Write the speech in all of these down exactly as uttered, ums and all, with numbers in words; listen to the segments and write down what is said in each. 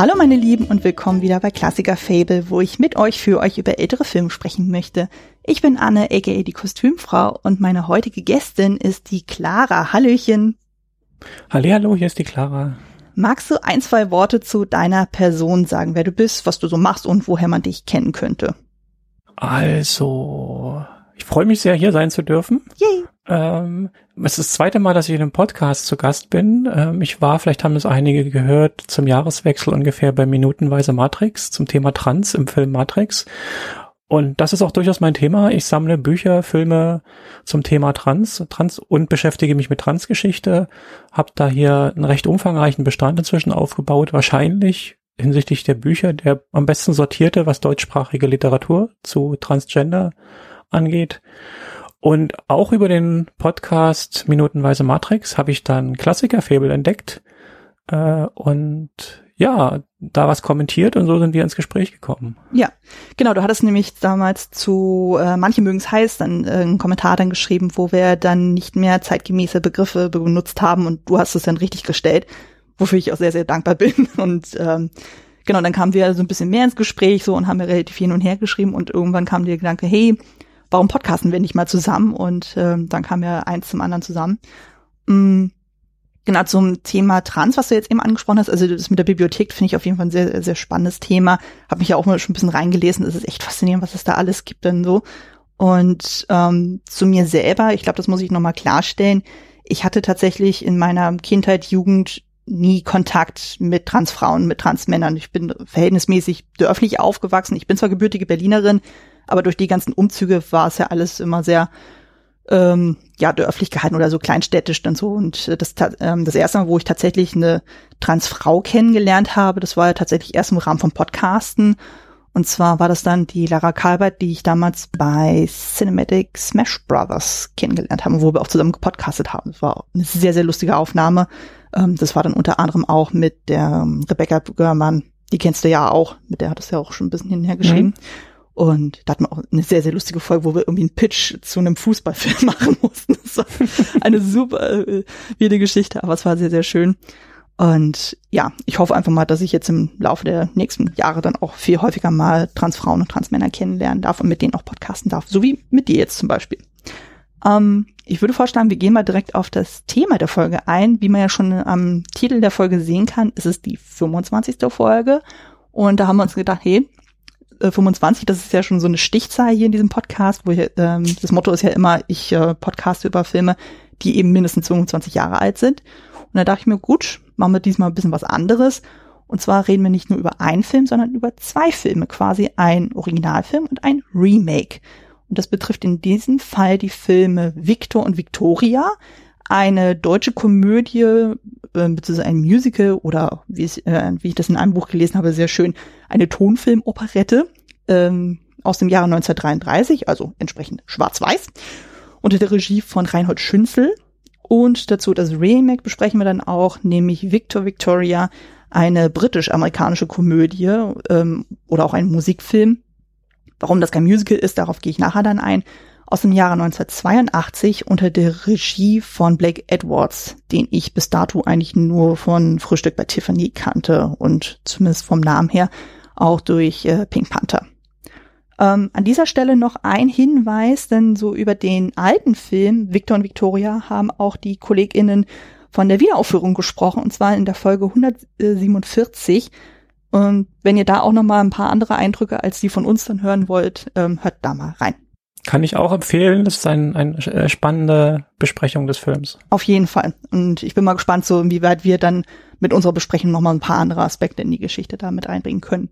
Hallo meine Lieben und willkommen wieder bei Klassiker Fable, wo ich mit euch für euch über ältere Filme sprechen möchte. Ich bin Anne, aka die Kostümfrau, und meine heutige Gästin ist die Clara. Hallöchen. Hallihallo, hier ist die Clara. Magst du ein, zwei Worte zu deiner Person sagen, wer du bist, was du so machst und woher man dich kennen könnte? Also, ich freue mich sehr, hier sein zu dürfen. Yay! Ähm, es ist das zweite Mal, dass ich in einem Podcast zu Gast bin. Ähm, ich war, vielleicht haben es einige gehört, zum Jahreswechsel ungefähr bei Minutenweise Matrix zum Thema Trans im Film Matrix. Und das ist auch durchaus mein Thema. Ich sammle Bücher, Filme zum Thema Trans, Trans und beschäftige mich mit Transgeschichte. Hab da hier einen recht umfangreichen Bestand inzwischen aufgebaut. Wahrscheinlich hinsichtlich der Bücher der am besten sortierte, was deutschsprachige Literatur zu Transgender angeht. Und auch über den Podcast Minutenweise Matrix habe ich dann Klassiker-Fable entdeckt äh, und ja, da was kommentiert und so sind wir ins Gespräch gekommen. Ja, genau, du hattest nämlich damals zu äh, Manche mögen es heiß dann äh, einen Kommentar dann geschrieben, wo wir dann nicht mehr zeitgemäße Begriffe benutzt haben und du hast es dann richtig gestellt, wofür ich auch sehr, sehr dankbar bin. Und ähm, genau, dann kamen wir so ein bisschen mehr ins Gespräch so und haben wir relativ hin und her geschrieben und irgendwann kam der Gedanke, hey, warum podcasten wir nicht mal zusammen? Und ähm, dann kam ja eins zum anderen zusammen. Mhm. Genau, zum Thema Trans, was du jetzt eben angesprochen hast, also das mit der Bibliothek finde ich auf jeden Fall ein sehr, sehr spannendes Thema. Habe mich ja auch mal schon ein bisschen reingelesen. Es ist echt faszinierend, was es da alles gibt denn so. Und ähm, zu mir selber, ich glaube, das muss ich nochmal klarstellen, ich hatte tatsächlich in meiner Kindheit, Jugend nie Kontakt mit Transfrauen, mit Transmännern. Ich bin verhältnismäßig dörflich aufgewachsen. Ich bin zwar gebürtige Berlinerin, aber durch die ganzen Umzüge war es ja alles immer sehr ähm, ja dörflich gehalten oder so kleinstädtisch dann so. Und das, ähm, das erste Mal, wo ich tatsächlich eine Transfrau kennengelernt habe, das war ja tatsächlich erst im Rahmen vom Podcasten. Und zwar war das dann die Lara Kalbert, die ich damals bei Cinematic Smash Brothers kennengelernt habe, wo wir auch zusammen gepodcastet haben. Das war eine sehr, sehr lustige Aufnahme. Ähm, das war dann unter anderem auch mit der ähm, Rebecca Görmann, die kennst du ja auch, mit der hat es ja auch schon ein bisschen hinterher geschrieben. Mhm. Und da hatten wir auch eine sehr, sehr lustige Folge, wo wir irgendwie einen Pitch zu einem Fußballfilm machen mussten. Das war eine super äh, wilde Geschichte, aber es war sehr, sehr schön. Und ja, ich hoffe einfach mal, dass ich jetzt im Laufe der nächsten Jahre dann auch viel häufiger mal Transfrauen und Transmänner kennenlernen darf und mit denen auch podcasten darf, so wie mit dir jetzt zum Beispiel. Ähm, ich würde vorschlagen, wir gehen mal direkt auf das Thema der Folge ein. Wie man ja schon am Titel der Folge sehen kann, ist es die fünfundzwanzigste Folge. Und da haben wir uns gedacht, hey, fünfundzwanzig, das ist ja schon so eine Stichzahl hier in diesem Podcast, wo ich, ähm, das Motto ist ja immer, ich äh, podcaste über Filme, die eben mindestens fünfundzwanzig Jahre alt sind. Und da dachte ich mir, gut, machen wir diesmal ein bisschen was anderes. Und zwar reden wir nicht nur über einen Film, sondern über zwei Filme, quasi ein Originalfilm und ein Remake. Und das betrifft in diesem Fall die Filme Victor und Victoria, eine deutsche Komödie, äh, beziehungsweise ein Musical oder wie, es, äh, wie ich das in einem Buch gelesen habe, sehr schön, eine Tonfilmoperette ähm, aus dem Jahre neunzehnhundertdreiunddreißig, also entsprechend schwarz-weiß, unter der Regie von Reinhold Schünzel. Und dazu das Remake besprechen wir dann auch, nämlich Victor Victoria, eine britisch-amerikanische Komödie ähm, oder auch ein Musikfilm. Warum das kein Musical ist, darauf gehe ich nachher dann ein. Aus dem Jahre neunzehnhundertzweiundachtzig unter der Regie von Blake Edwards, den ich bis dato eigentlich nur von Frühstück bei Tiffany kannte und zumindest vom Namen her auch durch äh, Pink Panther. Ähm, an dieser Stelle noch ein Hinweis, denn so über den alten Film Victor und Victoria haben auch die KollegInnen von der Wiederaufführung gesprochen, und zwar in der Folge hundertsiebenundvierzig. Und wenn ihr da auch noch mal ein paar andere Eindrücke als die von uns dann hören wollt, ähm, hört da mal rein. Kann ich auch empfehlen. Das ist ein, eine spannende Besprechung des Films. Auf jeden Fall. Und ich bin mal gespannt, so inwieweit wir dann mit unserer Besprechung noch mal ein paar andere Aspekte in die Geschichte da mit einbringen können.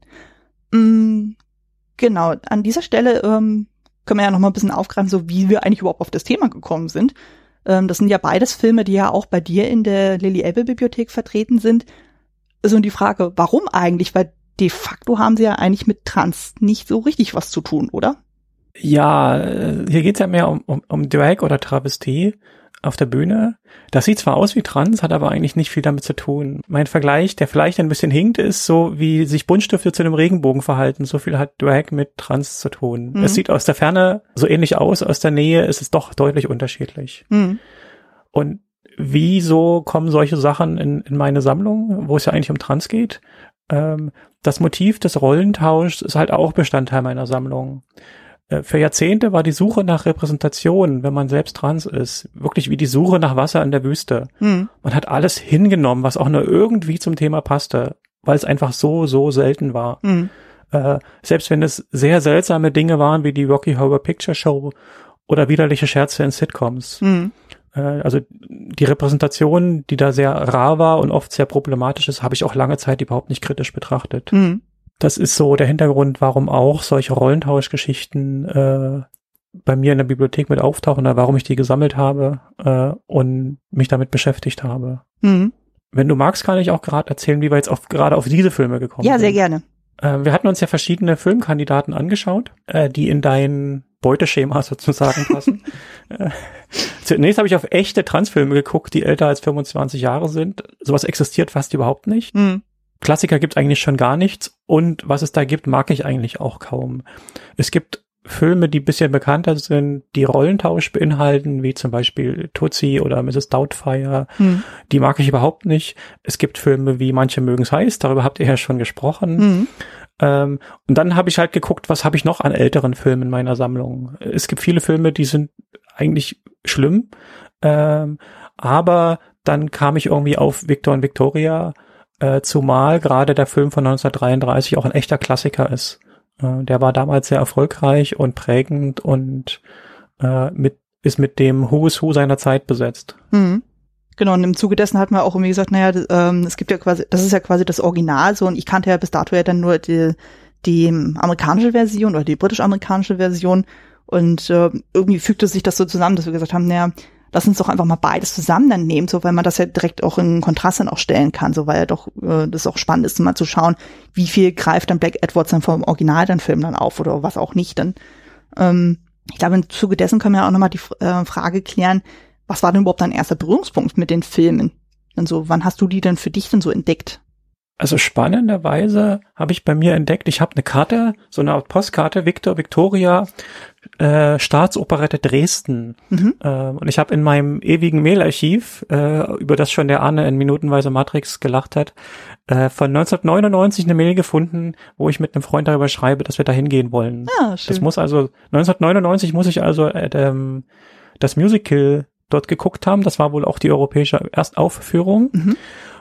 Mm, genau. An dieser Stelle ähm, können wir ja noch mal ein bisschen aufgreifen, so wie wir eigentlich überhaupt auf das Thema gekommen sind. Ähm, das sind ja beides Filme, die ja auch bei dir in der Lily-Elbe-Bibliothek vertreten sind. So, und die Frage, warum eigentlich? Weil de facto haben sie ja eigentlich mit Trans nicht so richtig was zu tun, oder? Ja, hier geht's ja mehr um, um, um Drag oder Travestie auf der Bühne. Das sieht zwar aus wie Trans, hat aber eigentlich nicht viel damit zu tun. Mein Vergleich, der vielleicht ein bisschen hinkt, ist so, wie sich Buntstifte zu einem Regenbogen verhalten. So viel hat Drag mit Trans zu tun. Mhm. Es sieht aus der Ferne so ähnlich aus, aus der Nähe ist es doch deutlich unterschiedlich. Mhm. Und wieso kommen solche Sachen in, in meine Sammlung, wo es ja eigentlich um Trans geht? Ähm, das Motiv des Rollentauschs ist halt auch Bestandteil meiner Sammlung. Äh, für Jahrzehnte war die Suche nach Repräsentation, wenn man selbst trans ist, wirklich wie die Suche nach Wasser in der Wüste. Mhm. Man hat alles hingenommen, was auch nur irgendwie zum Thema passte, weil es einfach so, so selten war. Mhm. Äh, selbst wenn es sehr seltsame Dinge waren, wie die Rocky Horror Picture Show oder widerliche Scherze in Sitcoms. Mhm. Also die Repräsentation, die da sehr rar war und oft sehr problematisch ist, habe ich auch lange Zeit überhaupt nicht kritisch betrachtet. Mhm. Das ist so der Hintergrund, warum auch solche Rollentauschgeschichten äh, bei mir in der Bibliothek mit auftauchen, oder warum ich die gesammelt habe äh, und mich damit beschäftigt habe. Mhm. Wenn du magst, kann ich auch gerade erzählen, wie wir jetzt auf, gerade auf diese Filme gekommen ja, sind. Ja, sehr gerne. Äh, wir hatten uns ja verschiedene Filmkandidaten angeschaut, äh, die in dein Beuteschema sozusagen passen. äh, zunächst habe ich auf echte Transfilme geguckt, die älter als fünfundzwanzig Jahre sind. Sowas existiert fast überhaupt nicht. Mhm. Klassiker gibt es eigentlich schon gar nichts. Und was es da gibt, mag ich eigentlich auch kaum. Es gibt Filme, die ein bisschen bekannter sind, die Rollentausch beinhalten, wie zum Beispiel Tootsie oder Misses Doubtfire. Mhm. Die mag ich überhaupt nicht. Es gibt Filme wie Manche mögen's heiß, darüber habt ihr ja schon gesprochen. Mhm. Ähm, und dann habe ich halt geguckt, was habe ich noch an älteren Filmen in meiner Sammlung. Es gibt viele Filme, die sind eigentlich schlimm, ähm, aber dann kam ich irgendwie auf Victor und Victoria, äh, zumal gerade der Film von neunzehnhundertdreiunddreißig auch ein echter Klassiker ist. Äh, der war damals sehr erfolgreich und prägend und äh, mit ist mit dem Who's Who seiner Zeit besetzt. Mhm. Genau, und im Zuge dessen hat man auch irgendwie gesagt, naja, ähm, es gibt ja quasi, das ist ja quasi das Original so, und ich kannte ja bis dato ja dann nur die, die amerikanische Version oder die britisch-amerikanische Version, und äh, irgendwie fügte sich das so zusammen, dass wir gesagt haben, naja, lass uns doch einfach mal beides zusammen dann nehmen, so, weil man das ja direkt auch in Kontrast dann auch stellen kann, so, weil ja doch äh, das auch spannend ist, mal zu schauen, wie viel greift dann Black Edwards dann vom Original dann Film dann auf oder was auch nicht dann. Ähm, ich glaube, im Zuge dessen können wir auch nochmal die äh, Frage klären, was war denn überhaupt dein erster Berührungspunkt mit den Filmen? Also, wann hast du die denn für dich denn so entdeckt? Also spannenderweise habe ich bei mir entdeckt, ich habe eine Karte, so eine Art Postkarte, Victor, Victoria, äh, Staatsoperette Dresden. Mhm. Äh, und ich habe in meinem ewigen Mailarchiv, äh, über das schon der Arne in Minutenweise Matrix gelacht hat, äh, von neunzehnhundertneunundneunzig eine Mail gefunden, wo ich mit einem Freund darüber schreibe, dass wir da hingehen wollen. Ah, schön. Das muss also, neunzehnhundertneunundneunzig muss ich also äh, ähm, das Musical dort geguckt haben. Das war wohl auch die europäische Erstaufführung. Mhm.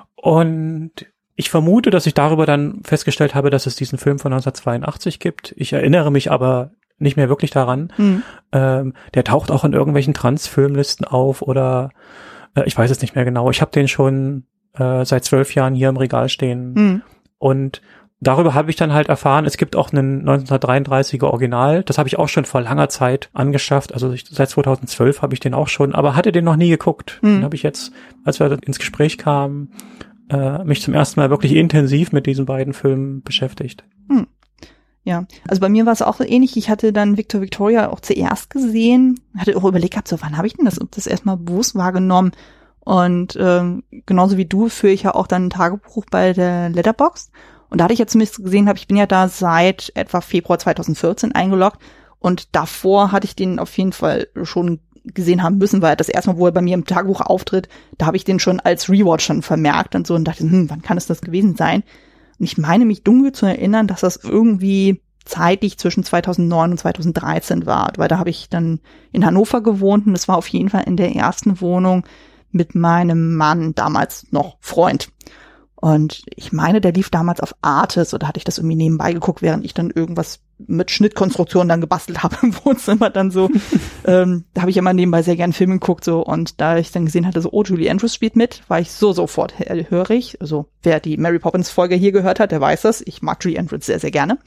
Und ich vermute, dass ich darüber dann festgestellt habe, dass es diesen Film von neunzehnhundertzweiundachtzig gibt. Ich erinnere mich aber nicht mehr wirklich daran. Mhm. Ähm, der taucht auch in irgendwelchen Trans-Filmlisten auf oder äh, ich weiß es nicht mehr genau. Ich habe den schon äh, seit zwölf Jahren hier im Regal stehen. Mhm. Und darüber habe ich dann halt erfahren, es gibt auch einen neunzehnhundertdreiunddreißiger Original. Das habe ich auch schon vor langer Zeit angeschafft. Also ich, seit zweitausendzwölf habe ich den auch schon, aber hatte den noch nie geguckt. Mhm. Den habe ich jetzt, als wir ins Gespräch kamen, äh, mich zum ersten Mal wirklich intensiv mit diesen beiden Filmen beschäftigt. Mhm. Ja, also bei mir war es auch so ähnlich. Ich hatte dann Victor Victoria auch zuerst gesehen, hatte auch überlegt gehabt, so wann habe ich denn das, das erstmal bewusst wahrgenommen? Und ähm, genauso wie du führe ich ja auch dann ein Tagebuch bei der Letterboxd. Und da hatte ich ja zumindest gesehen, habe ich bin ja da seit etwa Februar zweitausendvierzehn eingeloggt, und davor hatte ich den auf jeden Fall schon gesehen haben müssen, weil das erste Mal, wo er bei mir im Tagebuch auftritt, da habe ich den schon als Rewatch schon vermerkt und so und dachte, hm, wann kann es das gewesen sein? Und ich meine mich dunkel zu erinnern, dass das irgendwie zeitlich zwischen zweitausendneun und zweitausenddreizehn war, weil da habe ich dann in Hannover gewohnt und das war auf jeden Fall in der ersten Wohnung mit meinem Mann, damals noch Freund. Und ich meine, der lief damals auf Artes, oder hatte ich das irgendwie nebenbei geguckt, während ich dann irgendwas mit Schnittkonstruktion dann gebastelt habe im Wohnzimmer dann so. ähm, da habe ich immer nebenbei sehr gern Filme geguckt so, und da ich dann gesehen hatte, so, oh, Julie Andrews spielt mit, war ich so sofort hörig. Also wer die Mary Poppins Folge hier gehört hat, der weiß das. Ich mag Julie Andrews sehr, sehr gerne.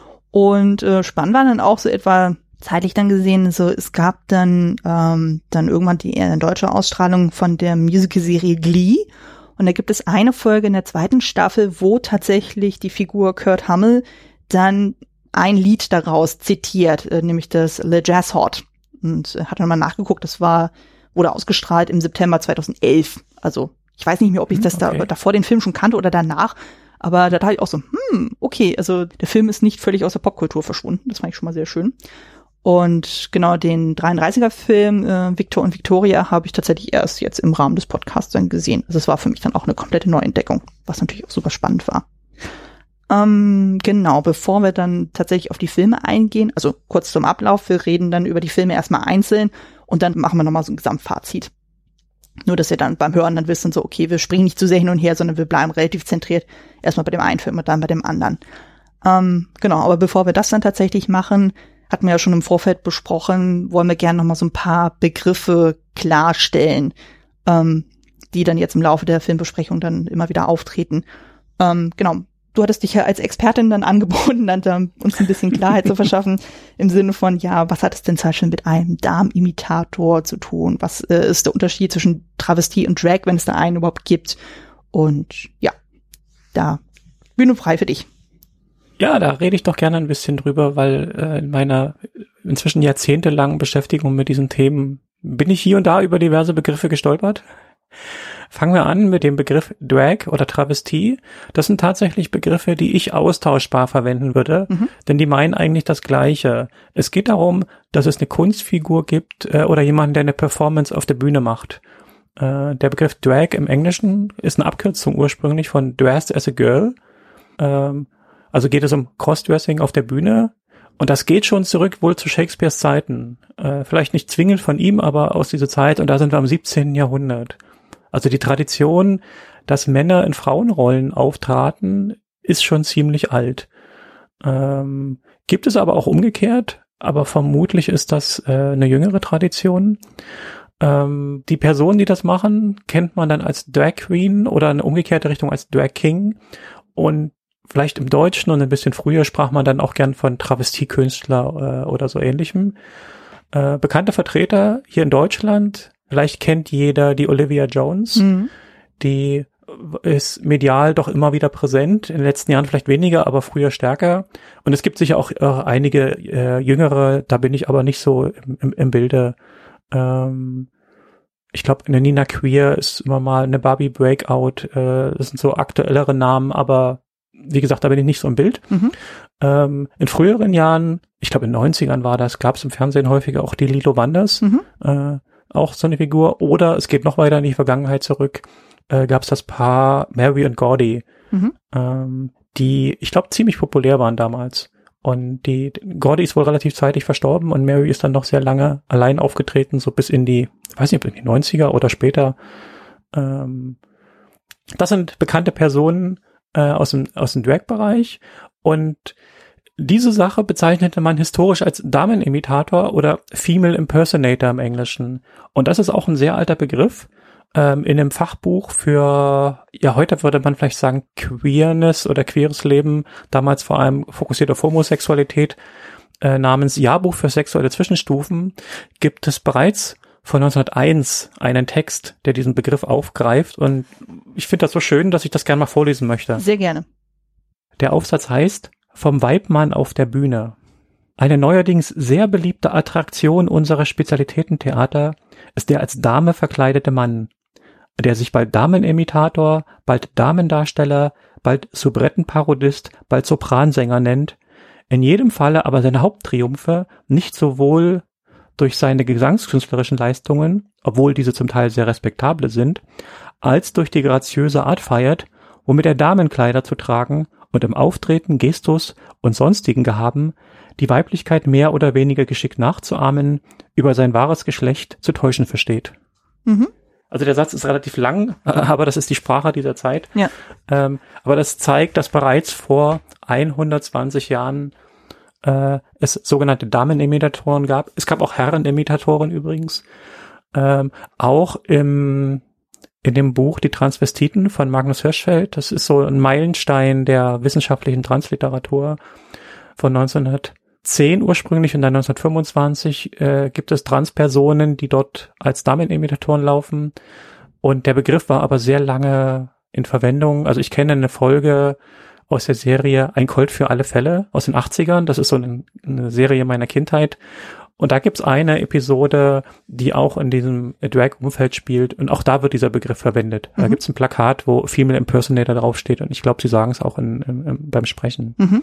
Und äh, spannend war dann auch so etwa zeitlich dann gesehen, so es gab dann ähm, dann irgendwann die äh, deutsche Ausstrahlung von der Musical-Serie Glee. Und da gibt es eine Folge in der zweiten Staffel, wo tatsächlich die Figur Kurt Hummel dann ein Lied daraus zitiert, äh, nämlich das Le Jazz Hot. Und äh, hat dann mal nachgeguckt, das war, wurde ausgestrahlt im September zweitausendelf. Also ich weiß nicht mehr, ob ich das okay. da davor den Film schon kannte oder danach, aber da dachte ich auch so, hm, okay, also der Film ist nicht völlig aus der Popkultur verschwunden. Das fand ich schon mal sehr schön. Und genau den dreiunddreißiger-Film äh, Victor und Victoria habe ich tatsächlich erst jetzt im Rahmen des Podcasts dann gesehen. Also es war für mich dann auch eine komplette Neuentdeckung, was natürlich auch super spannend war. Ähm, genau, bevor wir dann tatsächlich auf die Filme eingehen, also kurz zum Ablauf, wir reden dann über die Filme erstmal einzeln und dann machen wir nochmal so ein Gesamtfazit. Nur, dass ihr dann beim Hören dann wisst, so, okay, wir springen nicht zu sehr hin und her, sondern wir bleiben relativ zentriert erstmal bei dem einen Film und dann bei dem anderen. Ähm, genau, aber bevor wir das dann tatsächlich machen, hatten wir ja schon im Vorfeld besprochen, wollen wir gerne nochmal so ein paar Begriffe klarstellen, ähm, die dann jetzt im Laufe der Filmbesprechung dann immer wieder auftreten. Ähm, genau. Du hattest dich ja als Expertin dann angeboten, dann um uns ein bisschen Klarheit zu verschaffen, im Sinne von, ja, was hat es denn zum Beispiel mit einem Darmimitator zu tun? Was äh, ist der Unterschied zwischen Travestie und Drag, wenn es da einen überhaupt gibt? Und ja, da, Bühne frei für dich. Ja, da rede ich doch gerne ein bisschen drüber, weil äh, in meiner inzwischen jahrzehntelangen Beschäftigung mit diesen Themen bin ich hier und da über diverse Begriffe gestolpert. Fangen wir an mit dem Begriff Drag oder Travestie. Das sind tatsächlich Begriffe, die ich austauschbar verwenden würde, mhm. denn die meinen eigentlich das Gleiche. Es geht darum, dass es eine Kunstfigur gibt äh, oder jemanden, der eine Performance auf der Bühne macht. Äh, der Begriff Drag im Englischen ist eine Abkürzung ursprünglich von Dressed as a Girl. Ähm, also geht es um Crossdressing auf der Bühne. Und das geht schon zurück wohl zu Shakespeares Zeiten. Äh, vielleicht nicht zwingend von ihm, aber aus dieser Zeit. Und da sind wir am siebzehnten Jahrhundert. Also die Tradition, dass Männer in Frauenrollen auftraten, ist schon ziemlich alt. Ähm, gibt es aber auch umgekehrt, aber vermutlich ist das äh, eine jüngere Tradition. Ähm, die Personen, die das machen, kennt man dann als Drag Queen oder eine umgekehrte Richtung als Drag King. Und vielleicht im Deutschen und ein bisschen früher sprach man dann auch gern von Travestiekünstler äh, oder so ähnlichem. Äh, bekannte Vertreter hier in Deutschland, vielleicht kennt jeder die Olivia Jones, mhm. die ist medial doch immer wieder präsent, in den letzten Jahren vielleicht weniger, aber früher stärker. Und es gibt sicher auch äh, einige äh, jüngere, da bin ich aber nicht so im, im, im Bilde. Ähm, ich glaube, eine Nina Queer ist immer mal eine Barbie Breakout, äh, das sind so aktuellere Namen, aber wie gesagt, da bin ich nicht so im Bild. Mhm. Ähm, in früheren Jahren, ich glaube in den neunzigern war das, gab es im Fernsehen häufiger auch die Lilo Wanders, mhm. äh, auch so eine Figur. Oder es geht noch weiter in die Vergangenheit zurück, äh, gab es das Paar Mary und Gordy, mhm. ähm, die, ich glaube, ziemlich populär waren damals. Und die Gordy ist wohl relativ zeitig verstorben und Mary ist dann noch sehr lange allein aufgetreten, so bis in die, weiß nicht, ob in die neunziger oder später. Ähm, das sind bekannte Personen, Äh, aus dem aus dem Drag-Bereich, und diese Sache bezeichnete man historisch als Damenimitator oder Female Impersonator im Englischen, und das ist auch ein sehr alter Begriff. Ähm, in einem Fachbuch für, ja, heute würde man vielleicht sagen Queerness oder queeres Leben, damals vor allem fokussiert auf Homosexualität, äh, namens Jahrbuch für sexuelle Zwischenstufen, gibt es bereits von neunzehnhunderteins einen Text, der diesen Begriff aufgreift, und ich finde das so schön, dass ich das gerne mal vorlesen möchte. Sehr gerne. Der Aufsatz heißt: Vom Weibmann auf der Bühne. Eine neuerdings sehr beliebte Attraktion unserer Spezialitätentheater ist der als Dame verkleidete Mann, der sich bald Damenimitator, bald Damendarsteller, bald Soubrettenparodist, bald Sopransänger nennt, in jedem Falle aber seine Haupttriumphe nicht sowohl durch seine gesangskünstlerischen Leistungen, obwohl diese zum Teil sehr respektable sind, als durch die graziöse Art feiert, womit er Damenkleider zu tragen und im Auftreten, Gestus und sonstigen Gehaben die Weiblichkeit mehr oder weniger geschickt nachzuahmen, über sein wahres Geschlecht zu täuschen versteht. Mhm. Also der Satz ist relativ lang, aber das ist die Sprache dieser Zeit. Ja. Ähm, aber das zeigt, dass bereits vor hundertzwanzig Jahren äh, es sogenannte Damenimitatoren gab. Es gab auch Herrenimitatoren übrigens. Ähm, auch im in dem Buch Die Transvestiten von Magnus Hirschfeld. Das ist so ein Meilenstein der wissenschaftlichen Transliteratur von neunzehnhundertzehn ursprünglich, und dann neunzehnhundertfünfundzwanzig äh, gibt es Transpersonen, die dort als Damenimitatoren laufen. Und der Begriff war aber sehr lange in Verwendung. Also ich kenne eine Folge aus der Serie Ein Colt für alle Fälle aus den achtzigern. Das ist so eine, eine Serie meiner Kindheit. Und da gibt's eine Episode, die auch in diesem Drag-Umfeld spielt. Und auch da wird dieser Begriff verwendet. Mhm. Da gibt's ein Plakat, wo Female Impersonator draufsteht. Und ich glaube, sie sagen es auch in, in, beim Sprechen. Mhm.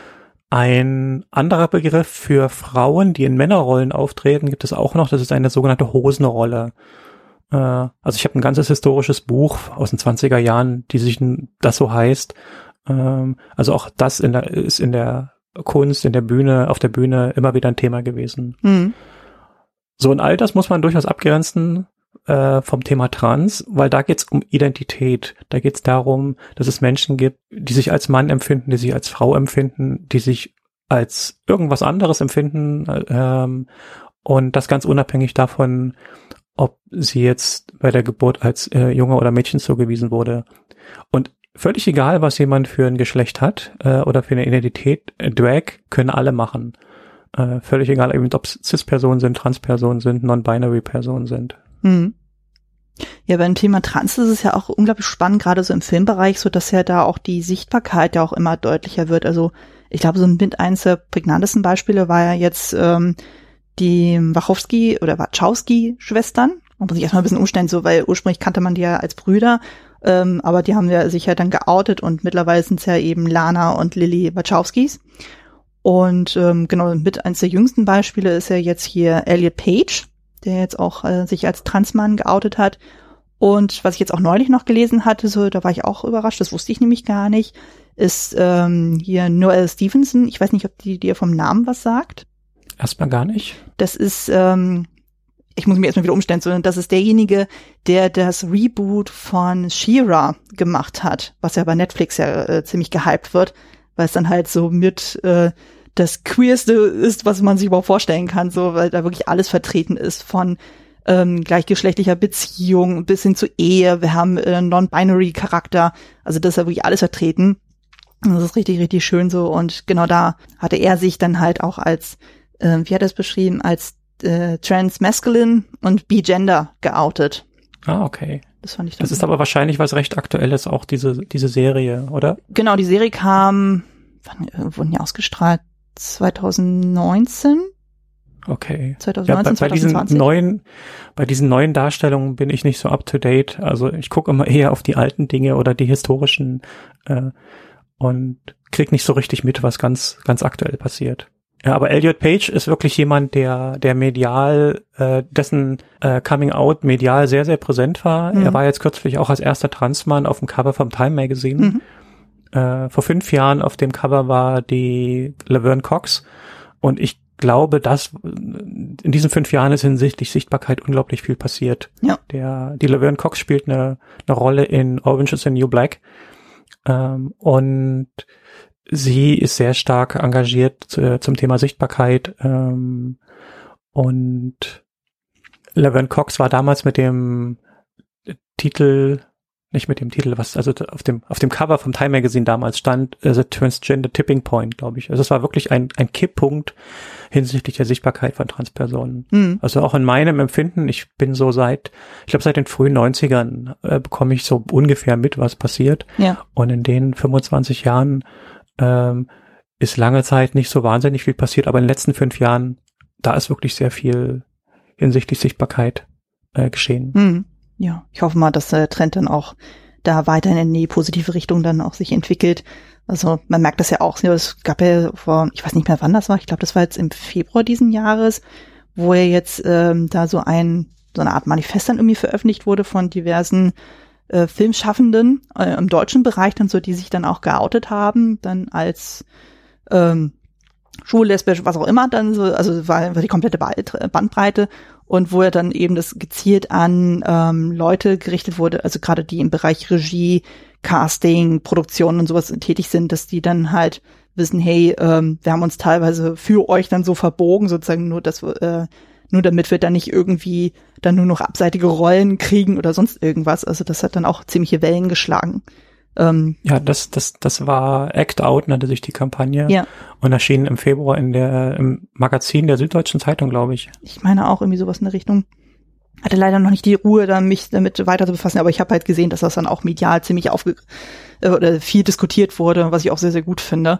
Ein anderer Begriff für Frauen, die in Männerrollen auftreten, gibt es auch noch. Das ist eine sogenannte Hosenrolle. Äh, also ich habe ein ganzes historisches Buch aus den zwanziger Jahren, die sich das so heißt. Ähm, also auch das in der, ist in der Kunst, in der Bühne, auf der Bühne immer wieder ein Thema gewesen. Mhm. So, und all das muss man durchaus abgrenzen äh, vom Thema Trans, weil da geht's um Identität. Da geht's darum, dass es Menschen gibt, die sich als Mann empfinden, die sich als Frau empfinden, die sich als irgendwas anderes empfinden, ähm, und das ganz unabhängig davon, ob sie jetzt bei der Geburt als äh, Junge oder Mädchen zugewiesen wurde. Und völlig egal, was jemand für ein Geschlecht hat äh, oder für eine Identität, äh, Drag können alle machen. Äh, völlig egal, eben, ob es Cis-Personen sind, Trans-Personen sind, Non-Binary-Personen sind. Hm. Ja, beim Thema Trans ist es ja auch unglaublich spannend, gerade so im Filmbereich, so dass ja da auch die Sichtbarkeit ja auch immer deutlicher wird. Also ich glaube, so mit eins der prägnantesten Beispiele war ja jetzt ähm, die Wachowski- oder Wachowski-Schwestern. Man muss sich erstmal ein bisschen umstellen, so, weil ursprünglich kannte man die ja als Brüder, ähm, aber die haben ja sich ja dann geoutet und mittlerweile sind es ja eben Lana und Lily Wachowskis. Und ähm, genau, mit eins der jüngsten Beispiele ist ja jetzt hier Elliot Page, der jetzt auch äh, sich als Transmann geoutet hat. Und was ich jetzt auch neulich noch gelesen hatte, so, da war ich auch überrascht, das wusste ich nämlich gar nicht, ist ähm, hier Noelle Stevenson. Ich weiß nicht, ob die dir vom Namen was sagt. Erstmal gar nicht. Das ist, ähm, ich muss mich erstmal wieder umstellen, sondern das ist derjenige, der das Reboot von She-Ra gemacht hat, was ja bei Netflix ja äh, ziemlich gehypt wird, weil es dann halt so mit äh, das Queerste ist, was man sich überhaupt vorstellen kann, so, weil da wirklich alles vertreten ist, von ähm, gleichgeschlechtlicher Beziehung bis hin zu Ehe. Wir haben äh, Non-Binary-Charakter, also das ist ja wirklich alles vertreten. Das ist richtig, richtig schön so. Und genau da hatte er sich dann halt auch als, äh, wie hat er es beschrieben, als äh, Trans-Masculine und Bi-Gender geoutet. Ah, okay. Das fand ich dann. Das ist aber wahrscheinlich was recht Aktuelles, auch diese diese Serie, oder? Genau, die Serie kam, wann äh, wurden die ausgestrahlt? zwanzig neunzehn? Okay. zwanzig neunzehn, ja, bei, bei zwanzig zwanzig? diesen neuen, bei diesen neuen Darstellungen bin ich nicht so up to date. Also ich gucke immer eher auf die alten Dinge oder die historischen äh, und krieg nicht so richtig mit, was ganz ganz aktuell passiert. Ja, aber Elliot Page ist wirklich jemand, der der medial, äh, dessen äh, Coming Out medial sehr sehr präsent war. Mhm. Er war jetzt kürzlich auch als erster Transmann auf dem Cover vom Time Magazine. Mhm. Äh, vor fünf Jahren auf dem Cover war die Laverne Cox und ich glaube, dass in diesen fünf Jahren ist hinsichtlich Sichtbarkeit unglaublich viel passiert. Ja. Der, die Laverne Cox spielt eine, eine Rolle in Orange is the New Black, ähm, und sie ist sehr stark engagiert äh, zum Thema Sichtbarkeit, ähm, und Laverne Cox war damals mit dem Titel Nicht mit dem Titel, was also auf dem auf dem Cover vom Time Magazine damals stand, uh, The Transgender Tipping Point, glaube ich. Also es war wirklich ein ein Kipppunkt hinsichtlich der Sichtbarkeit von Transpersonen. Mhm. Also auch in meinem Empfinden, ich bin so seit, ich glaube seit den frühen neunzigern äh, bekomme ich so ungefähr mit, was passiert. Ja. Und in den fünfundzwanzig Jahren ähm, ist lange Zeit nicht so wahnsinnig viel passiert, aber in den letzten fünf Jahren, da ist wirklich sehr viel hinsichtlich Sichtbarkeit äh, geschehen. Mhm. Ja, ich hoffe mal, dass der Trend dann auch da weiterhin in die positive Richtung dann auch sich entwickelt. Also man merkt das ja auch. Es gab ja vor, ich weiß nicht mehr wann das war, ich glaube, das war jetzt im Februar diesen Jahres, wo ja jetzt ähm, da so ein so eine Art Manifest dann irgendwie veröffentlicht wurde von diversen äh, Filmschaffenden äh, im deutschen Bereich dann so, die sich dann auch geoutet haben, dann als ähm, schwul, lesbisch, was auch immer, dann so, also war, war die komplette Bandbreite. Und wo er dann eben das gezielt an ähm, Leute gerichtet wurde, also gerade die im Bereich Regie, Casting, Produktion und sowas tätig sind, dass die dann halt wissen, hey, ähm, wir haben uns teilweise für euch dann so verbogen, sozusagen nur, dass wir, äh, nur damit wir dann nicht irgendwie dann nur noch abseitige Rollen kriegen oder sonst irgendwas. Also das hat dann auch ziemliche Wellen geschlagen. Ähm, ja, das, das, das war Act Out, nannte sich die Kampagne. Ja. Und erschien im Februar in der, im Magazin der Süddeutschen Zeitung, glaube ich. Ich meine auch irgendwie sowas in der Richtung. Hatte leider noch nicht die Ruhe, dann mich damit weiter zu befassen, aber ich habe halt gesehen, dass das dann auch medial ziemlich aufge, äh, oder viel diskutiert wurde, was ich auch sehr, sehr gut finde.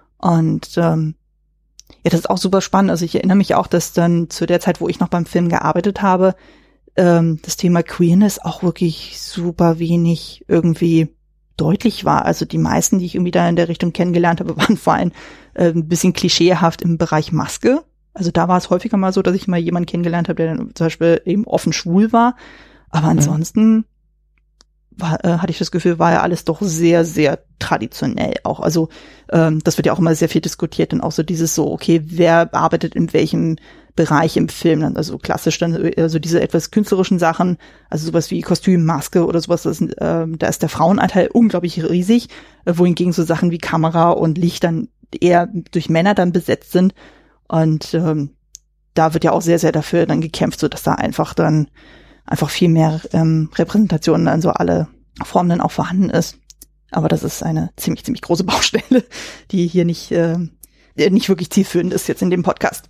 Und, ähm, ja, das ist auch super spannend. Also ich erinnere mich auch, dass dann zu der Zeit, wo ich noch beim Film gearbeitet habe, ähm, das Thema Queerness auch wirklich super wenig irgendwie deutlich war. Also die meisten, die ich irgendwie da in der Richtung kennengelernt habe, waren vor allem äh, ein bisschen klischeehaft im Bereich Maske. Also da war es häufiger mal so, dass ich mal jemanden kennengelernt habe, der dann zum Beispiel eben offen schwul war. Aber ansonsten war, äh, hatte ich das Gefühl, war ja alles doch sehr, sehr traditionell auch. Also ähm, das wird ja auch immer sehr viel diskutiert und auch so dieses so, okay, wer arbeitet in welchem Bereich im Film, dann also klassisch dann also diese etwas künstlerischen Sachen, also sowas wie Kostüm, Maske oder sowas, das, äh, da ist der Frauenanteil unglaublich riesig, äh, wohingegen so Sachen wie Kamera und Licht dann eher durch Männer dann besetzt sind und ähm, da wird ja auch sehr, sehr dafür dann gekämpft, so dass da einfach dann einfach viel mehr ähm, Repräsentationen an so alle Formen dann auch vorhanden ist. Aber das ist eine ziemlich, ziemlich große Baustelle, die hier nicht, äh, nicht wirklich zielführend ist jetzt in dem Podcast.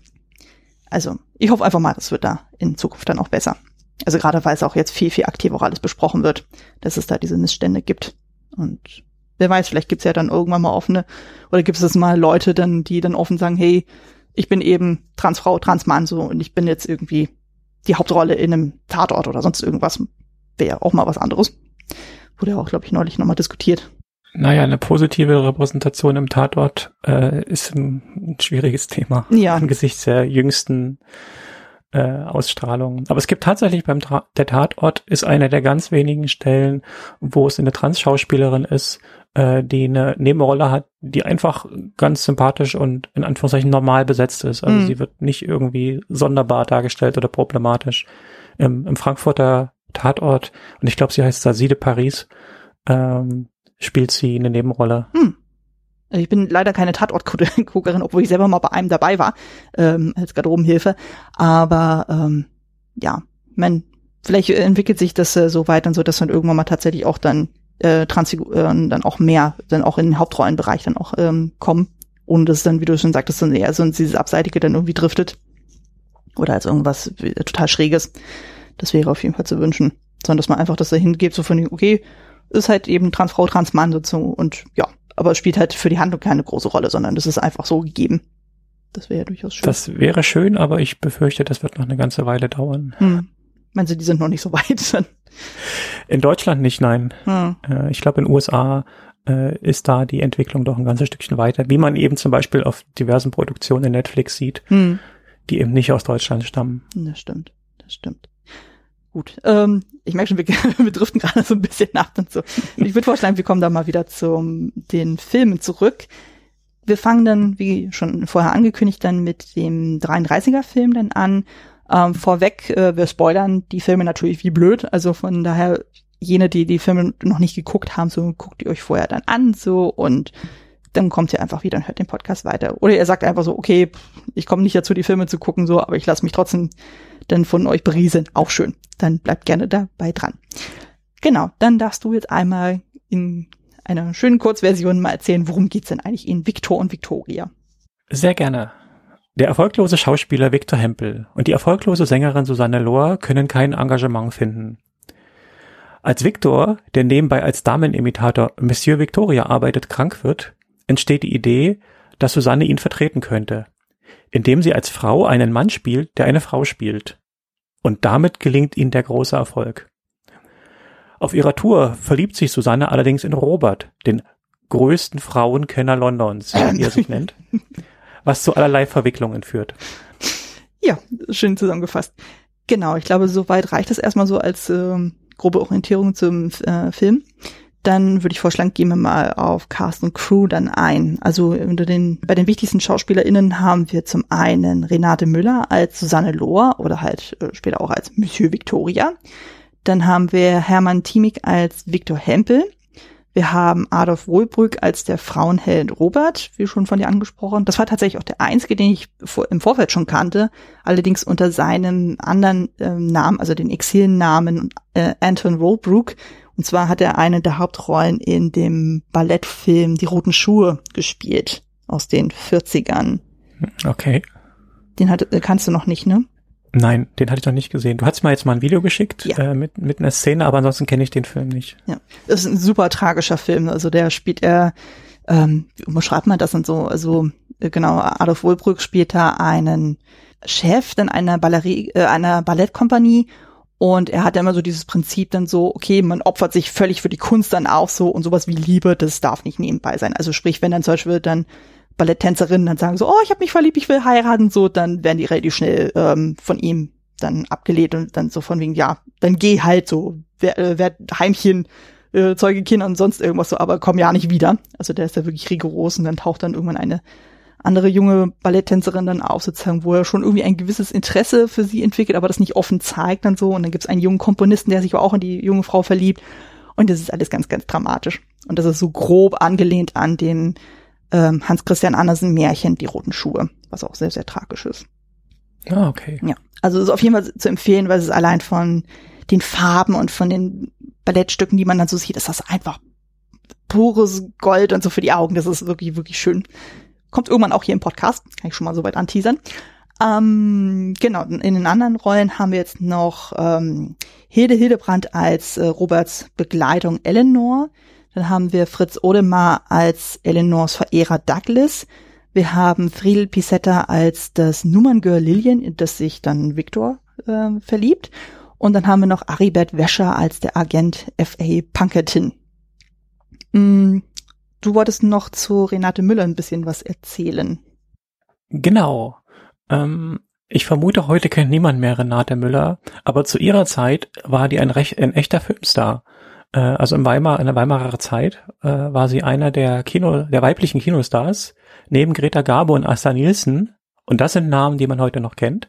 Also ich hoffe einfach mal, das wird da in Zukunft dann auch besser. Also gerade weil es auch jetzt viel, viel aktiver auch alles besprochen wird, dass es da diese Missstände gibt. Und wer weiß, vielleicht gibt's ja dann irgendwann mal offene, oder gibt es mal Leute dann, die dann offen sagen, hey, ich bin eben Transfrau, Transmann so und ich bin jetzt irgendwie die Hauptrolle in einem Tatort oder sonst irgendwas. Wäre auch mal was anderes. Wurde ja auch, glaube ich, neulich nochmal diskutiert. Naja, eine positive Repräsentation im Tatort äh, ist ein, ein schwieriges Thema. Ja. Angesichts der jüngsten äh, Ausstrahlungen. Aber es gibt tatsächlich beim Tra- der Tatort ist eine der ganz wenigen Stellen, wo es eine Trans-Schauspielerin ist, äh, die eine Nebenrolle hat, die einfach ganz sympathisch und in Anführungszeichen normal besetzt ist. Also mhm. sie wird nicht irgendwie sonderbar dargestellt oder problematisch. Im, im Frankfurter Tatort, und ich glaube, sie heißt Zazie de Paris, ähm, spielt sie eine Nebenrolle. Hm. Ich bin leider keine Tatort-Guckerin, obwohl ich selber mal bei einem dabei war, ähm, als Garderobenhilfe. Aber ähm, ja, man, vielleicht entwickelt sich das äh, so weit und so, dass dann irgendwann mal tatsächlich auch dann äh, Transfiguren dann auch mehr, dann auch in den Hauptrollenbereich dann auch ähm, kommen. Ohne dass dann, wie du schon sagtest, dann eher so dieses Abseitige dann irgendwie driftet. Oder als irgendwas total Schräges. Das wäre auf jeden Fall zu wünschen. Sondern dass man einfach das dahin gibt, so von, okay, ist halt eben Transfrau, Transmann sozusagen und ja, aber es spielt halt für die Handlung keine große Rolle, sondern das ist einfach so gegeben. Das wäre ja durchaus schön. Das wäre schön, aber ich befürchte, das wird noch eine ganze Weile dauern. Hm. Meinst du, die sind noch nicht so weit? In Deutschland nicht, nein. Hm. Äh, ich glaube, in den U S A äh, ist da die Entwicklung doch ein ganzes Stückchen weiter, wie man eben zum Beispiel auf diversen Produktionen in Netflix sieht, hm. die eben nicht aus Deutschland stammen. Das stimmt, das stimmt. Gut, ähm, ich merke schon, wir, wir driften gerade so ein bisschen ab und so. Ich würde vorschlagen, wir kommen da mal wieder zu den Filmen zurück. Wir fangen dann, wie schon vorher angekündigt, dann mit dem dreiunddreißiger-Film dann an. Ähm, vorweg, äh, wir spoilern die Filme natürlich wie blöd, also von daher, jene, die die Filme noch nicht geguckt haben, so guckt ihr euch vorher dann an, so, und dann kommt ihr einfach wieder und hört den Podcast weiter. Oder ihr sagt einfach so, okay, ich komme nicht dazu, die Filme zu gucken, so, aber ich lasse mich trotzdem dann von euch berieseln. Auch schön. Dann bleibt gerne dabei dran. Genau, dann darfst du jetzt einmal in einer schönen Kurzversion mal erzählen, worum geht's denn eigentlich in Victor und Victoria? Sehr gerne. Der erfolglose Schauspieler Victor Hempel und die erfolglose Sängerin Susanne Lohr können kein Engagement finden. Als Victor, der nebenbei als Damenimitator Monsieur Victoria arbeitet, krank wird, entsteht die Idee, dass Susanne ihn vertreten könnte, indem sie als Frau einen Mann spielt, der eine Frau spielt. Und damit gelingt ihnen der große Erfolg. Auf ihrer Tour verliebt sich Susanne allerdings in Robert, den größten Frauenkenner Londons, wie er sich nennt, was zu allerlei Verwicklungen führt. Ja, schön zusammengefasst. Genau, ich glaube, soweit reicht das erstmal so als ähm, grobe Orientierung zum äh, Film. Dann würde ich vorschlagen, gehen wir mal auf Cast und Crew dann ein. Also unter den, bei den wichtigsten SchauspielerInnen haben wir zum einen Renate Müller als Susanne Lohr oder halt äh, später auch als Monsieur Victoria. Dann haben wir Hermann Thiemig als Victor Hempel. Wir haben Adolf Wohlbrück als der Frauenheld Robert, wie schon von dir angesprochen. Das war tatsächlich auch der einzige, den ich vor, im Vorfeld schon kannte, allerdings unter seinem anderen ähm, Namen, also den Exilnamen äh, Anton Wohlbrück. Und zwar hat er eine der Hauptrollen in dem Ballettfilm Die roten Schuhe gespielt, aus den vierzigern. Okay. Den hat, kannst du noch nicht, ne? Nein, den hatte ich noch nicht gesehen. Du hast mir jetzt mal ein Video geschickt, ja. äh, mit, mit einer Szene, aber ansonsten kenne ich den Film nicht. Ja, das ist ein super tragischer Film. Also der spielt er, ähm, wie beschreibt man das denn so? Also genau, Adolf Wohlbrück spielt da einen Chef dann einer Ballerie, äh, einer Ballettkompanie. Und er hat ja immer so dieses Prinzip dann so, okay, man opfert sich völlig für die Kunst dann auch so und sowas wie Liebe, das darf nicht nebenbei sein. Also sprich, wenn dann zum Beispiel dann Balletttänzerinnen dann sagen so, oh, ich habe mich verliebt, ich will heiraten, so, dann werden die relativ schnell ähm, von ihm dann abgelehnt und dann so von wegen, ja, dann geh halt so, wer, äh, wer Heimchen, äh, zeuge Kinder und sonst irgendwas so, aber kommen ja nicht wieder. Also der ist ja wirklich rigoros und dann taucht dann irgendwann eine andere junge Balletttänzerin dann auf, sozusagen, wo er schon irgendwie ein gewisses Interesse für sie entwickelt, aber das nicht offen zeigt dann so. Und dann gibt es einen jungen Komponisten, der sich auch in die junge Frau verliebt. Und das ist alles ganz, ganz dramatisch. Und das ist so grob angelehnt an den ähm, Hans Christian Andersen Märchen, Die roten Schuhe, was auch sehr, sehr tragisch ist. Ah, okay. Ja, also ist auf jeden Fall zu empfehlen, weil es ist allein von den Farben und von den Ballettstücken, die man dann so sieht, ist das einfach pures Gold und so für die Augen. Das ist wirklich, wirklich schön. Kommt irgendwann auch hier im Podcast. Kann ich schon mal so weit anteasern. Ähm, genau, in den anderen Rollen haben wir jetzt noch ähm, Hilde Hildebrandt als äh, Roberts Begleitung Eleanor. Dann haben wir Fritz Odemar als Eleanors Verehrer Douglas. Wir haben Friedel Pisetta als das Nummerngirl Lillian, in das sich dann Victor äh, verliebt. Und dann haben wir noch Aribert Wäscher als der Agent F A Punkerton. Mm, du wolltest noch zu Renate Müller ein bisschen was erzählen. Genau. Ähm, ich vermute, heute kennt niemand mehr Renate Müller, aber zu ihrer Zeit war die ein, recht, ein echter Filmstar. Äh, also in Weimar, in der Weimarer Zeit äh, war sie einer der Kino, der weiblichen Kinostars, neben Greta Garbo und Asta Nielsen. Und das sind Namen, die man heute noch kennt.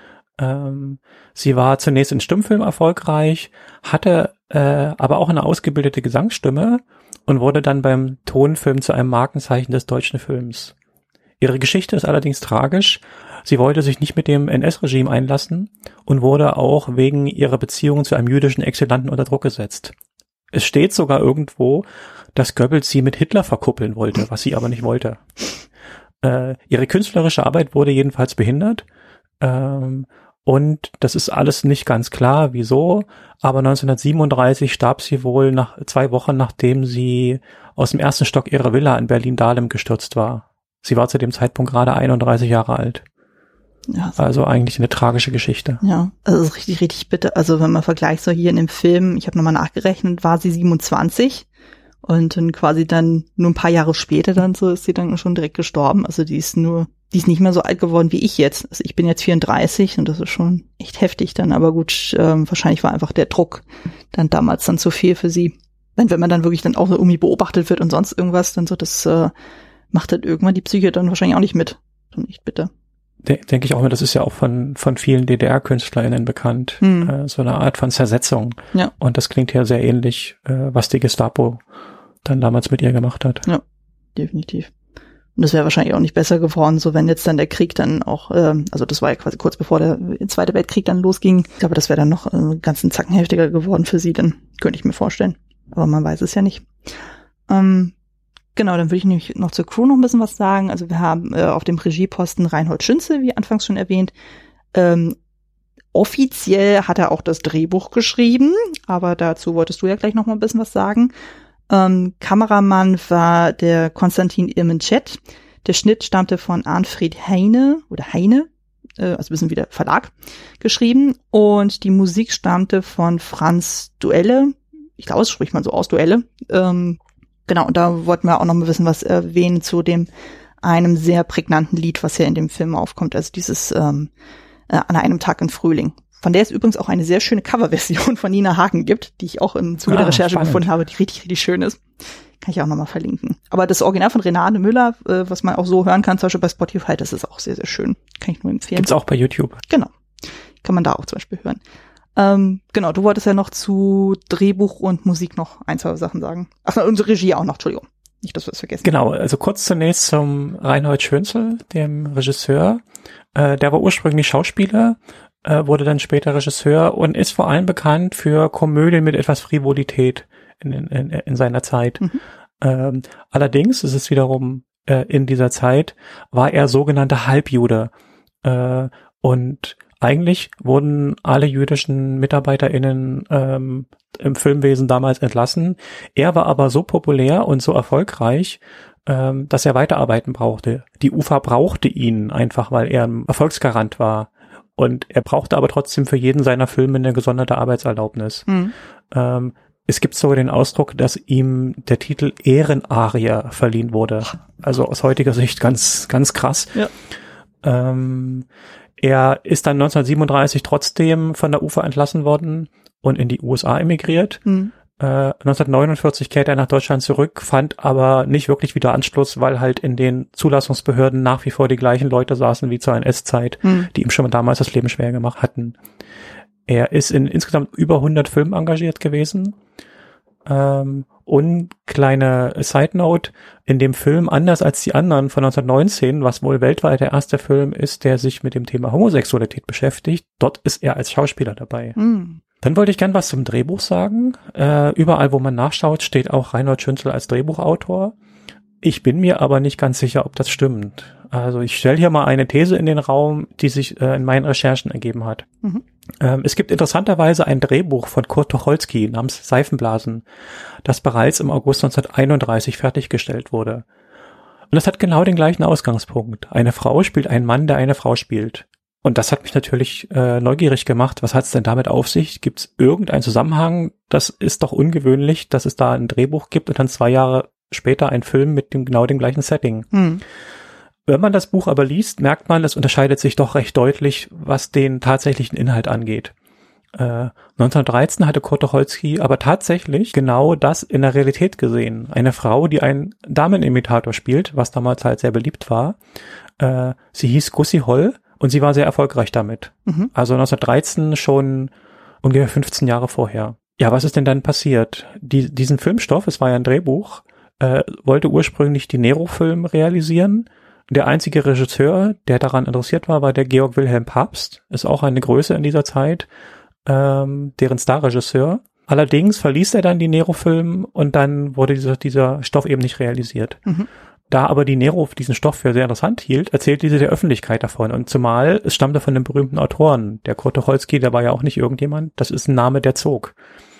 Ähm, sie war zunächst in Stummfilm erfolgreich, hatte äh, aber auch eine ausgebildete Gesangsstimme und wurde dann beim Tonfilm zu einem Markenzeichen des deutschen Films. Ihre Geschichte ist allerdings tragisch. Sie wollte sich nicht mit dem N S-Regime einlassen und wurde auch wegen ihrer Beziehung zu einem jüdischen Exilanten unter Druck gesetzt. Es steht sogar irgendwo, dass Goebbels sie mit Hitler verkuppeln wollte, was sie aber nicht wollte. Äh, ihre künstlerische Arbeit wurde jedenfalls behindert. Ähm, und das ist alles nicht ganz klar, wieso. Aber neunzehnhundertsiebenunddreißig starb sie wohl nach zwei Wochen, nachdem sie aus dem ersten Stock ihrer Villa in Berlin-Dahlem gestürzt war. Sie war zu dem Zeitpunkt gerade einunddreißig Jahre alt. Ja, also eigentlich eine tragische Geschichte. Ja, also es ist richtig, richtig bitter. Also wenn man vergleicht so hier in dem Film, ich habe nochmal nachgerechnet, war sie siebenundzwanzig und dann quasi dann nur ein paar Jahre später dann so ist sie dann schon direkt gestorben. Also die ist nur, die ist nicht mehr so alt geworden wie ich jetzt. Also ich bin jetzt vierunddreißig und das ist schon echt heftig dann. Aber gut, ähm, wahrscheinlich war einfach der Druck dann damals dann zu viel für sie. Wenn, wenn man dann wirklich dann auch so irgendwie beobachtet wird und sonst irgendwas, dann so das äh, macht halt irgendwann die Psyche dann wahrscheinlich auch nicht mit. Schon echt bitter. Denke ich auch mal, das ist ja auch von von vielen D D R-KünstlerInnen bekannt. Hm. Äh, so eine Art von Zersetzung. Ja. Und das klingt ja sehr ähnlich, äh, was die Gestapo dann damals mit ihr gemacht hat. Ja, definitiv. Und das wäre wahrscheinlich auch nicht besser geworden, so wenn jetzt dann der Krieg dann auch, ähm, also das war ja quasi kurz bevor der Zweite Weltkrieg dann losging. Ich glaube, das wäre dann noch äh, ganz einen Zacken heftiger geworden für sie, dann könnte ich mir vorstellen. Aber man weiß es ja nicht. Ähm, Genau, dann würde ich nämlich noch zur Crew noch ein bisschen was sagen. Also wir haben äh, auf dem Regieposten Reinhold Schünzel, wie anfangs schon erwähnt. Ähm, offiziell hat er auch das Drehbuch geschrieben, aber dazu wolltest du ja gleich noch mal ein bisschen was sagen. Ähm, Kameramann war der Konstantin Irmencet. Der Schnitt stammte von Arnfried Heine oder Heine, äh, also ein bisschen wie der Verlag geschrieben. Und die Musik stammte von Franz Duelle. Ich glaube, das spricht man so aus, Duelle. Ähm, Genau, und da wollten wir auch noch mal wissen, was erwähnen zu dem einem sehr prägnanten Lied, was ja in dem Film aufkommt, also dieses ähm, äh, An einem Tag im Frühling. Von der es übrigens auch eine sehr schöne Coverversion von Nina Hagen gibt, die ich auch im Zuge ah, der Recherche spannend. gefunden habe, die richtig, richtig schön ist. Kann ich auch noch mal verlinken. Aber das Original von Renate Müller, äh, was man auch so hören kann, zum Beispiel bei Spotify, das ist auch sehr, sehr schön. Kann ich nur empfehlen. Gibt's auch bei YouTube. Genau. Kann man da auch zum Beispiel hören. Ähm, genau, du wolltest ja noch zu Drehbuch und Musik noch ein, zwei Sachen sagen. Ach, unsere Regie auch noch, Entschuldigung. Nicht, dass wir es vergessen. Genau, also kurz zunächst zum Reinhold Schönzel, dem Regisseur. Äh, der war ursprünglich Schauspieler, äh, wurde dann später Regisseur und ist vor allem bekannt für Komödien mit etwas Frivolität in, in, in seiner Zeit. Mhm. Ähm, allerdings ist es wiederum äh, in dieser Zeit, war er sogenannter Halbjude. Äh, und Eigentlich wurden alle jüdischen MitarbeiterInnen ähm, im Filmwesen damals entlassen. Er war aber so populär und so erfolgreich, ähm, dass er weiterarbeiten brauchte. Die U F A brauchte ihn einfach, weil er ein Erfolgsgarant war. Und er brauchte aber trotzdem für jeden seiner Filme eine gesonderte Arbeitserlaubnis. Mhm. Ähm, es gibt sogar den Ausdruck, dass ihm der Titel Ehrenarier verliehen wurde. Also aus heutiger Sicht ganz, ganz krass. Ja. Ähm, Er ist dann neunzehnhundertsiebenunddreißig trotzdem von der U F A entlassen worden und in die U S A emigriert. Mhm. Äh, neunzehnhundertneunundvierzig kehrte er nach Deutschland zurück, fand aber nicht wirklich wieder Anschluss, weil halt in den Zulassungsbehörden nach wie vor die gleichen Leute saßen wie zur N S-Zeit, hm. die ihm schon damals das Leben schwer gemacht hatten. Er ist in insgesamt über hundert Filmen engagiert gewesen. Ähm, und kleine Side Note, in dem Film, anders als die anderen von neunzehnhundertneunzehn, was wohl weltweit der erste Film ist, der sich mit dem Thema Homosexualität beschäftigt, dort ist er als Schauspieler dabei. Hm. Dann wollte ich gern was zum Drehbuch sagen. Äh, überall, wo man nachschaut, steht auch Reinhold Schünzel als Drehbuchautor. Ich bin mir aber nicht ganz sicher, ob das stimmt. Also ich stelle hier mal eine These in den Raum, die sich äh, in meinen Recherchen ergeben hat. Mhm. Ähm, es gibt interessanterweise ein Drehbuch von Kurt Tucholsky namens Seifenblasen, das bereits im August neunzehnhunderteinunddreißig fertiggestellt wurde. Und das hat genau den gleichen Ausgangspunkt. Eine Frau spielt einen Mann, der eine Frau spielt. Und das hat mich natürlich äh, neugierig gemacht. Was hat es denn damit auf sich? Gibt es irgendeinen Zusammenhang? Das ist doch ungewöhnlich, dass es da ein Drehbuch gibt und dann zwei Jahre später ein Film mit dem genau dem gleichen Setting. Hm. Wenn man das Buch aber liest, merkt man, es unterscheidet sich doch recht deutlich, was den tatsächlichen Inhalt angeht. Äh, neunzehnhundertdreizehn hatte Kurt Tucholsky aber tatsächlich genau das in der Realität gesehen. Eine Frau, die einen Damenimitator spielt, was damals halt sehr beliebt war. Äh, sie hieß Gussi Holl und sie war sehr erfolgreich damit. Mhm. Also neunzehnhundertdreizehn schon ungefähr fünfzehn Jahre vorher. Ja, was ist denn dann passiert? Die, diesen Filmstoff, es war ja ein Drehbuch, äh, wollte ursprünglich die Nero-Film realisieren. Der einzige Regisseur, der daran interessiert war, war der Georg Wilhelm Pabst. Ist auch eine Größe in dieser Zeit, ähm, deren Starregisseur. Allerdings verließ er dann die Nero-Film und dann wurde dieser, dieser Stoff eben nicht realisiert. Mhm. Da aber die Nero diesen Stoff für sehr interessant hielt, erzählte sie der Öffentlichkeit davon. Und zumal es stammte von einem berühmten Autoren. Der Kurt Tucholsky, der war ja auch nicht irgendjemand. Das ist ein Name, der zog.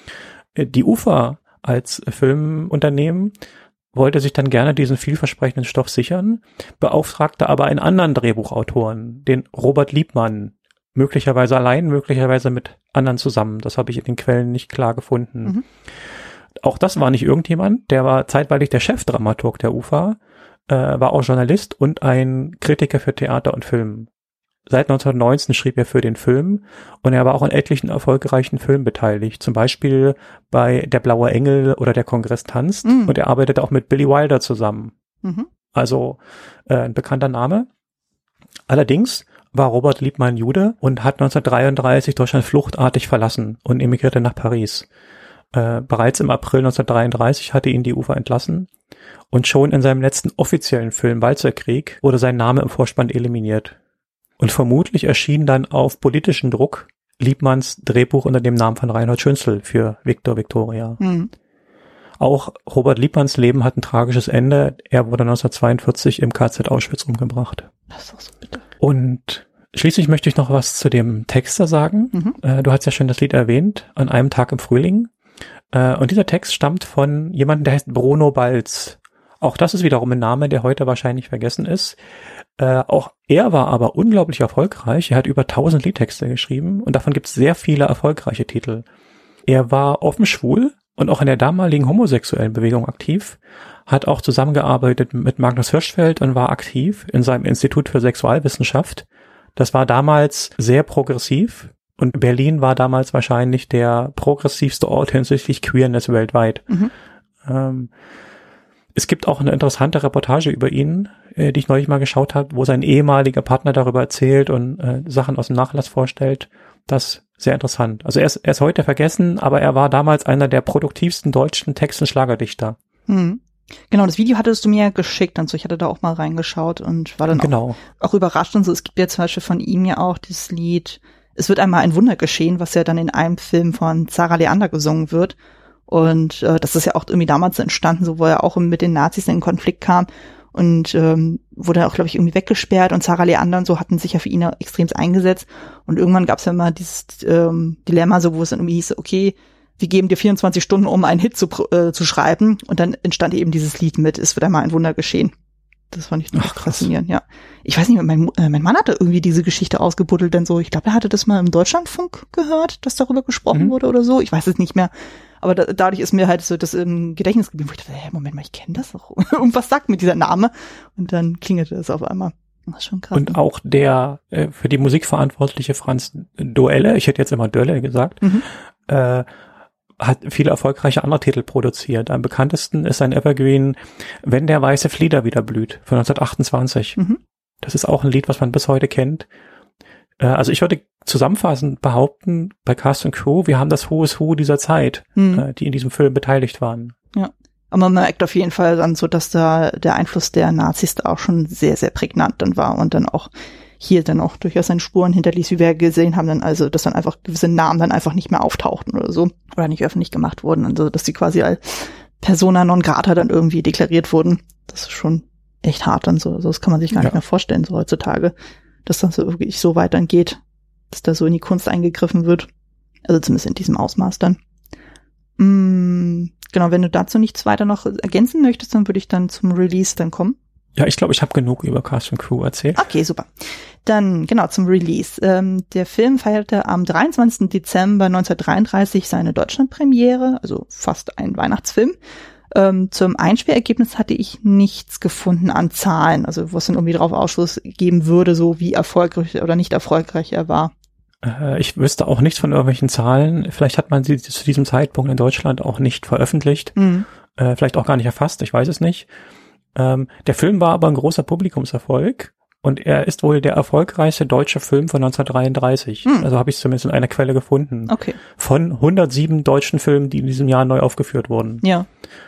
Die U F A als Filmunternehmen wollte sich dann gerne diesen vielversprechenden Stoff sichern, beauftragte aber einen anderen Drehbuchautoren, den Robert Liebmann, möglicherweise allein, möglicherweise mit anderen zusammen. Das habe ich in den Quellen nicht klar gefunden. Mhm. Auch das war nicht irgendjemand, der war zeitweilig der Chefdramaturg der U F A, äh, war auch Journalist und ein Kritiker für Theater und Film. Seit neunzehnhundertneunzehn schrieb er für den Film und er war auch an etlichen erfolgreichen Filmen beteiligt, zum Beispiel bei Der blaue Engel oder Der Kongress tanzt mhm. und er arbeitete auch mit Billy Wilder zusammen. Mhm. Also äh, ein bekannter Name. Allerdings war Robert Liebmann Jude und hat neunzehnhundertdreiunddreißig Deutschland fluchtartig verlassen und emigrierte nach Paris. Äh, bereits im April neunzehnhundertdreiunddreißig hatte ihn die U F A entlassen und schon in seinem letzten offiziellen Film Walzerkrieg wurde sein Name im Vorspann eliminiert. Und vermutlich erschien dann auf politischen Druck Liebmanns Drehbuch unter dem Namen von Reinhold Schünzel für Victor Victoria. Mhm. Auch Robert Liebmanns Leben hat ein tragisches Ende. Er wurde neunzehnhundertzweiundvierzig im K Z Auschwitz umgebracht. Das ist doch so bitter. Und schließlich möchte ich noch was zu dem Texter sagen. Mhm. Äh, du hast ja schon das Lied erwähnt, An einem Tag im Frühling. Äh, und dieser Text stammt von jemandem, der heißt Bruno Balz. Auch das ist wiederum ein Name, der heute wahrscheinlich vergessen ist. Äh, auch er war aber unglaublich erfolgreich. Er hat über tausend Liedtexte geschrieben und davon gibt es sehr viele erfolgreiche Titel. Er war offen schwul und auch in der damaligen homosexuellen Bewegung aktiv, hat auch zusammengearbeitet mit Magnus Hirschfeld und war aktiv in seinem Institut für Sexualwissenschaft. Das war damals sehr progressiv und Berlin war damals wahrscheinlich der progressivste Ort hinsichtlich Queerness weltweit. Mhm. Ähm, Es gibt auch eine interessante Reportage über ihn, äh, die ich neulich mal geschaut habe, wo sein ehemaliger Partner darüber erzählt und äh, Sachen aus dem Nachlass vorstellt. Das ist sehr interessant. Also er ist, er ist heute vergessen, aber er war damals einer der produktivsten deutschen Text- und Schlagerdichter. Hm. Genau, das Video hattest du mir geschickt und so. Ich hatte da auch mal reingeschaut und war dann genau. auch, auch überrascht und so. Es gibt ja zum Beispiel von ihm ja auch dieses Lied Es wird einmal ein Wunder geschehen, was ja dann in einem Film von Sarah Leander gesungen wird. Und äh, das ist ja auch irgendwie damals entstanden, so wo er auch mit den Nazis in Konflikt kam und ähm, wurde auch, glaube ich, irgendwie weggesperrt und Sarah Leander und so hatten sich ja für ihn extremst eingesetzt. Und irgendwann gab es ja mal dieses ähm, Dilemma, so wo es dann irgendwie hieß, okay, wir geben dir vierundzwanzig Stunden, um einen Hit zu, äh, zu schreiben. Und dann entstand eben dieses Lied mit Es wird einmal ein Wunder geschehen. Das fand ich noch faszinierend, ja. Ich weiß nicht, mein, äh, mein Mann hatte irgendwie diese Geschichte ausgebuddelt, denn so, ich glaube, er hatte das mal im Deutschlandfunk gehört, dass darüber gesprochen mhm. wurde oder so. Ich weiß es nicht mehr. Aber da, dadurch ist mir halt so das im Gedächtnis geblieben, wo ich dachte, hey, Moment mal, ich kenne das doch. Irgendwas sagt mir dieser Name. Und dann klingelte es auf einmal. Das ist schon krass. Und auch der äh, für die Musik verantwortliche Franz Doelle, ich hätte jetzt immer Dölle gesagt, mhm. äh, hat viele erfolgreiche andere Titel produziert. Am bekanntesten ist sein Evergreen Wenn der weiße Flieder wieder blüht von neunzehnhundertachtundzwanzig. Mhm. Das ist auch ein Lied, was man bis heute kennt. Äh, also ich würde zusammenfassend behaupten, bei Cast and Crew, wir haben das Who is Who dieser Zeit, mhm. äh, die in diesem Film beteiligt waren. Ja, aber man merkt auf jeden Fall dann so, dass da der Einfluss der Nazis da auch schon sehr, sehr prägnant dann war und dann auch hier dann auch durchaus seine Spuren hinterließ, wie wir gesehen haben, dann also, dass dann einfach gewisse Namen dann einfach nicht mehr auftauchten oder so oder nicht öffentlich gemacht wurden, also dass sie quasi als Persona non grata dann irgendwie deklariert wurden. Das ist schon echt hart dann so, also das kann man sich gar ja. nicht mehr vorstellen so heutzutage, dass das so wirklich so weit dann geht, dass da so in die Kunst eingegriffen wird, also zumindest in diesem Ausmaß dann. Mm, genau, wenn du dazu nichts weiter noch ergänzen möchtest, dann würde ich dann zum Release dann kommen. Ja, ich glaube, ich habe genug über Cast and Crew erzählt. Okay, super. Dann genau zum Release. Ähm, der Film feierte am dreiundzwanzigsten Dezember neunzehnhundertdreiunddreißig seine Deutschlandpremiere, also fast ein Weihnachtsfilm. Ähm, zum Einspielergebnis hatte ich nichts gefunden an Zahlen, also was dann irgendwie darauf Ausschluss geben würde, so wie erfolgreich oder nicht erfolgreich er war. Äh, ich wüsste auch nichts von irgendwelchen Zahlen. Vielleicht hat man sie zu diesem Zeitpunkt in Deutschland auch nicht veröffentlicht. Mhm. Äh, vielleicht auch gar nicht erfasst, ich weiß es nicht. Ähm, der Film war aber ein großer Publikumserfolg und er ist wohl der erfolgreichste deutsche Film von neunzehnhundertdreiunddreißig. Hm. Also habe ich es zumindest in einer Quelle gefunden. Okay. Von hundertsieben deutschen Filmen, die in diesem Jahr neu aufgeführt wurden. Ja.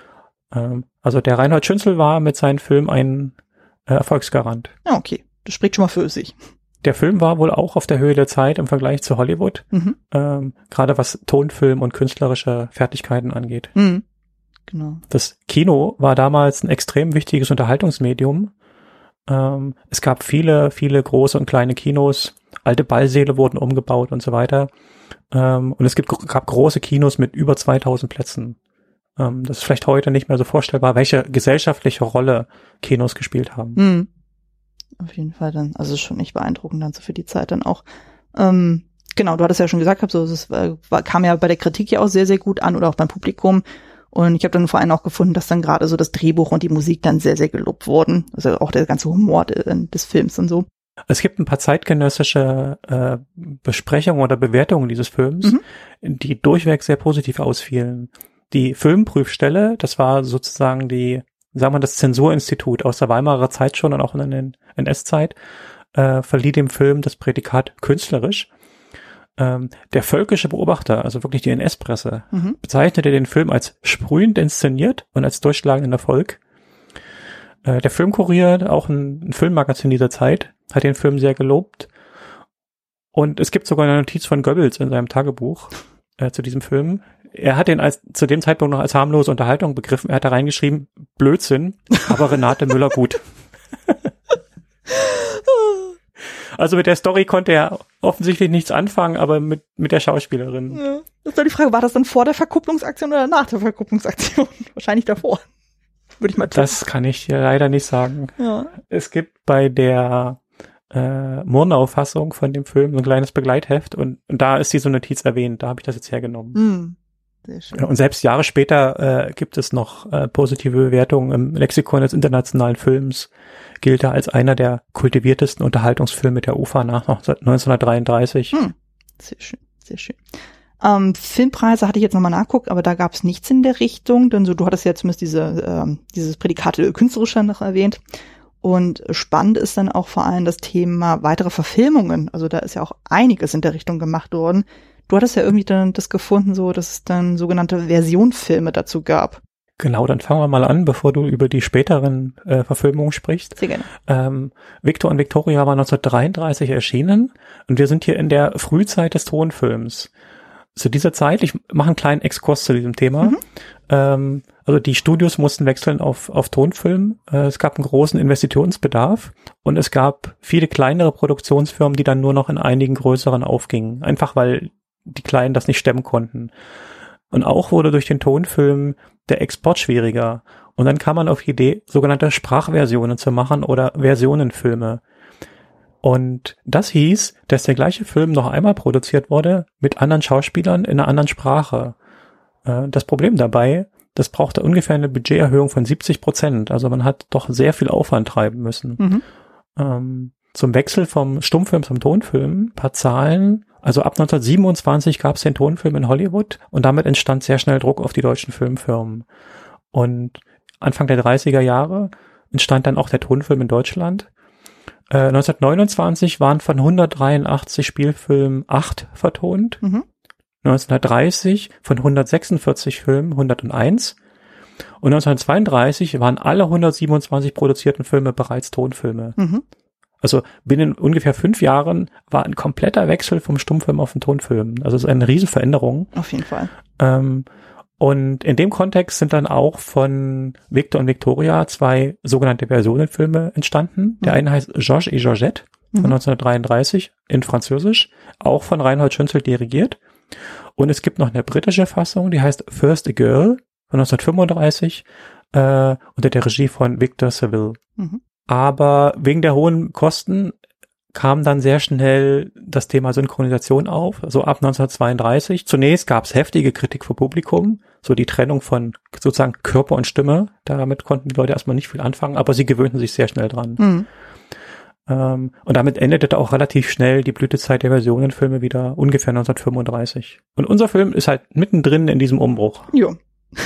Ähm, also der Reinhold Schünzel war mit seinem Film ein äh, Erfolgsgarant. Ja, okay. Das spricht schon mal für sich. Der Film war wohl auch auf der Höhe der Zeit im Vergleich zu Hollywood. Mhm. Ähm, gerade was Tonfilm und künstlerische Fertigkeiten angeht. Mhm. Genau. Das Kino war damals ein extrem wichtiges Unterhaltungsmedium. Ähm, es gab viele, viele große und kleine Kinos. Alte Ballsäle wurden umgebaut und so weiter. Ähm, und es gibt, gab große Kinos mit über zweitausend Plätzen. Ähm, das ist vielleicht heute nicht mehr so vorstellbar, welche gesellschaftliche Rolle Kinos gespielt haben. Mhm. Auf jeden Fall dann. Also schon echt beeindruckend dann so für die Zeit dann auch. Ähm, genau, du hattest ja schon gesagt, so, es war, kam ja bei der Kritik ja auch sehr, sehr gut an oder auch beim Publikum. Und ich habe dann vor allem auch gefunden, dass dann gerade so das Drehbuch und die Musik dann sehr, sehr gelobt wurden. Also auch der ganze Humor de, des Films und so. Es gibt ein paar zeitgenössische äh, Besprechungen oder Bewertungen dieses Films, mhm. die durchweg sehr positiv ausfielen. Die Filmprüfstelle, das war sozusagen die, sagen wir das Zensurinstitut aus der Weimarer Zeit schon und auch in der N S-Zeit, äh, verlieh dem Film das Prädikat künstlerisch. Ähm, der völkische Beobachter, also wirklich die N S-Presse, mhm. bezeichnete den Film als sprühend inszeniert und als durchschlagenden Erfolg. Äh, der Filmkurier, auch ein, ein Filmmagazin dieser Zeit, hat den Film sehr gelobt. Und es gibt sogar eine Notiz von Goebbels in seinem Tagebuch äh, zu diesem Film. Er hat den als zu dem Zeitpunkt noch als harmlose Unterhaltung begriffen. Er hat da reingeschrieben, Blödsinn, aber Renate Müller gut. Also mit der Story konnte er offensichtlich nichts anfangen, aber mit mit der Schauspielerin. Ja. Das ist doch die Frage, war das dann vor der Verkupplungsaktion oder nach der Verkupplungsaktion? Wahrscheinlich davor. Würde ich mal tippen. Das kann ich dir leider nicht sagen. Ja. Es gibt bei der äh, Murnau-Fassung von dem Film so ein kleines Begleitheft und, und da ist diese Notiz erwähnt. Da habe ich das jetzt hergenommen. Mm. Sehr schön. Und selbst Jahre später äh, gibt es noch äh, positive Bewertungen im Lexikon des internationalen Films. Gilt er als einer der kultiviertesten Unterhaltungsfilme der U F A nach neunzehnhundertdreiunddreißig. Hm. Sehr schön, sehr schön. Ähm, Filmpreise hatte ich jetzt nochmal nachguckt, aber da gab es nichts in der Richtung, denn so du hattest ja zumindest diese ähm, dieses Prädikat künstlerischer noch erwähnt. Und spannend ist dann auch vor allem das Thema weitere Verfilmungen. Also da ist ja auch einiges in der Richtung gemacht worden. Du hattest ja irgendwie dann das gefunden, so dass es dann sogenannte Versionfilme dazu gab. Genau, dann fangen wir mal an, bevor du über die späteren äh, Verfilmungen sprichst. Sehr gerne. Ähm, Victor und Victoria war neunzehnhundertdreiunddreißig erschienen und wir sind hier in der Frühzeit des Tonfilms. Zu dieser Zeit, ich mache einen kleinen Exkurs zu diesem Thema. Mhm. Ähm, also die Studios mussten wechseln auf, auf Tonfilm. Äh, es gab einen großen Investitionsbedarf und es gab viele kleinere Produktionsfirmen, die dann nur noch in einigen größeren aufgingen. Einfach weil die Kleinen das nicht stemmen konnten. Und auch wurde durch den Tonfilm der Export schwieriger. Und dann kam man auf die Idee, sogenannte Sprachversionen zu machen oder Versionenfilme. Und das hieß, dass der gleiche Film noch einmal produziert wurde mit anderen Schauspielern in einer anderen Sprache. Das Problem dabei, das brauchte ungefähr eine Budgeterhöhung von siebzig Prozent. Also man hat doch sehr viel Aufwand treiben müssen. Mhm. Ähm, zum Wechsel vom Stummfilm zum Tonfilm, ein paar Zahlen. Also ab neunzehnhundertsiebenundzwanzig gab es den Tonfilm in Hollywood und damit entstand sehr schnell Druck auf die deutschen Filmfirmen. Und Anfang der dreißiger Jahre entstand dann auch der Tonfilm in Deutschland. Äh, neunzehnhundertneunundzwanzig waren von hundertdreiundachtzig Spielfilmen acht vertont. Mhm. neunzehnhundertdreißig von hundertsechsundvierzig Filmen hunderteins. Und neunzehnhundertzweiunddreißig waren alle hundertsiebenundzwanzig produzierten Filme bereits Tonfilme. Mhm. Also binnen ungefähr fünf Jahren war ein kompletter Wechsel vom Stummfilm auf den Tonfilm. Also es ist eine Riesenveränderung. Auf jeden Fall. Ähm, und in dem Kontext sind dann auch von Victor und Victoria zwei sogenannte Versionenfilme entstanden. Der mhm. eine heißt Georges et Georgette von mhm. neunzehnhundertdreiunddreißig in Französisch, auch von Reinhold Schünzel dirigiert. Und es gibt noch eine britische Fassung, die heißt First a Girl von neunzehnhundertfünfunddreißig äh, unter der Regie von Victor Saville. Mhm. Aber wegen der hohen Kosten kam dann sehr schnell das Thema Synchronisation auf, so ab neunzehnhundertzweiunddreißig. Zunächst gab es heftige Kritik vom Publikum, so die Trennung von sozusagen Körper und Stimme. Damit konnten die Leute erstmal nicht viel anfangen, aber sie gewöhnten sich sehr schnell dran. Mhm. Ähm, und damit endete auch relativ schnell die Blütezeit der Versionenfilme wieder ungefähr neunzehnhundertfünfunddreißig. Und unser Film ist halt mittendrin in diesem Umbruch. Jo.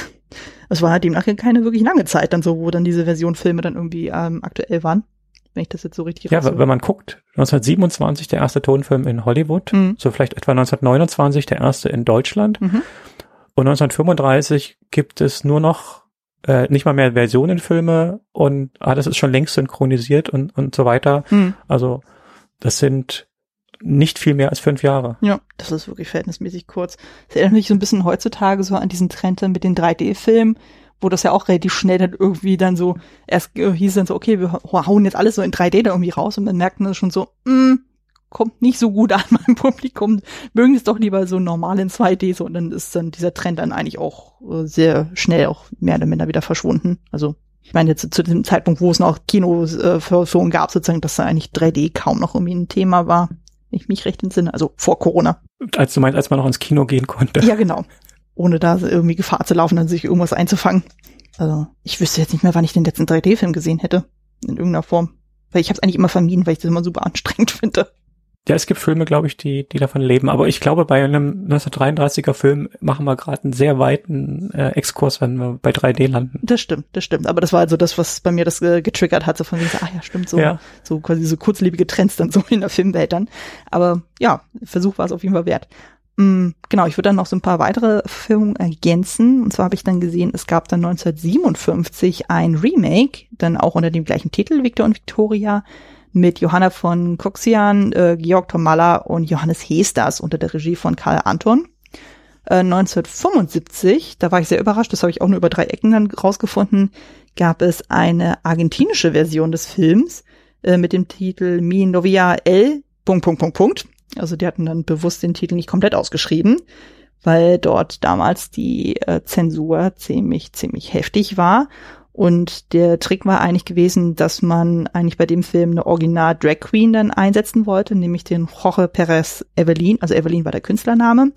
Es war halt demnach keine wirklich lange Zeit dann so, wo dann diese Versionfilme dann irgendwie ähm, aktuell waren, wenn ich das jetzt so richtig Ja, raushöre. Wenn man guckt, neunzehnhundertsiebenundzwanzig der erste Tonfilm in Hollywood, mhm. so vielleicht etwa neunzehnhundertneunundzwanzig der erste in Deutschland mhm. und neunzehnhundertfünfunddreißig gibt es nur noch äh, nicht mal mehr Versionenfilme und alles ist schon längst synchronisiert und und so weiter. Mhm. Also das sind nicht viel mehr als fünf Jahre. Ja, das ist wirklich verhältnismäßig kurz. Das erinnert mich so ein bisschen heutzutage so an diesen Trend dann mit den drei D-Filmen, wo das ja auch relativ schnell dann irgendwie dann so, erst äh, hieß dann so, okay, wir hauen jetzt alles so in drei D da irgendwie raus und man merkt dann schon so, mh, kommt nicht so gut an meinem Publikum, mögen es doch lieber so normal in zwei D so und dann ist dann dieser Trend dann eigentlich auch äh, sehr schnell auch mehr oder minder wieder verschwunden. Also ich meine jetzt zu dem Zeitpunkt, wo es noch Kinoversionen gab, sozusagen, dass da eigentlich drei D kaum noch irgendwie ein Thema war. Ich mich recht entsinne, also vor Corona. Als du meinst, als man noch ins Kino gehen konnte. Ja, genau. Ohne da irgendwie Gefahr zu laufen, dann sich irgendwas einzufangen. Also ich wüsste jetzt nicht mehr, wann ich den letzten drei D-Film gesehen hätte. In irgendeiner Form. Weil ich habe es eigentlich immer vermieden, weil ich das immer super anstrengend finde. Ja, es gibt Filme, glaube ich, die die davon leben. Aber ich glaube, bei einem neunzehnhundertdreiunddreißiger Film machen wir gerade einen sehr weiten äh, Exkurs, wenn wir bei drei D landen. Das stimmt, das stimmt. Aber das war also das, was bei mir das äh, getriggert hat. So von wegen, so, ah ja, stimmt, so ja. so quasi so kurzlebige Trends dann so in der Filmwelt dann. Aber ja, Versuch war es auf jeden Fall wert. Mm, genau, ich würde dann noch so ein paar weitere Filme ergänzen. Und zwar habe ich dann gesehen, es gab dann neunzehnhundertsiebenundfünfzig ein Remake, dann auch unter dem gleichen Titel, Victor und Victoria, mit Johanna von Coxian, äh, Georg Tomalla und Johannes Hesters unter der Regie von Karl Anton. Äh, neunzehnhundertfünfundsiebzig, da war ich sehr überrascht, das habe ich auch nur über drei Ecken dann rausgefunden, gab es eine argentinische Version des Films äh, mit dem Titel Mi Novia El... Punkt, Punkt, Punkt, Punkt. Also die hatten dann bewusst den Titel nicht komplett ausgeschrieben, weil dort damals die äh, Zensur ziemlich, ziemlich heftig war. Und der Trick war eigentlich gewesen, dass man eigentlich bei dem Film eine Original Drag Queen dann einsetzen wollte, nämlich den Jorge Perez Evelyn, also Evelyn war der Künstlername.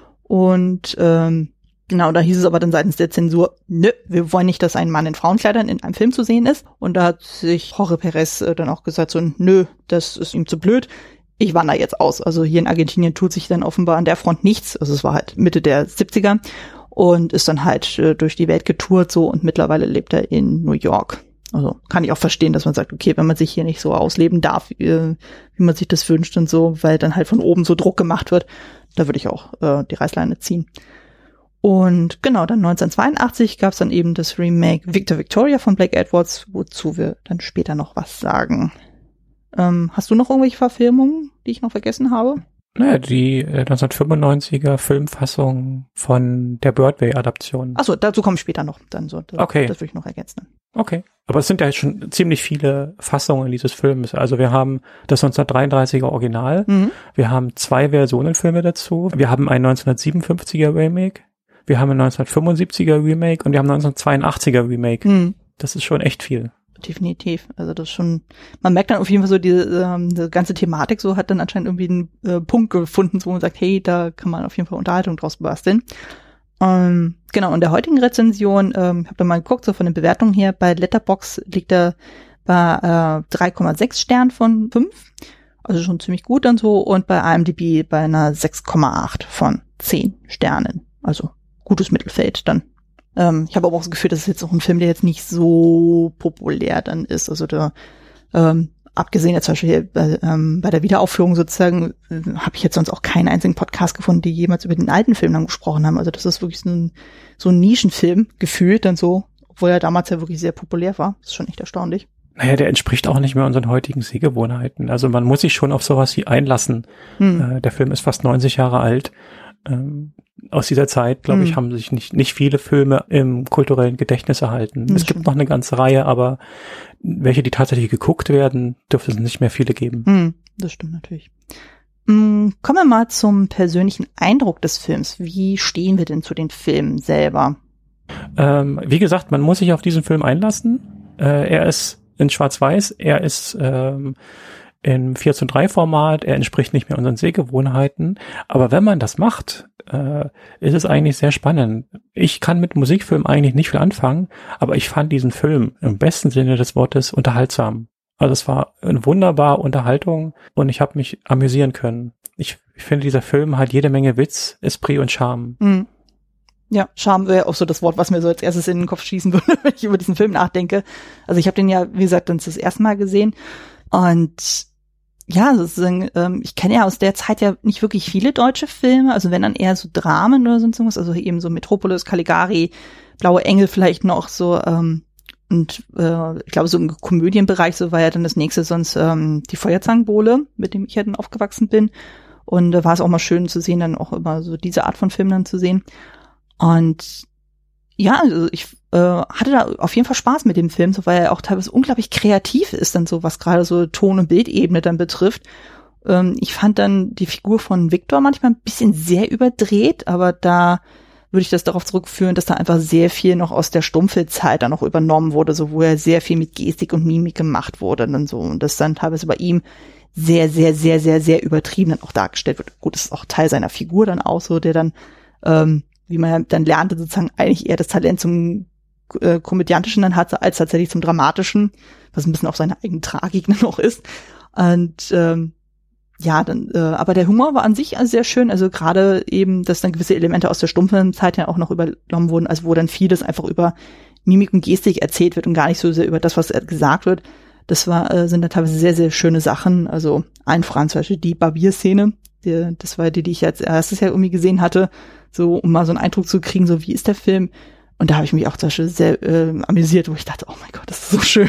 Und ähm, genau, da hieß es aber dann seitens der Zensur, nö, wir wollen nicht, dass ein Mann in Frauenkleidern in einem Film zu sehen ist. Und da hat sich Jorge Perez äh, dann auch gesagt, so nö, das ist ihm zu blöd. Ich wandere jetzt aus. Also hier in Argentinien tut sich dann offenbar an der Front nichts. Also es war halt Mitte der siebziger. Und ist dann halt äh, durch die Welt getourt so und mittlerweile lebt er in New York. Also kann ich auch verstehen, dass man sagt, okay, wenn man sich hier nicht so ausleben darf, äh, wie man sich das wünscht und so, weil dann halt von oben so Druck gemacht wird, da würde ich auch äh, die Reißleine ziehen. Und genau, dann neunzehnhundertzweiundachtzig gab es dann eben das Remake Victor Victoria von Blake Edwards, wozu wir dann später noch was sagen. Ähm, hast du noch irgendwelche Verfilmungen, die ich noch vergessen habe? Naja, die äh, neunzehnhundertfünfundneunziger Filmfassung von der Broadway-Adaption. Achso, dazu komme ich später noch. Dann so, das, okay. Das würde ich noch ergänzen. Okay. Aber es sind ja schon ziemlich viele Fassungen dieses Films. Also wir haben das neunzehnhundertdreiunddreißiger Original, mhm. wir haben zwei Versionenfilme dazu, wir haben ein neunzehnhundertsiebenundfünfziger Remake, wir haben ein neunzehnhundertfünfundsiebziger Remake und wir haben ein neunzehnhundertzweiundachtzig Remake. Mhm. Das ist schon echt viel. Definitiv. Also das ist schon, man merkt dann auf jeden Fall so, diese, ähm, diese ganze Thematik so hat dann anscheinend irgendwie einen äh, Punkt gefunden, wo man sagt, hey, da kann man auf jeden Fall Unterhaltung draus basteln. Ähm, genau, in der heutigen Rezension, ähm, ich habe da mal geguckt, so von den Bewertungen her, bei Letterboxd liegt er bei äh, drei Komma sechs Sternen von fünf. Also schon ziemlich gut dann so. Und bei I M D B bei einer sechs Komma acht von zehn Sternen. Also gutes Mittelfeld dann. Ähm, ich habe aber auch das Gefühl, das ist jetzt auch ein Film, der jetzt nicht so populär dann ist. Also der, ähm, abgesehen jetzt zum Beispiel hier bei, ähm, bei der Wiederaufführung sozusagen, äh, habe ich jetzt sonst auch keinen einzigen Podcast gefunden, die jemals über den alten Film dann gesprochen haben. Also das ist wirklich so ein, so ein Nischenfilm gefühlt dann so, obwohl er damals ja wirklich sehr populär war. Das ist schon echt erstaunlich. Naja, der entspricht auch nicht mehr unseren heutigen Sehgewohnheiten. Also man muss sich schon auf sowas wie einlassen. Hm. Äh, der Film ist fast neunzig Jahre alt. Ähm, aus dieser Zeit, glaube hm. ich, haben sich nicht nicht viele Filme im kulturellen Gedächtnis erhalten. Das es gibt noch eine ganze Reihe, aber welche, die tatsächlich geguckt werden, dürfte es nicht mehr viele geben. Hm. Das stimmt natürlich. Hm, kommen wir mal zum persönlichen Eindruck des Films. Wie stehen wir denn zu den Filmen selber? Ähm, wie gesagt, man muss sich auf diesen Film einlassen. Äh, er ist in Schwarz-Weiß, er ist ähm, im vier zu drei Format, er entspricht nicht mehr unseren Sehgewohnheiten, aber wenn man das macht, äh, ist es eigentlich sehr spannend. Ich kann mit Musikfilmen eigentlich nicht viel anfangen, aber ich fand diesen Film im besten Sinne des Wortes unterhaltsam. Also es war eine wunderbare Unterhaltung und ich habe mich amüsieren können. Ich, ich finde, dieser Film hat jede Menge Witz, Esprit und Charme. Mhm. Ja, Charme wäre auch so das Wort, was mir so als erstes in den Kopf schießen würde, wenn ich über diesen Film nachdenke. Also ich habe den ja, wie gesagt, dann das erste Mal gesehen und ja, sozusagen, ähm, ich kenne ja aus der Zeit ja nicht wirklich viele deutsche Filme, also wenn dann eher so Dramen oder sonst irgendwas, also eben so Metropolis, Caligari, Blaue Engel vielleicht noch so ähm, und äh, ich glaube so im Komödienbereich, so war ja dann das nächste sonst ähm, die Feuerzangenbowle, mit dem ich ja dann aufgewachsen bin und da war es auch mal schön zu sehen, dann auch immer so diese Art von Filmen dann zu sehen. Und ja, also ich äh, hatte da auf jeden Fall Spaß mit dem Film, so weil er auch teilweise unglaublich kreativ ist dann so, was gerade so Ton- und Bildebene dann betrifft. Ähm, ich fand dann die Figur von Victor manchmal ein bisschen sehr überdreht, aber da würde ich das darauf zurückführen, dass da einfach sehr viel noch aus der Stummfilmzeit dann noch übernommen wurde, so wo er sehr viel mit Gestik und Mimik gemacht wurde dann so und das dann teilweise bei ihm sehr, sehr, sehr, sehr, sehr übertrieben dann auch dargestellt wird. Gut, das ist auch Teil seiner Figur dann auch so, der dann ähm, wie man ja dann lernte, sozusagen eigentlich eher das Talent zum äh, Komödiantischen dann hatte, als tatsächlich zum Dramatischen, was ein bisschen auch seine eigene Tragik noch ist. Und ähm, ja, dann, äh, aber der Humor war an sich also sehr schön, also gerade eben, dass dann gewisse Elemente aus der Stummfilmzeit ja auch noch übernommen wurden, also wo dann vieles einfach über Mimik und Gestik erzählt wird und gar nicht so sehr über das, was gesagt wird. Das war, äh, sind da teilweise sehr, sehr schöne Sachen, also allen voran zum Beispiel die Barbier-Szene, die, das war die, die ich als erstes ja irgendwie gesehen hatte, so um mal so einen Eindruck zu kriegen, so wie ist der Film. Und da habe ich mich auch zum Beispiel sehr äh, amüsiert, wo ich dachte, oh mein Gott, das ist so schön.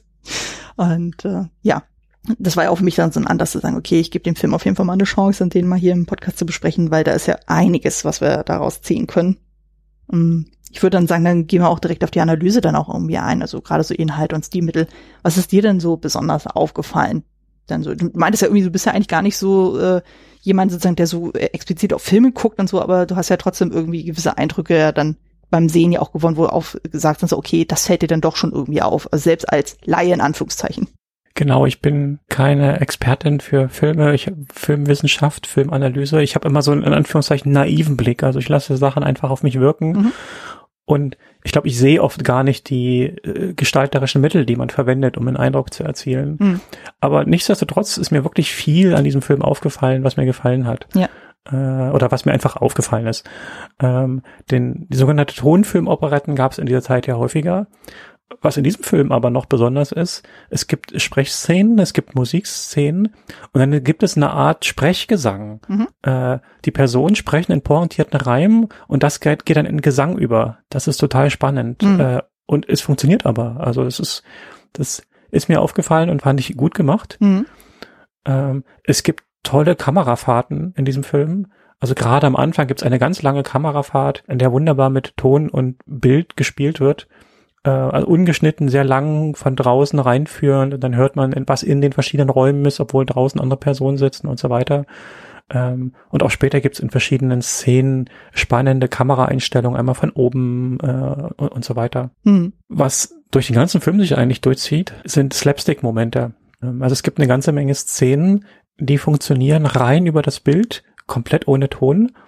Und äh, ja, das war ja auch für mich dann so ein Anlass zu sagen, okay, ich gebe dem Film auf jeden Fall mal eine Chance, und den mal hier im Podcast zu besprechen, weil da ist ja einiges, was wir daraus ziehen können. Um, ich würde dann sagen, dann gehen wir auch direkt auf die Analyse dann auch irgendwie ein, also gerade so Inhalt und Stilmittel. Was ist dir denn so besonders aufgefallen? Dann so, du meintest ja irgendwie, du bist ja eigentlich gar nicht so äh, jemand sozusagen, der so äh, explizit auf Filme guckt und so, aber du hast ja trotzdem irgendwie gewisse Eindrücke ja dann beim Sehen ja auch gewonnen, wo du auch gesagt hast, okay, das fällt dir dann doch schon irgendwie auf, also selbst als Laie in Anführungszeichen. Genau, ich bin keine Expertin für Filme, ich habe Filmwissenschaft, Filmanalyse, ich habe immer so einen in Anführungszeichen naiven Blick, also ich lasse Sachen einfach auf mich wirken. Mhm. Und ich glaube, ich sehe oft gar nicht die äh, gestalterischen Mittel, die man verwendet, um einen Eindruck zu erzielen. Mhm. Aber nichtsdestotrotz ist mir wirklich viel an diesem Film aufgefallen, was mir gefallen hat. Ja. Äh, oder was mir einfach aufgefallen ist. Ähm, den, die sogenannte Tonfilmoperetten gab es in dieser Zeit ja häufiger. Was in diesem Film aber noch besonders ist, es gibt Sprechszenen, es gibt Musikszenen und dann gibt es eine Art Sprechgesang. Mhm. Äh, die Personen sprechen in pointierten Reimen und das geht, geht dann in Gesang über. Das ist total spannend. Mhm. Äh, und es funktioniert aber. Also es ist, das ist mir aufgefallen und fand ich gut gemacht. Mhm. Ähm, es gibt tolle Kamerafahrten in diesem Film. Also gerade am Anfang gibt es eine ganz lange Kamerafahrt, in der wunderbar mit Ton und Bild gespielt wird. Also ungeschnitten, sehr lang von draußen reinführen und dann hört man, was in den verschiedenen Räumen ist, obwohl draußen andere Personen sitzen und so weiter. Und auch später gibt es in verschiedenen Szenen spannende Kameraeinstellungen, einmal von oben äh, und so weiter. Mhm. Was durch den ganzen Film sich eigentlich durchzieht, sind Slapstick-Momente. Also es gibt eine ganze Menge Szenen, die funktionieren rein über das Bild, komplett ohne Ton.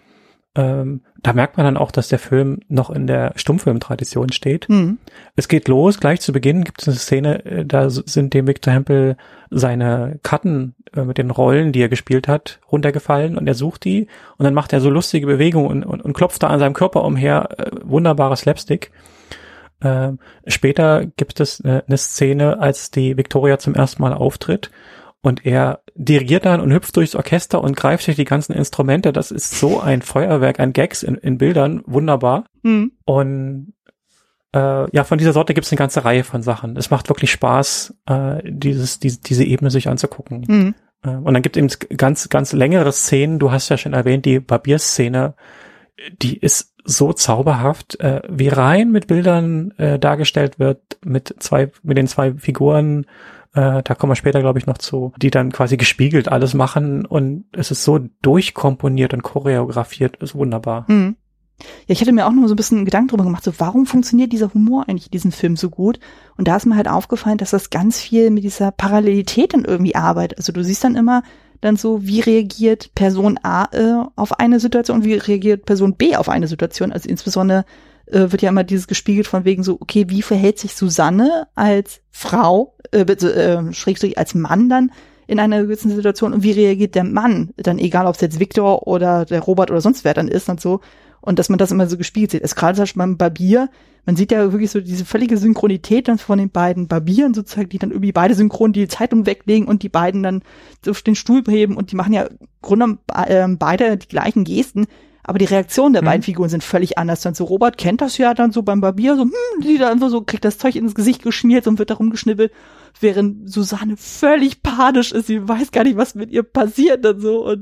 Ähm, da merkt man dann auch, dass der Film noch in der Stummfilmtradition steht. Mhm. Es geht los, gleich zu Beginn gibt es eine Szene, da sind dem Victor Hempel seine Karten äh, mit den Rollen, die er gespielt hat, runtergefallen und er sucht die und dann macht er so lustige Bewegungen und, und, und klopft da an seinem Körper umher, äh, wunderbares Slapstick. Äh, später gibt es eine, eine Szene, als die Victoria zum ersten Mal auftritt und er dirigiert dann und hüpft durchs Orchester und greift sich die ganzen Instrumente. Das ist so ein Feuerwerk an Gags in, in Bildern, wunderbar. Mhm. Und äh, ja, von dieser Sorte gibt es eine ganze Reihe von Sachen. Es macht wirklich Spaß, äh, dieses, diese, diese Ebene sich anzugucken. Mhm. Äh, und dann gibt es eben ganz, ganz längere Szenen. Du hast ja schon erwähnt, die Barbier-Szene, die ist so zauberhaft, äh, wie rein mit Bildern äh, dargestellt wird, mit zwei, mit den zwei Figuren, äh, da kommen wir später, glaube ich, noch zu, die dann quasi gespiegelt alles machen und es ist so durchkomponiert und choreografiert, ist wunderbar. Hm. Ja, ich hatte mir auch noch so ein bisschen Gedanken drüber gemacht, so warum funktioniert dieser Humor eigentlich in diesem Film so gut? Und da ist mir halt aufgefallen, dass das ganz viel mit dieser Parallelität dann irgendwie arbeitet. Also du siehst dann immer dann so, wie reagiert Person A äh, auf eine Situation und wie reagiert Person B auf eine Situation. Also insbesondere äh, wird ja immer dieses gespiegelt von wegen so, okay, wie verhält sich Susanne als Frau, äh, äh, schrägstrich als Mann dann in einer gewissen Situation und wie reagiert der Mann dann, egal ob es jetzt Victor oder der Robert oder sonst wer dann ist und so. Und dass man das immer so gespiegelt sieht. Es gerade zum Beispiel beim Barbier, man sieht ja wirklich so diese völlige Synchronität dann von den beiden Barbieren sozusagen, die dann irgendwie beide synchron die Zeitung weglegen und die beiden dann auf den Stuhl heben und die machen ja im Grunde äh, beide die gleichen Gesten, aber die Reaktionen der mhm. beiden Figuren sind völlig anders. Dann so Robert kennt das ja dann so beim Barbier, so, hm, die dann so, kriegt das Zeug ins Gesicht geschmiert und wird da rumgeschnippelt, während Susanne völlig panisch ist, sie weiß gar nicht, was mit ihr passiert und so und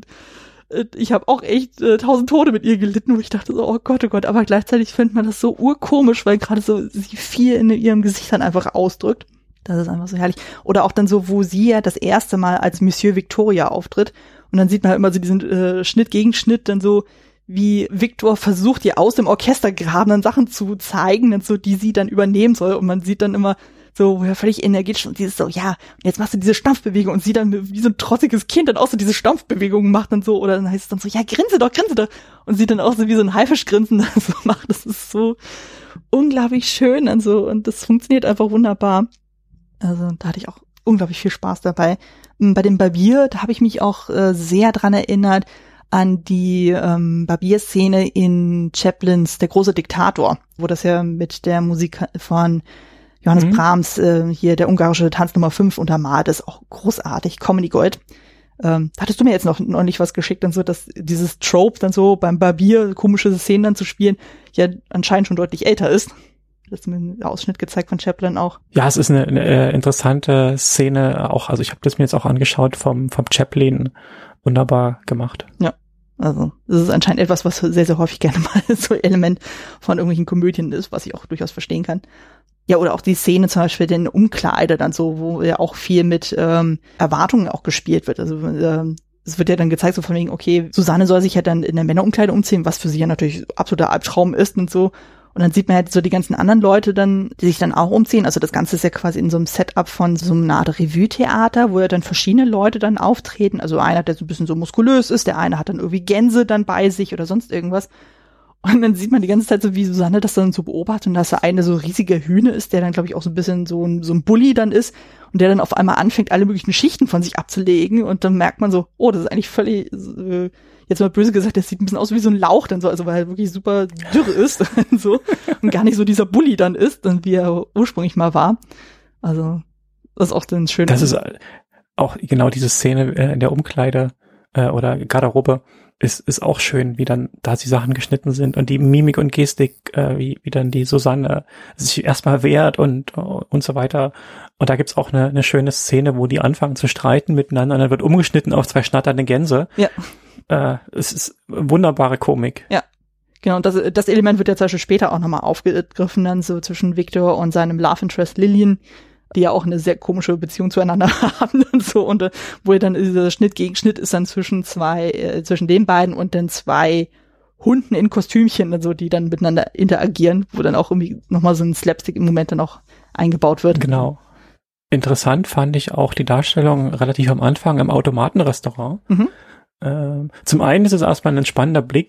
ich habe auch echt äh, tausend Tode mit ihr gelitten, wo ich dachte so, oh Gott, oh Gott, aber gleichzeitig findet man das so urkomisch, weil gerade so sie viel in ihrem Gesicht dann einfach ausdrückt. Das ist einfach so herrlich. Oder auch dann so, wo sie ja das erste Mal als Monsieur Victoria auftritt und dann sieht man halt immer so diesen äh, Schnitt gegen Schnitt, dann so, wie Victor versucht, ihr aus dem Orchestergraben dann Sachen zu zeigen, dann so, die sie dann übernehmen soll und man sieht dann immer so, ja, völlig energetisch und dieses so, ja, und jetzt machst du diese Stampfbewegung und sie dann wie so ein trotziges Kind dann auch so diese Stampfbewegungen macht und so, oder dann heißt es dann so, ja, grinse doch, grinse doch, und sie dann auch so wie so ein Haifischgrinsen dann so macht, das ist so unglaublich schön und so, und das funktioniert einfach wunderbar. Also, da hatte ich auch unglaublich viel Spaß dabei. Bei dem Barbier, da habe ich mich auch äh, sehr dran erinnert, an die ähm, Barbier-Szene in Chaplins Der große Diktator, wo das ja mit der Musik von Johannes mhm. Brahms, äh, hier der ungarische Tanz Nummer fünf untermalt ist, auch großartig, Comedy Gold. Ähm, hattest du mir jetzt noch neulich was geschickt und so, dass dieses Trope dann so beim Barbier, komische Szenen dann zu spielen, ja anscheinend schon deutlich älter ist. Das ist mir ein Ausschnitt gezeigt von Chaplin auch. Ja, es ist eine, eine äh, interessante Szene auch, also ich habe das mir jetzt auch angeschaut vom, vom Chaplin, wunderbar gemacht. Ja. Also, das ist anscheinend etwas, was sehr, sehr häufig gerne mal so Element von irgendwelchen Komödien ist, was ich auch durchaus verstehen kann. Ja, oder auch die Szene zum Beispiel in Umkleide dann so, wo ja auch viel mit ähm, Erwartungen auch gespielt wird. Also ähm, es wird ja dann gezeigt so von wegen, okay, Susanne soll sich ja dann in der Männerumkleide umziehen, was für sie ja natürlich absoluter Albtraum ist und so. Und dann sieht man halt so die ganzen anderen Leute dann, die sich dann auch umziehen. Also das Ganze ist ja quasi in so einem Setup von so einer Art Revue-Theater, wo ja dann verschiedene Leute dann auftreten. Also einer, der so ein bisschen so muskulös ist, der eine hat dann irgendwie Gänse dann bei sich oder sonst irgendwas. Und dann sieht man die ganze Zeit so, wie Susanne das dann so beobachtet und dass da eine so riesige Hühne ist, der dann, glaube ich, auch so ein bisschen so ein, so ein Bully dann ist und der dann auf einmal anfängt, alle möglichen Schichten von sich abzulegen und dann merkt man so, oh, das ist eigentlich völlig, äh, jetzt mal böse gesagt, das sieht ein bisschen aus wie so ein Lauch dann so, also weil er wirklich super dürr ist und so und gar nicht so dieser Bully dann ist, dann wie er ursprünglich mal war. Also das ist auch dann schön. Das ist auch genau diese Szene in der Umkleide äh, oder Garderobe, ist ist auch schön, wie dann da die Sachen geschnitten sind und die Mimik und Gestik, äh, wie wie dann die Susanne sich erstmal wehrt und und so weiter. Und da gibt's auch eine eine schöne Szene, wo die anfangen zu streiten miteinander und dann wird umgeschnitten auf zwei schnatternde Gänse. Ja. Äh, es ist wunderbare Komik. Ja. Genau, und das, das Element wird ja zum Beispiel später auch nochmal aufgegriffen, dann so zwischen Victor und seinem Love Interest Lillian, die ja auch eine sehr komische Beziehung zueinander haben und so, und äh, wo dann dieser Schnitt gegen Schnitt ist dann zwischen zwei, äh, zwischen den beiden und dann zwei Hunden in Kostümchen und so, die dann miteinander interagieren, wo dann auch irgendwie nochmal so ein Slapstick im Moment dann auch eingebaut wird. Genau. Interessant fand ich auch die Darstellung relativ am Anfang im Automatenrestaurant. Mhm. Ähm, zum einen ist es erstmal ein spannender Blick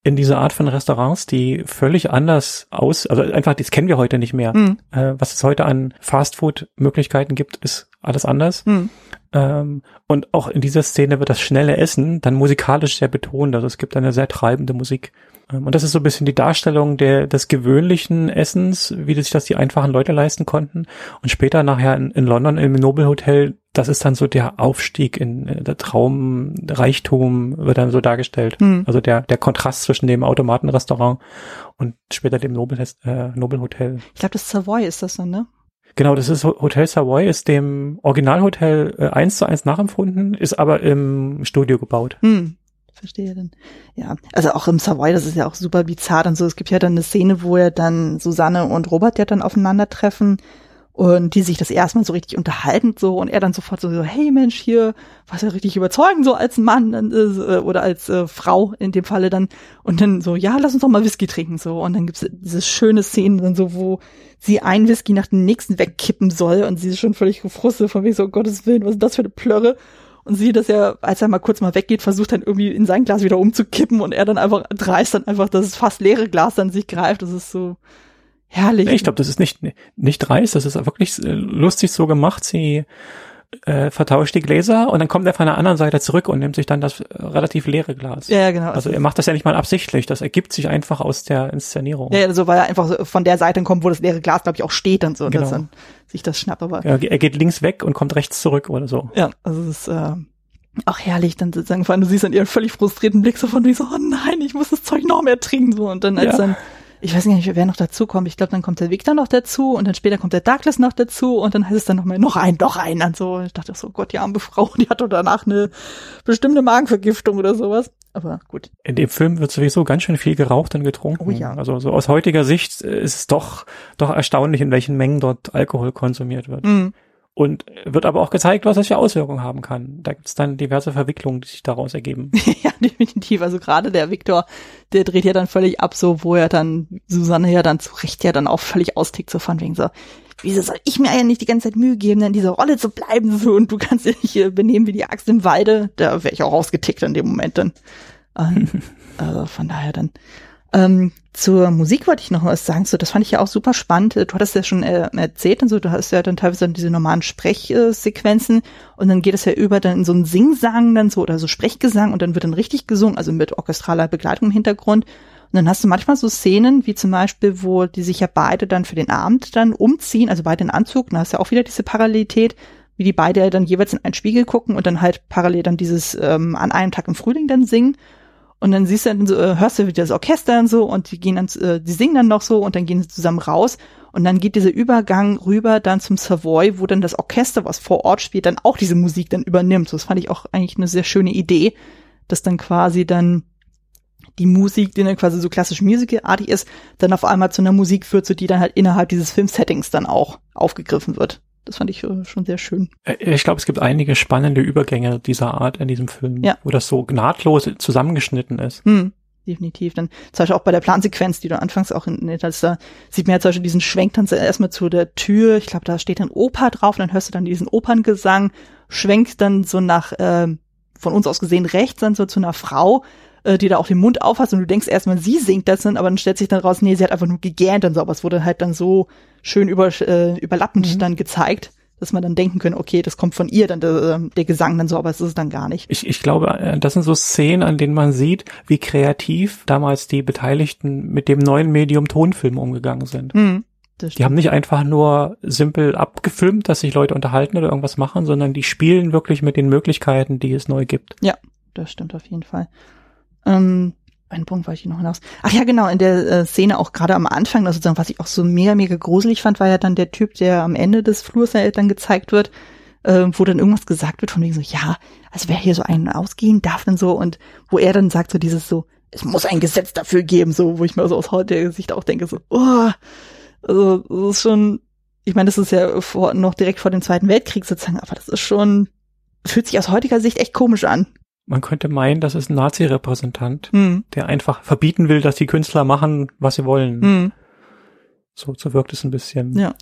in diese Art von Restaurants, die völlig anders aus, also einfach, das kennen wir heute nicht mehr. Mhm. Äh, was es heute an Fastfood-Möglichkeiten gibt, ist alles anders. Mhm. Ähm, und auch in dieser Szene wird das schnelle Essen dann musikalisch sehr betont. Also es gibt eine sehr treibende Musik. Ähm, und das ist so ein bisschen die Darstellung der des gewöhnlichen Essens, wie sich das die einfachen Leute leisten konnten. Und später nachher in, in London im Noble Hotel, das ist dann so der Aufstieg in, in der Traum, der Reichtum wird dann so dargestellt. Mhm. Also der der Kontrast zwischen dem Automatenrestaurant und später dem Noble, äh, Noble Hotel. Ich glaube, das Savoy ist das dann, ne? Genau, das ist Hotel Savoy, ist dem Originalhotel äh, eins zu eins nachempfunden, ist aber im Studio gebaut. Hm, verstehe dann. Ja, also auch im Savoy, das ist ja auch super bizarr und so. Es gibt ja dann eine Szene, wo ja dann Susanne und Robert ja dann aufeinandertreffen und die sich das erstmal so richtig unterhalten so und er dann sofort so, hey Mensch, hier, was ja richtig überzeugend so als Mann äh, oder als äh, Frau in dem Falle dann und dann so, ja, lass uns doch mal Whisky trinken so und dann gibt's diese schöne Szene dann so, wo sie einen Whisky nach dem nächsten wegkippen soll und sie ist schon völlig gefrustet von wegen so, um Gottes Willen, was ist das für eine Plörre? Und sie, dass er, als er mal kurz mal weggeht, versucht dann irgendwie in sein Glas wieder umzukippen und er dann einfach dreist dann einfach das fast leere Glas dann sich greift. Das ist so herrlich. Nee, ich glaube, das ist nicht nicht dreist, das ist wirklich lustig so gemacht. Sie äh, vertauscht die Gläser und dann kommt er von der anderen Seite zurück und nimmt sich dann das relativ leere Glas. Ja, genau. Also er macht das ja nicht mal absichtlich, das ergibt sich einfach aus der Inszenierung. Ja, so, weil er einfach so von der Seite kommt, wo das leere Glas, glaube ich, auch steht und so, genau. Dass dann sich das schnappt. Aber ja, er geht links weg und kommt rechts zurück oder so. Ja, also es ist äh, auch herrlich, dann sozusagen, vor allem du siehst dann ihren völlig frustrierten Blick so von wie so, oh nein, ich muss das Zeug noch mehr trinken so und dann als ja. dann ich weiß nicht, wer noch dazu kommt. Ich glaube, dann kommt der Victor noch dazu und dann später kommt der Douglas noch dazu und dann heißt es dann noch mal noch ein, noch ein und so. Ich dachte so, Gott, die arme Frau, die hat doch danach eine bestimmte Magenvergiftung oder sowas. Aber gut. In dem Film wird sowieso ganz schön viel geraucht und getrunken. Oh ja. Also so aus heutiger Sicht ist es doch doch erstaunlich, in welchen Mengen dort Alkohol konsumiert wird. Mhm. Und wird aber auch gezeigt, was das für Auswirkungen haben kann. Da gibt's dann diverse Verwicklungen, die sich daraus ergeben. Ja, definitiv. Also gerade der Victor, der dreht ja dann völlig ab, so wo er dann Susanne ja dann zu Recht ja dann auch völlig austickt, so von wegen so, wieso soll ich mir ja nicht die ganze Zeit Mühe geben, in dieser Rolle zu bleiben so und du kannst dich hier benehmen wie die Axt im Walde. Da wäre ich auch ausgetickt in dem Moment dann. Ähm, also von daher dann. Ähm, zur Musik wollte ich noch was sagen. So, das fand ich ja auch super spannend. Du hattest ja schon äh, erzählt und so, du hast ja dann teilweise dann diese normalen Sprechsequenzen und dann geht es ja über dann in so einen Singsang dann so oder so Sprechgesang und dann wird dann richtig gesungen, also mit orchestraler Begleitung im Hintergrund. Und dann hast du manchmal so Szenen, wie zum Beispiel, wo die sich ja beide dann für den Abend dann umziehen, also beide in Anzug. Da hast du ja auch wieder diese Parallelität, wie die beide dann jeweils in einen Spiegel gucken und dann halt parallel dann dieses ähm, an einem Tag im Frühling dann singen. Und dann siehst du dann so, äh, hörst du wieder das Orchester und so und die gehen dann, äh, die singen dann noch so und dann gehen sie zusammen raus und dann geht dieser Übergang rüber dann zum Savoy, wo dann das Orchester, was vor Ort spielt, dann auch diese Musik dann übernimmt. So, das fand ich auch eigentlich eine sehr schöne Idee, dass dann quasi dann die Musik, die dann quasi so klassisch musicalartig ist, dann auf einmal zu einer Musik führt, so die dann halt innerhalb dieses Filmsettings dann auch aufgegriffen wird. Das fand ich schon sehr schön. Ich glaube, es gibt einige spannende Übergänge dieser Art in diesem Film, ja. wo das so nahtlos zusammengeschnitten ist. Hm, definitiv. Dann zum Beispiel auch bei der Plansequenz, die du anfangs auch in, als da sieht man ja zum Beispiel diesen Schwenk dann erstmal zu der Tür. Ich glaube, da steht dann Oper drauf, und dann hörst du dann diesen Operngesang, schwenkt dann so nach, äh, von uns aus gesehen rechts, dann so zu einer Frau, äh, die da auch den Mund aufhat und du denkst erstmal, sie singt das dann, aber dann stellt sich dann raus, nee, sie hat einfach nur gegähnt und so, aber es wurde halt dann so schön über, äh, überlappend mhm. dann gezeigt, dass man dann denken können, okay, das kommt von ihr, dann der, der Gesang dann so, aber es ist es dann gar nicht. Ich, ich glaube, das sind so Szenen, an denen man sieht, wie kreativ damals die Beteiligten mit dem neuen Medium Tonfilm umgegangen sind. Mhm. Die haben nicht einfach nur simpel abgefilmt, dass sich Leute unterhalten oder irgendwas machen, sondern die spielen wirklich mit den Möglichkeiten, die es neu gibt. Ja, das stimmt auf jeden Fall. Ähm, einen Punkt wollte ich noch hinaus. Ach ja, genau, in der äh, Szene auch gerade am Anfang, also sozusagen, was ich auch so mega, mega gruselig fand, war ja dann der Typ, der am Ende des Flurs dann gezeigt wird, äh, wo dann irgendwas gesagt wird von wegen so, ja, also wer hier so einen ausgehen darf und so, und wo er dann sagt so dieses so, es muss ein Gesetz dafür geben, so, wo ich mir so aus heutiger Sicht auch denke, so, oh, also das ist schon, ich meine, das ist ja vor, noch direkt vor dem Zweiten Weltkrieg sozusagen, aber das ist schon, fühlt sich aus heutiger Sicht echt komisch an. Man könnte meinen, das ist ein Nazi-Repräsentant, hm. der einfach verbieten will, dass die Künstler machen, was sie wollen. Hm. So, so wirkt es ein bisschen. Ja.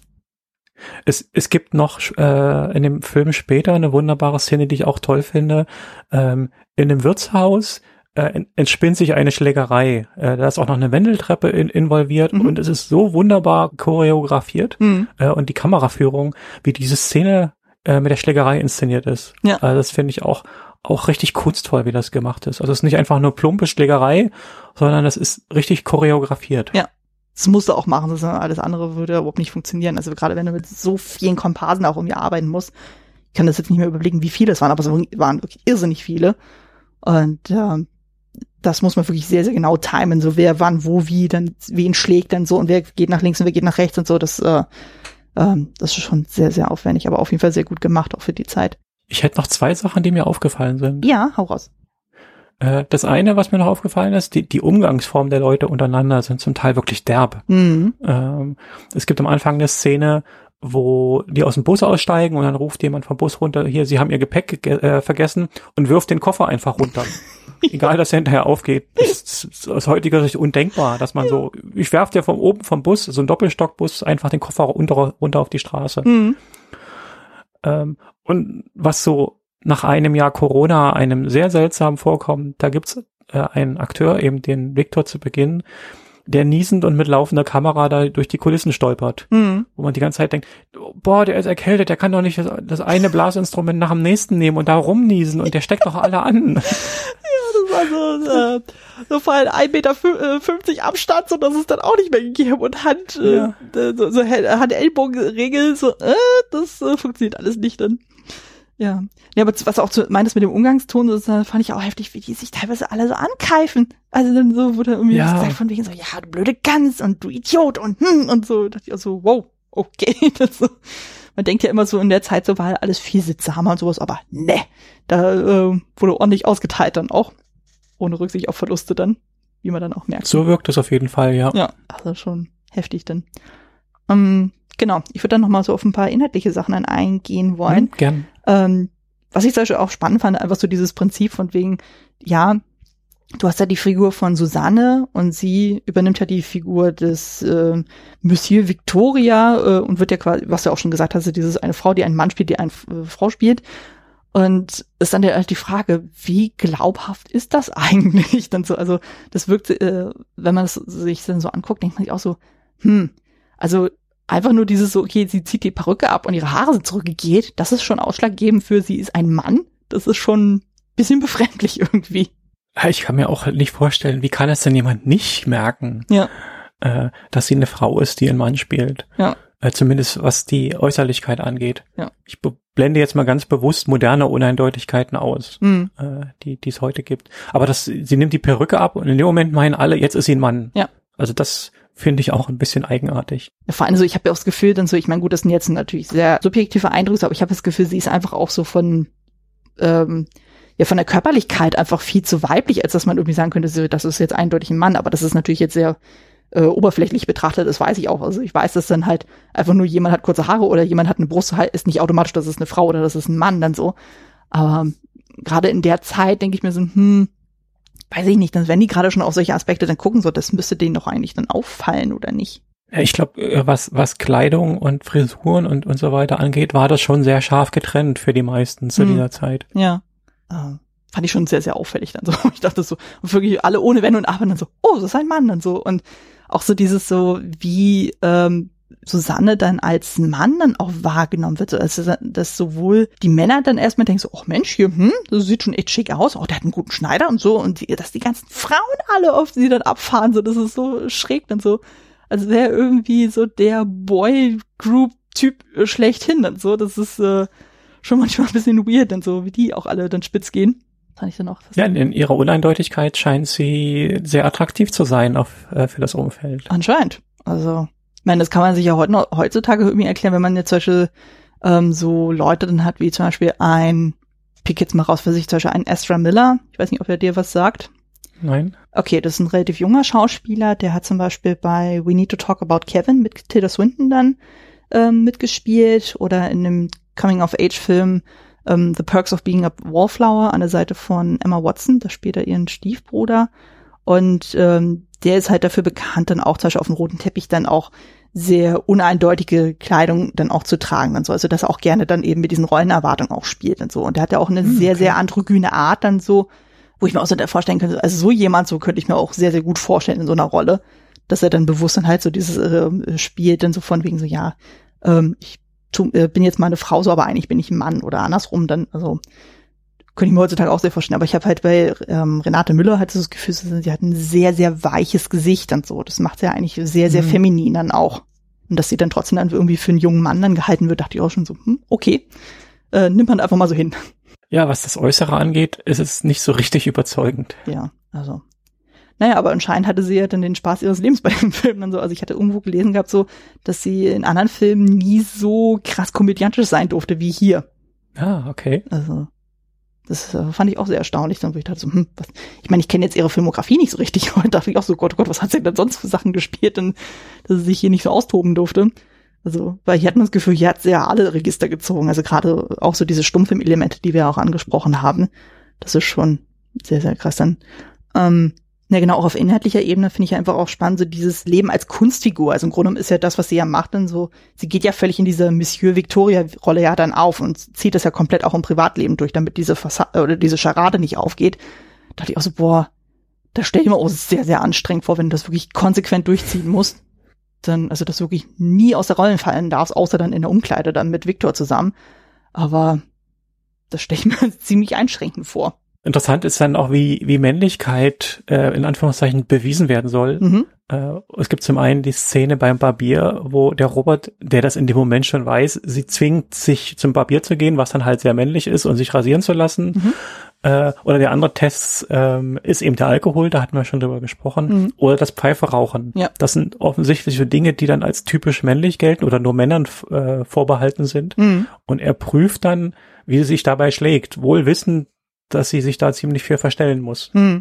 Es, es gibt noch äh, in dem Film später eine wunderbare Szene, die ich auch toll finde. Ähm, in einem Wirtshaus äh, entspinnt sich eine Schlägerei. Äh, da ist auch noch eine Wendeltreppe in, involviert mhm. und es ist so wunderbar choreografiert mhm. äh, und die Kameraführung, wie diese Szene äh, mit der Schlägerei inszeniert ist. Ja. Also das finde ich auch auch richtig kunstvoll, wie das gemacht ist. Also es ist nicht einfach nur plumpe Schlägerei, sondern es ist richtig choreografiert. Ja. Das musst du auch machen, das alles andere würde überhaupt nicht funktionieren. Also gerade wenn du mit so vielen Komparsen auch irgendwie arbeiten musst, ich kann das jetzt nicht mehr überblicken, wie viele es waren, aber es waren wirklich irrsinnig viele. Und äh, das muss man wirklich sehr, sehr genau timen, so wer wann, wo, wie, dann wen schlägt dann so und wer geht nach links und wer geht nach rechts und so. Das, äh, äh, das ist schon sehr, sehr aufwendig, aber auf jeden Fall sehr gut gemacht, auch für die Zeit. Ich hätte noch zwei Sachen, die mir aufgefallen sind. Ja, hau raus. Das eine, was mir noch aufgefallen ist, die, die Umgangsform der Leute untereinander sind zum Teil wirklich derb. Mhm. Ähm, es gibt am Anfang eine Szene, wo die aus dem Bus aussteigen und dann ruft jemand vom Bus runter, hier, sie haben ihr Gepäck äh, vergessen und wirft den Koffer einfach runter. Egal, dass er hinterher aufgeht. Das ist aus heutiger Sicht undenkbar, dass man so, ich werf dir von oben vom Bus, so ein Doppelstockbus, einfach den Koffer runter, runter auf die Straße. Mhm. Ähm, und was so nach einem Jahr Corona einem sehr seltsam vorkommt, da gibt's äh, einen Akteur, eben den Victor zu Beginn, der niesend und mit laufender Kamera da durch die Kulissen stolpert. Mhm. Wo man die ganze Zeit denkt, boah, der ist erkältet, der kann doch nicht das, das eine Blasinstrument nach dem nächsten nehmen und da rumniesen und der steckt doch alle an. Ja, das war so, äh, so vor allem ein Meter fünfzig Abstand, so dass es dann auch nicht mehr gegeben und Hand, ja. äh, so, so Hand-Ellbogen-Regel, so, äh, das äh, funktioniert alles nicht dann. Ja. Ja, aber was auch zu meintest mit dem Umgangston, das fand ich auch heftig, wie die sich teilweise alle so ankeifen. Also dann so wurde irgendwie ja. gesagt von wegen so, ja, du blöde Gans und du Idiot und hm und so. Da dachte ich auch so, wow, okay. Das so. Man denkt ja immer so in der Zeit, so war alles viel sittsamer und sowas, aber ne, da äh, wurde ordentlich ausgeteilt dann auch. Ohne Rücksicht auf Verluste dann, wie man dann auch merkt. So wirkt es auf jeden Fall, ja. Ja, also schon heftig dann. Ähm, genau, ich würde dann nochmal so auf ein paar inhaltliche Sachen dann eingehen wollen. Mhm, gern. Ähm, was ich zum Beispiel auch spannend fand, einfach so dieses Prinzip von wegen, ja, du hast ja die Figur von Susanne und sie übernimmt ja die Figur des äh, Monsieur Victoria äh, und wird ja quasi, was du auch schon gesagt hast, dieses eine Frau, die einen Mann spielt, die eine äh, Frau spielt. Und ist dann halt die Frage, wie glaubhaft ist das eigentlich? Dann so, also das wirkt, äh, wenn man es sich dann so anguckt, denkt man sich auch so, hm, also einfach nur dieses so, okay, sie zieht die Perücke ab und ihre Haare sind zurückgegeben, das ist schon ausschlaggebend für, sie ist ein Mann. Das ist schon ein bisschen befremdlich irgendwie. Ich kann mir auch nicht vorstellen, wie kann es denn jemand nicht merken, ja. äh, dass sie eine Frau ist, die einen Mann spielt. Ja. Äh, zumindest was die Äußerlichkeit angeht. Ja. Ich be- blende jetzt mal ganz bewusst moderne Uneindeutigkeiten aus, mhm. äh, die die es heute gibt. Aber das, sie nimmt die Perücke ab und in dem Moment meinen alle, jetzt ist sie ein Mann. Ja. Also das finde ich auch ein bisschen eigenartig. Ja, vor allem so, ich habe ja auch das Gefühl, dann so, ich meine, gut, das sind jetzt natürlich sehr subjektive Eindrücke, aber ich habe das Gefühl, sie ist einfach auch so von, ähm, ja, von der Körperlichkeit einfach viel zu weiblich, als dass man irgendwie sagen könnte, das ist jetzt eindeutig ein Mann, aber das ist natürlich jetzt sehr äh, oberflächlich betrachtet, das weiß ich auch. Also ich weiß, dass dann halt einfach nur jemand hat kurze Haare oder jemand hat eine Brust, ist nicht automatisch, dass es eine Frau oder das ist ein Mann dann so. Aber gerade in der Zeit denke ich mir so, hm, weiß ich nicht, dann wenn die gerade schon auf solche Aspekte dann gucken, so, das müsste denen doch eigentlich dann auffallen, oder nicht? Ja, ich glaube, was was Kleidung und Frisuren und und so weiter angeht, war das schon sehr scharf getrennt für die meisten zu hm. dieser Zeit. Ja, äh, fand ich schon sehr, sehr auffällig dann so. Ich dachte so, und wirklich alle ohne Wenn und Aber dann so, oh, das ist ein Mann dann so. Und auch so dieses so, wie ähm, Susanne dann als Mann dann auch wahrgenommen wird, so, also, dass sowohl die Männer dann erstmal denken so, oh Mensch, hier, hm, das sieht schon echt schick aus, oh, der hat einen guten Schneider und so, und die, dass die ganzen Frauen alle auf sie dann abfahren, so, das ist so schräg dann so, als wäre irgendwie so der Boy-Group-Typ schlechthin dann so, das ist äh, schon manchmal ein bisschen weird dann so, wie die auch alle dann spitz gehen. Fand ich dann auch. Ja, in ihrer Uneindeutigkeit scheint sie sehr attraktiv zu sein auf, äh, für das Umfeld. Anscheinend, also ich meine, das kann man sich ja heute noch, heutzutage irgendwie erklären, wenn man jetzt zum Beispiel ähm, so Leute dann hat, wie zum Beispiel ein, pick jetzt mal raus für sich, zum Beispiel ein Ezra Miller. Ich weiß nicht, ob er dir was sagt. Nein. Okay, das ist ein relativ junger Schauspieler, der hat zum Beispiel bei We Need to Talk About Kevin mit Tilda Swinton dann ähm, mitgespielt oder in einem Coming-of-Age-Film ähm, The Perks of Being a Wallflower an der Seite von Emma Watson. Da spielt er ihren Stiefbruder. Und ähm, der ist halt dafür bekannt, dann auch zum Beispiel auf dem roten Teppich dann auch sehr uneindeutige Kleidung dann auch zu tragen und so. Also dass er auch gerne dann eben mit diesen Rollenerwartungen auch spielt und so. Und der hat ja auch eine okay. sehr, sehr androgyne Art dann so. wo ich mir auch so vorstellen könnte, also so jemand, so könnte ich mir auch sehr, sehr gut vorstellen in so einer Rolle, dass er dann bewusst dann halt so dieses äh, spielt, dann so von wegen so, ja, ähm, ich tu, äh, bin jetzt mal eine Frau, so, aber eigentlich bin ich ein Mann oder andersrum dann, also könnte ich mir heutzutage auch sehr vorstellen. Aber ich habe halt bei ähm, Renate Müller halt so das Gefühl, sie hat ein sehr, sehr weiches Gesicht und so. Das macht sie ja eigentlich sehr, sehr mhm. feminin dann auch. Und dass sie dann trotzdem dann irgendwie für einen jungen Mann dann gehalten wird, dachte ich auch schon so, hm, okay, äh, nimmt man einfach mal so hin. Ja, was das Äußere angeht, ist es nicht so richtig überzeugend. Ja, also. Naja, aber anscheinend hatte sie ja dann den Spaß ihres Lebens bei dem Film dann so. Also ich hatte irgendwo gelesen gehabt so, dass sie in anderen Filmen nie so krass komödiantisch sein durfte wie hier. Ah, okay. Also das äh, fand ich auch sehr erstaunlich. Dann wo ich dachte so, hm, was? Ich meine, ich kenne jetzt ihre Filmografie nicht so richtig. Und dachte ich auch so, Gott, oh Gott, was hat sie denn sonst für Sachen gespielt, denn, dass sie sich hier nicht so austoben durfte. Also, weil hier hat man das Gefühl, hier hat sie ja alle Register gezogen. Also gerade auch so diese Stummfilm-Elemente, die wir auch angesprochen haben. Das ist schon sehr, sehr krass dann. Ähm, Ja, genau, auch auf inhaltlicher Ebene finde ich ja einfach auch spannend, so dieses Leben als Kunstfigur. Also im Grunde ist ja das, was sie ja macht, dann so, sie geht ja völlig in diese Monsieur Victoria-Rolle ja dann auf und zieht das ja komplett auch im Privatleben durch, damit diese Fassade oder diese Scharade nicht aufgeht. Da dachte ich auch so, boah, da stelle ich mir auch sehr, sehr anstrengend vor, wenn du das wirklich konsequent durchziehen musst. Dann, also das wirklich nie aus der Rollen fallen darfst, außer dann in der Umkleide dann mit Victor zusammen. Aber das stelle ich mir ziemlich einschränkend vor. Interessant ist dann auch, wie wie Männlichkeit äh, in Anführungszeichen bewiesen werden soll. Mhm. Äh, es gibt zum einen die Szene beim Barbier, wo der Robert, der das in dem Moment schon weiß, sie zwingt, sich zum Barbier zu gehen, was dann halt sehr männlich ist, und sich rasieren zu lassen. Mhm. Äh, oder der andere Test ähm, ist eben der Alkohol, da hatten wir schon drüber gesprochen. Mhm. Oder das Pfeiferauchen. Ja. Das sind offensichtlich so Dinge, die dann als typisch männlich gelten oder nur Männern äh, vorbehalten sind. Mhm. Und er prüft dann, wie sie sich dabei schlägt, wohl wissend, dass sie sich da ziemlich viel verstellen muss. Hm.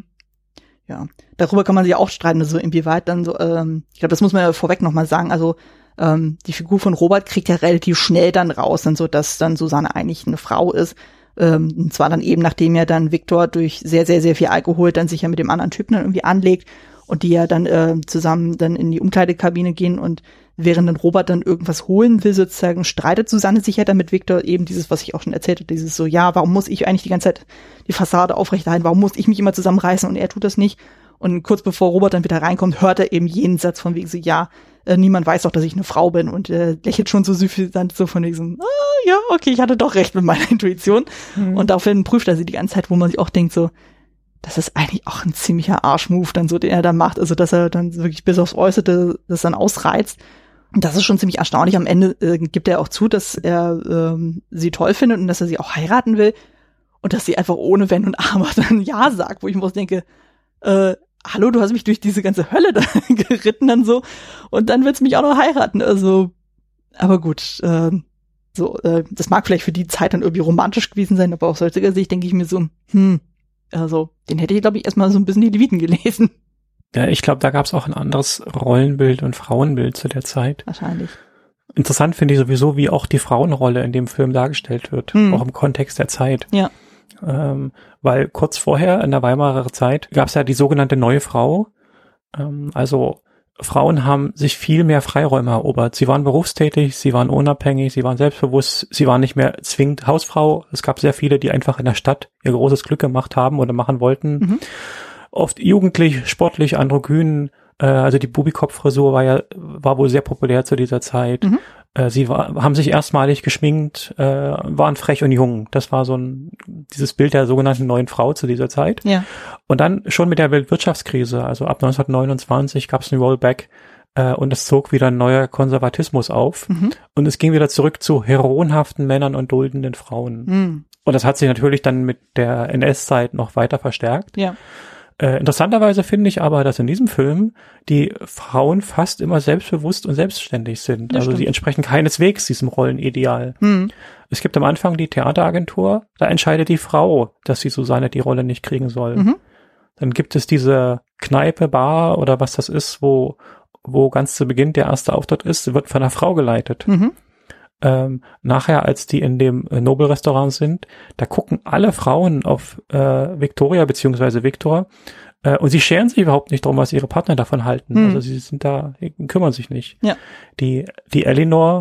Ja, darüber kann man sich auch streiten, also inwieweit dann so, ähm, ich glaube, das muss man ja vorweg nochmal sagen, also ähm, die Figur von Robert kriegt ja relativ schnell dann raus, dann so, dass dann Susanne eigentlich eine Frau ist, ähm, und zwar dann eben, nachdem ja dann Victor durch sehr, sehr, sehr viel Alkohol dann sich ja mit dem anderen Typen dann irgendwie anlegt und die ja dann äh, zusammen dann in die Umkleidekabine gehen und während dann Robert dann irgendwas holen will, sozusagen, streitet Susanne sich ja dann mit Victor eben dieses, was ich auch schon erzählt habe, dieses so, ja, warum muss ich eigentlich die ganze Zeit die Fassade aufrechterhalten, warum muss ich mich immer zusammenreißen und er tut das nicht? Und kurz bevor Robert dann wieder reinkommt, hört er eben jenen Satz von wegen so, ja, äh, niemand weiß doch, dass ich eine Frau bin, und äh, lächelt schon so süffisant so von wegen so, ah, ja, okay, ich hatte doch recht mit meiner Intuition. Mhm. Und daraufhin prüft er sie die ganze Zeit, wo man sich auch denkt so, das ist eigentlich auch ein ziemlicher Arschmove dann so, den er da macht, also dass er dann wirklich bis aufs Äußerte das dann ausreizt. Und das ist schon ziemlich erstaunlich. Am Ende äh, gibt er auch zu, dass er ähm, sie toll findet und dass er sie auch heiraten will und dass sie einfach ohne Wenn und Aber dann Ja sagt, wo ich mir denke, äh, hallo, du hast mich durch diese ganze Hölle da geritten dann so und dann willst du mich auch noch heiraten. Also, aber gut, äh, so, äh, das mag vielleicht für die Zeit dann irgendwie romantisch gewesen sein, aber aus heutiger Sicht denke ich mir so, hm, also, den hätte ich, glaube ich, erstmal so ein bisschen die Leviten gelesen. Ja, ich glaube, da gab es auch ein anderes Rollenbild und Frauenbild zu der Zeit. Wahrscheinlich. Interessant finde ich sowieso, wie auch die Frauenrolle in dem Film dargestellt wird, hm. auch im Kontext der Zeit. Ja. Ähm, weil kurz vorher, in der Weimarer Zeit, gab es ja die sogenannte Neue Frau. Ähm, also Frauen haben sich viel mehr Freiräume erobert. Sie waren berufstätig, sie waren unabhängig, sie waren selbstbewusst, sie waren nicht mehr zwingend Hausfrau. Es gab sehr viele, die einfach in der Stadt ihr großes Glück gemacht haben oder machen wollten. Mhm. Oft jugendlich, sportlich, androgyn, äh, also die Bubikopf-Frisur war ja, war wohl sehr populär zu dieser Zeit. Mhm. Äh, sie war, haben sich erstmalig geschminkt, äh, waren frech und jung. Das war so ein, dieses Bild der sogenannten neuen Frau zu dieser Zeit. Ja. Und dann schon mit der Weltwirtschaftskrise, also ab neunzehnhundertneunundzwanzig gab es ein Rollback, äh, und es zog wieder ein neuer Konservatismus auf. Mhm. Und es ging wieder zurück zu heroenhaften Männern und duldenden Frauen. Mhm. Und das hat sich natürlich dann mit der N S-Zeit noch weiter verstärkt. Ja. Äh, interessanterweise finde ich aber, dass in diesem Film die Frauen fast immer selbstbewusst und selbstständig sind. Ja, also stimmt. Sie entsprechen keineswegs diesem Rollenideal. Hm. Es gibt am Anfang die Theateragentur, da entscheidet die Frau, dass sie Susanne die Rolle nicht kriegen soll. Mhm. Dann gibt es diese Kneipe, Bar oder was das ist, wo wo ganz zu Beginn der erste Auftritt ist, wird von einer Frau geleitet. Mhm. Ähm, nachher, als die in dem äh, Nobel-Restaurant sind, da gucken alle Frauen auf äh, Victoria beziehungsweise Victor äh, und sie scheren sich überhaupt nicht darum, was ihre Partner davon halten. Hm. Also sie sind da, kümmern sich nicht. Ja. Die die Eleanor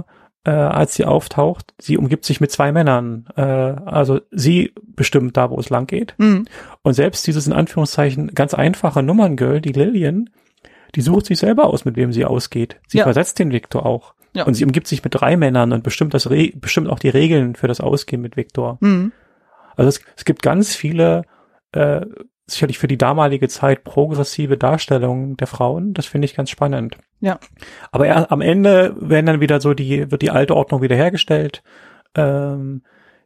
äh, als sie auftaucht, sie umgibt sich mit zwei Männern. Äh, also sie bestimmt da, wo es lang geht. Mhm. Und selbst dieses in Anführungszeichen ganz einfache Nummerngirl, die Lillian, die sucht sich selber aus, mit wem sie ausgeht. Sie Ja. versetzt den Victor auch. Ja. Und sie umgibt sich mit drei Männern und bestimmt das Re- bestimmt auch die Regeln für das Ausgehen mit Victor. Mhm. Also es, es gibt ganz viele, äh, sicherlich für die damalige Zeit progressive Darstellungen der Frauen. Das finde ich ganz spannend. Ja. Aber er, am Ende werden dann wieder so die, wird die alte Ordnung wiederhergestellt. Ähm,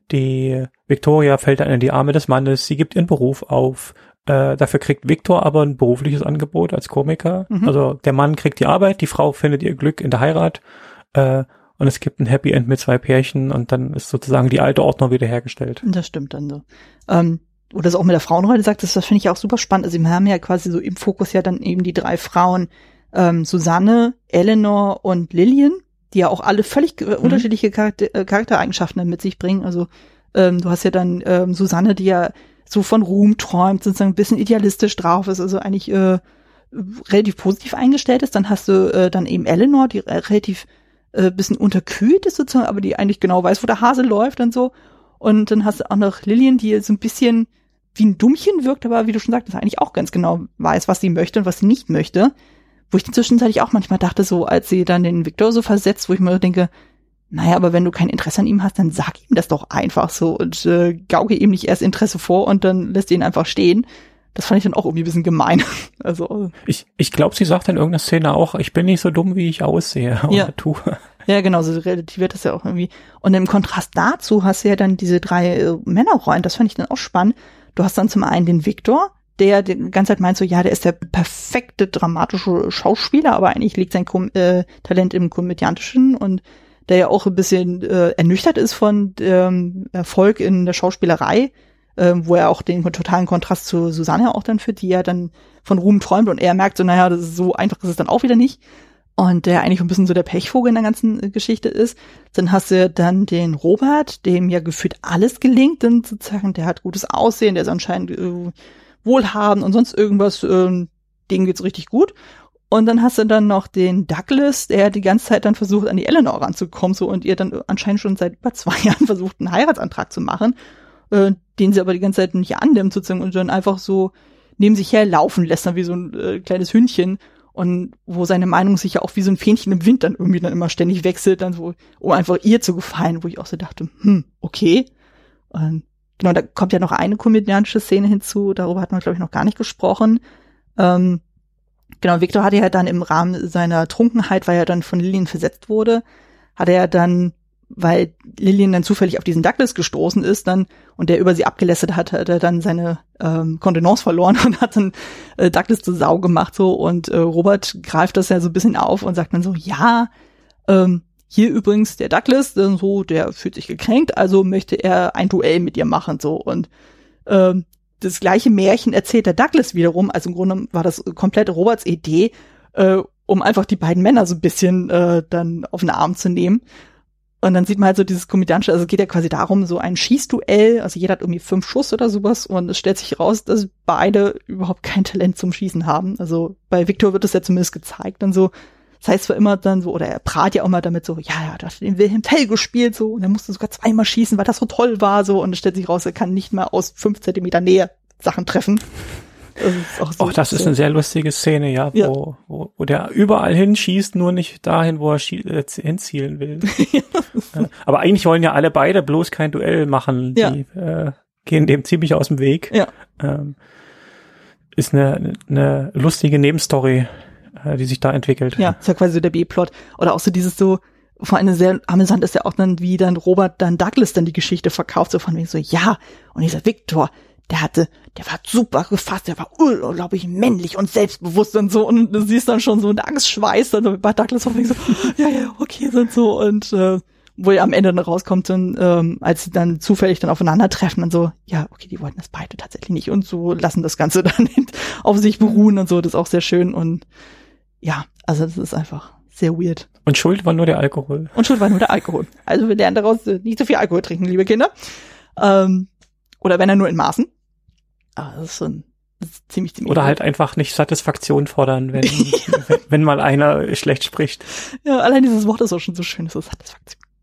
die Victoria fällt dann in die Arme des Mannes. Sie gibt ihren Beruf auf. Äh, dafür kriegt Victor aber ein berufliches Angebot als Komiker. Mhm. Also der Mann kriegt die Arbeit, die Frau findet ihr Glück in der Heirat. Äh, und es gibt ein Happy End mit zwei Pärchen und dann ist sozusagen die alte Ordnung wiederhergestellt. Das stimmt dann so. Ähm, oder das auch mit der Frauenrolle sagt, das, das finde ich auch super spannend. Also wir haben ja quasi so im Fokus ja dann eben die drei Frauen, ähm, Susanne, Eleanor und Lillian, die ja auch alle völlig äh, Mhm. unterschiedliche Charakter, äh, Charaktereigenschaften dann mit sich bringen. Also ähm, du hast ja dann ähm, Susanne, die ja so von Ruhm träumt, sozusagen ein bisschen idealistisch drauf ist, also eigentlich äh, relativ positiv eingestellt ist. Dann hast du äh, dann eben Eleanor, die äh, relativ äh, bisschen unterkühlt ist sozusagen, aber die eigentlich genau weiß, wo der Hase läuft und so. Und dann hast du auch noch Lillian, die so ein bisschen wie ein Dummchen wirkt, aber wie du schon sagtest, eigentlich auch ganz genau weiß, was sie möchte und was sie nicht möchte. Wo ich zwischenzeitlich auch manchmal dachte, so als sie dann den Victor so versetzt, wo ich mir denke, naja, aber wenn du kein Interesse an ihm hast, dann sag ihm das doch einfach so und äh, gauke ihm nicht erst Interesse vor und dann lässt ihn einfach stehen. Das fand ich dann auch irgendwie ein bisschen gemein. Also Ich, ich glaube, sie sagt in irgendeiner Szene auch, ich bin nicht so dumm, wie ich aussehe oder Ja. tue. ja, genau, so relativiert das ja auch irgendwie. Und im Kontrast dazu hast du ja dann diese drei äh, Männerrollen. Das fand ich dann auch spannend. Du hast dann zum einen den Victor, der die ganze Zeit meint so, ja, der ist der perfekte dramatische Schauspieler, aber eigentlich liegt sein Kom äh, Talent im Komödiantischen und der ja auch ein bisschen äh, ernüchtert ist von ähm, Erfolg in der Schauspielerei, äh, wo er auch den totalen Kontrast zu Susanne auch dann führt, die ja dann von Ruhm träumt und er merkt so, naja, das ist so einfach ist es dann auch wieder nicht. Und der eigentlich ein bisschen so der Pechvogel in der ganzen äh, Geschichte ist. Dann hast du dann den Robert, dem ja gefühlt alles gelingt, dann sozusagen, der hat gutes Aussehen, der ist anscheinend äh, wohlhabend und sonst irgendwas, äh, dem geht's richtig gut. Und dann hast du dann noch den Douglas, der die ganze Zeit dann versucht, an die Eleanor ranzukommen, so, und ihr dann anscheinend schon seit über zwei Jahren versucht, einen Heiratsantrag zu machen, äh, den sie aber die ganze Zeit nicht annimmt, sozusagen, und dann einfach so neben sich her laufen lässt, dann wie so ein äh, kleines Hündchen, und wo seine Meinung sich ja auch wie so ein Fähnchen im Wind dann irgendwie dann immer ständig wechselt, dann so, um einfach ihr zu gefallen, wo ich auch so dachte, hm, okay. Und genau, da kommt ja noch eine komödiantische Szene hinzu, darüber hat man, glaube ich, noch gar nicht gesprochen. Ähm, Genau, Victor hatte ja dann im Rahmen seiner Trunkenheit, weil er dann von Lillian versetzt wurde, hat er ja dann, weil Lillian dann zufällig auf diesen Douglas gestoßen ist dann und der über sie abgelästert hat, hat er dann seine ähm, Kontenance verloren und hat dann äh, Douglas zur Sau gemacht so, und äh, Robert greift das ja so ein bisschen auf und sagt dann so, ja, ähm, hier übrigens der Douglas, dann so, der fühlt sich gekränkt, also möchte er ein Duell mit ihr machen so, und ähm, das gleiche Märchen erzählt der Douglas wiederum, also im Grunde war das komplett Roberts Idee, äh, um einfach die beiden Männer so ein bisschen äh, dann auf den Arm zu nehmen. Und dann sieht man halt so dieses komödiantische, also es geht ja quasi darum, so ein Schießduell, also jeder hat irgendwie fünf Schuss oder sowas, und es stellt sich raus, dass beide überhaupt kein Talent zum Schießen haben. Also bei Victor wird das ja zumindest gezeigt, dann so, das heißt zwar immer dann so, oder er prahlt ja auch mal damit so, ja, ja, du hast den Wilhelm Tell gespielt, so, und er musste sogar zweimal schießen, weil das so toll war, so, und es stellt sich raus, er kann nicht mal aus fünf Zentimeter Nähe Sachen treffen. Das ist auch so. Auch das ist eine sehr lustige Szene, ja, wo, Ja. wo, wo der überall hinschießt, nur nicht dahin, wo er schie- äh, hinzielen will. Ja. Aber eigentlich wollen ja alle beide bloß kein Duell machen. Ja. Die äh, gehen dem ziemlich aus dem Weg. Ja. Ähm, ist eine, eine lustige Nebenstory, äh, die sich da entwickelt. Ja, ist ja quasi so der B-Plot. Oder auch so dieses so, vor allem sehr amüsant ist ja auch dann, wie dann Robert dann Douglas dann die Geschichte verkauft, so von wegen so, ja, und dieser Victor, der hatte, der war super gefasst, der war unglaublich männlich und selbstbewusst und so, und du siehst dann schon so einen Angstschweiß dann bei Douglas von wegen so, ja, ja, okay, sind so, und äh, wo er am Ende dann rauskommt, dann, ähm, als sie dann zufällig dann aufeinandertreffen, dann so, ja, okay, die wollten das beide tatsächlich nicht und so lassen das Ganze dann auf sich beruhen und so, das ist auch sehr schön, und ja, also das ist einfach sehr weird. Und Schuld war nur der Alkohol. Und Schuld war nur der Alkohol. Also wir lernen daraus, nicht so viel Alkohol trinken, liebe Kinder. Ähm, oder wenn er nur in Maßen. Aber das ist schon das ist ziemlich, ziemlich Oder weird. halt einfach nicht Satisfaktion fordern, wenn, wenn, wenn mal einer schlecht spricht. Ja, allein dieses Wort ist auch schon so schön, das ist Satisfaktion.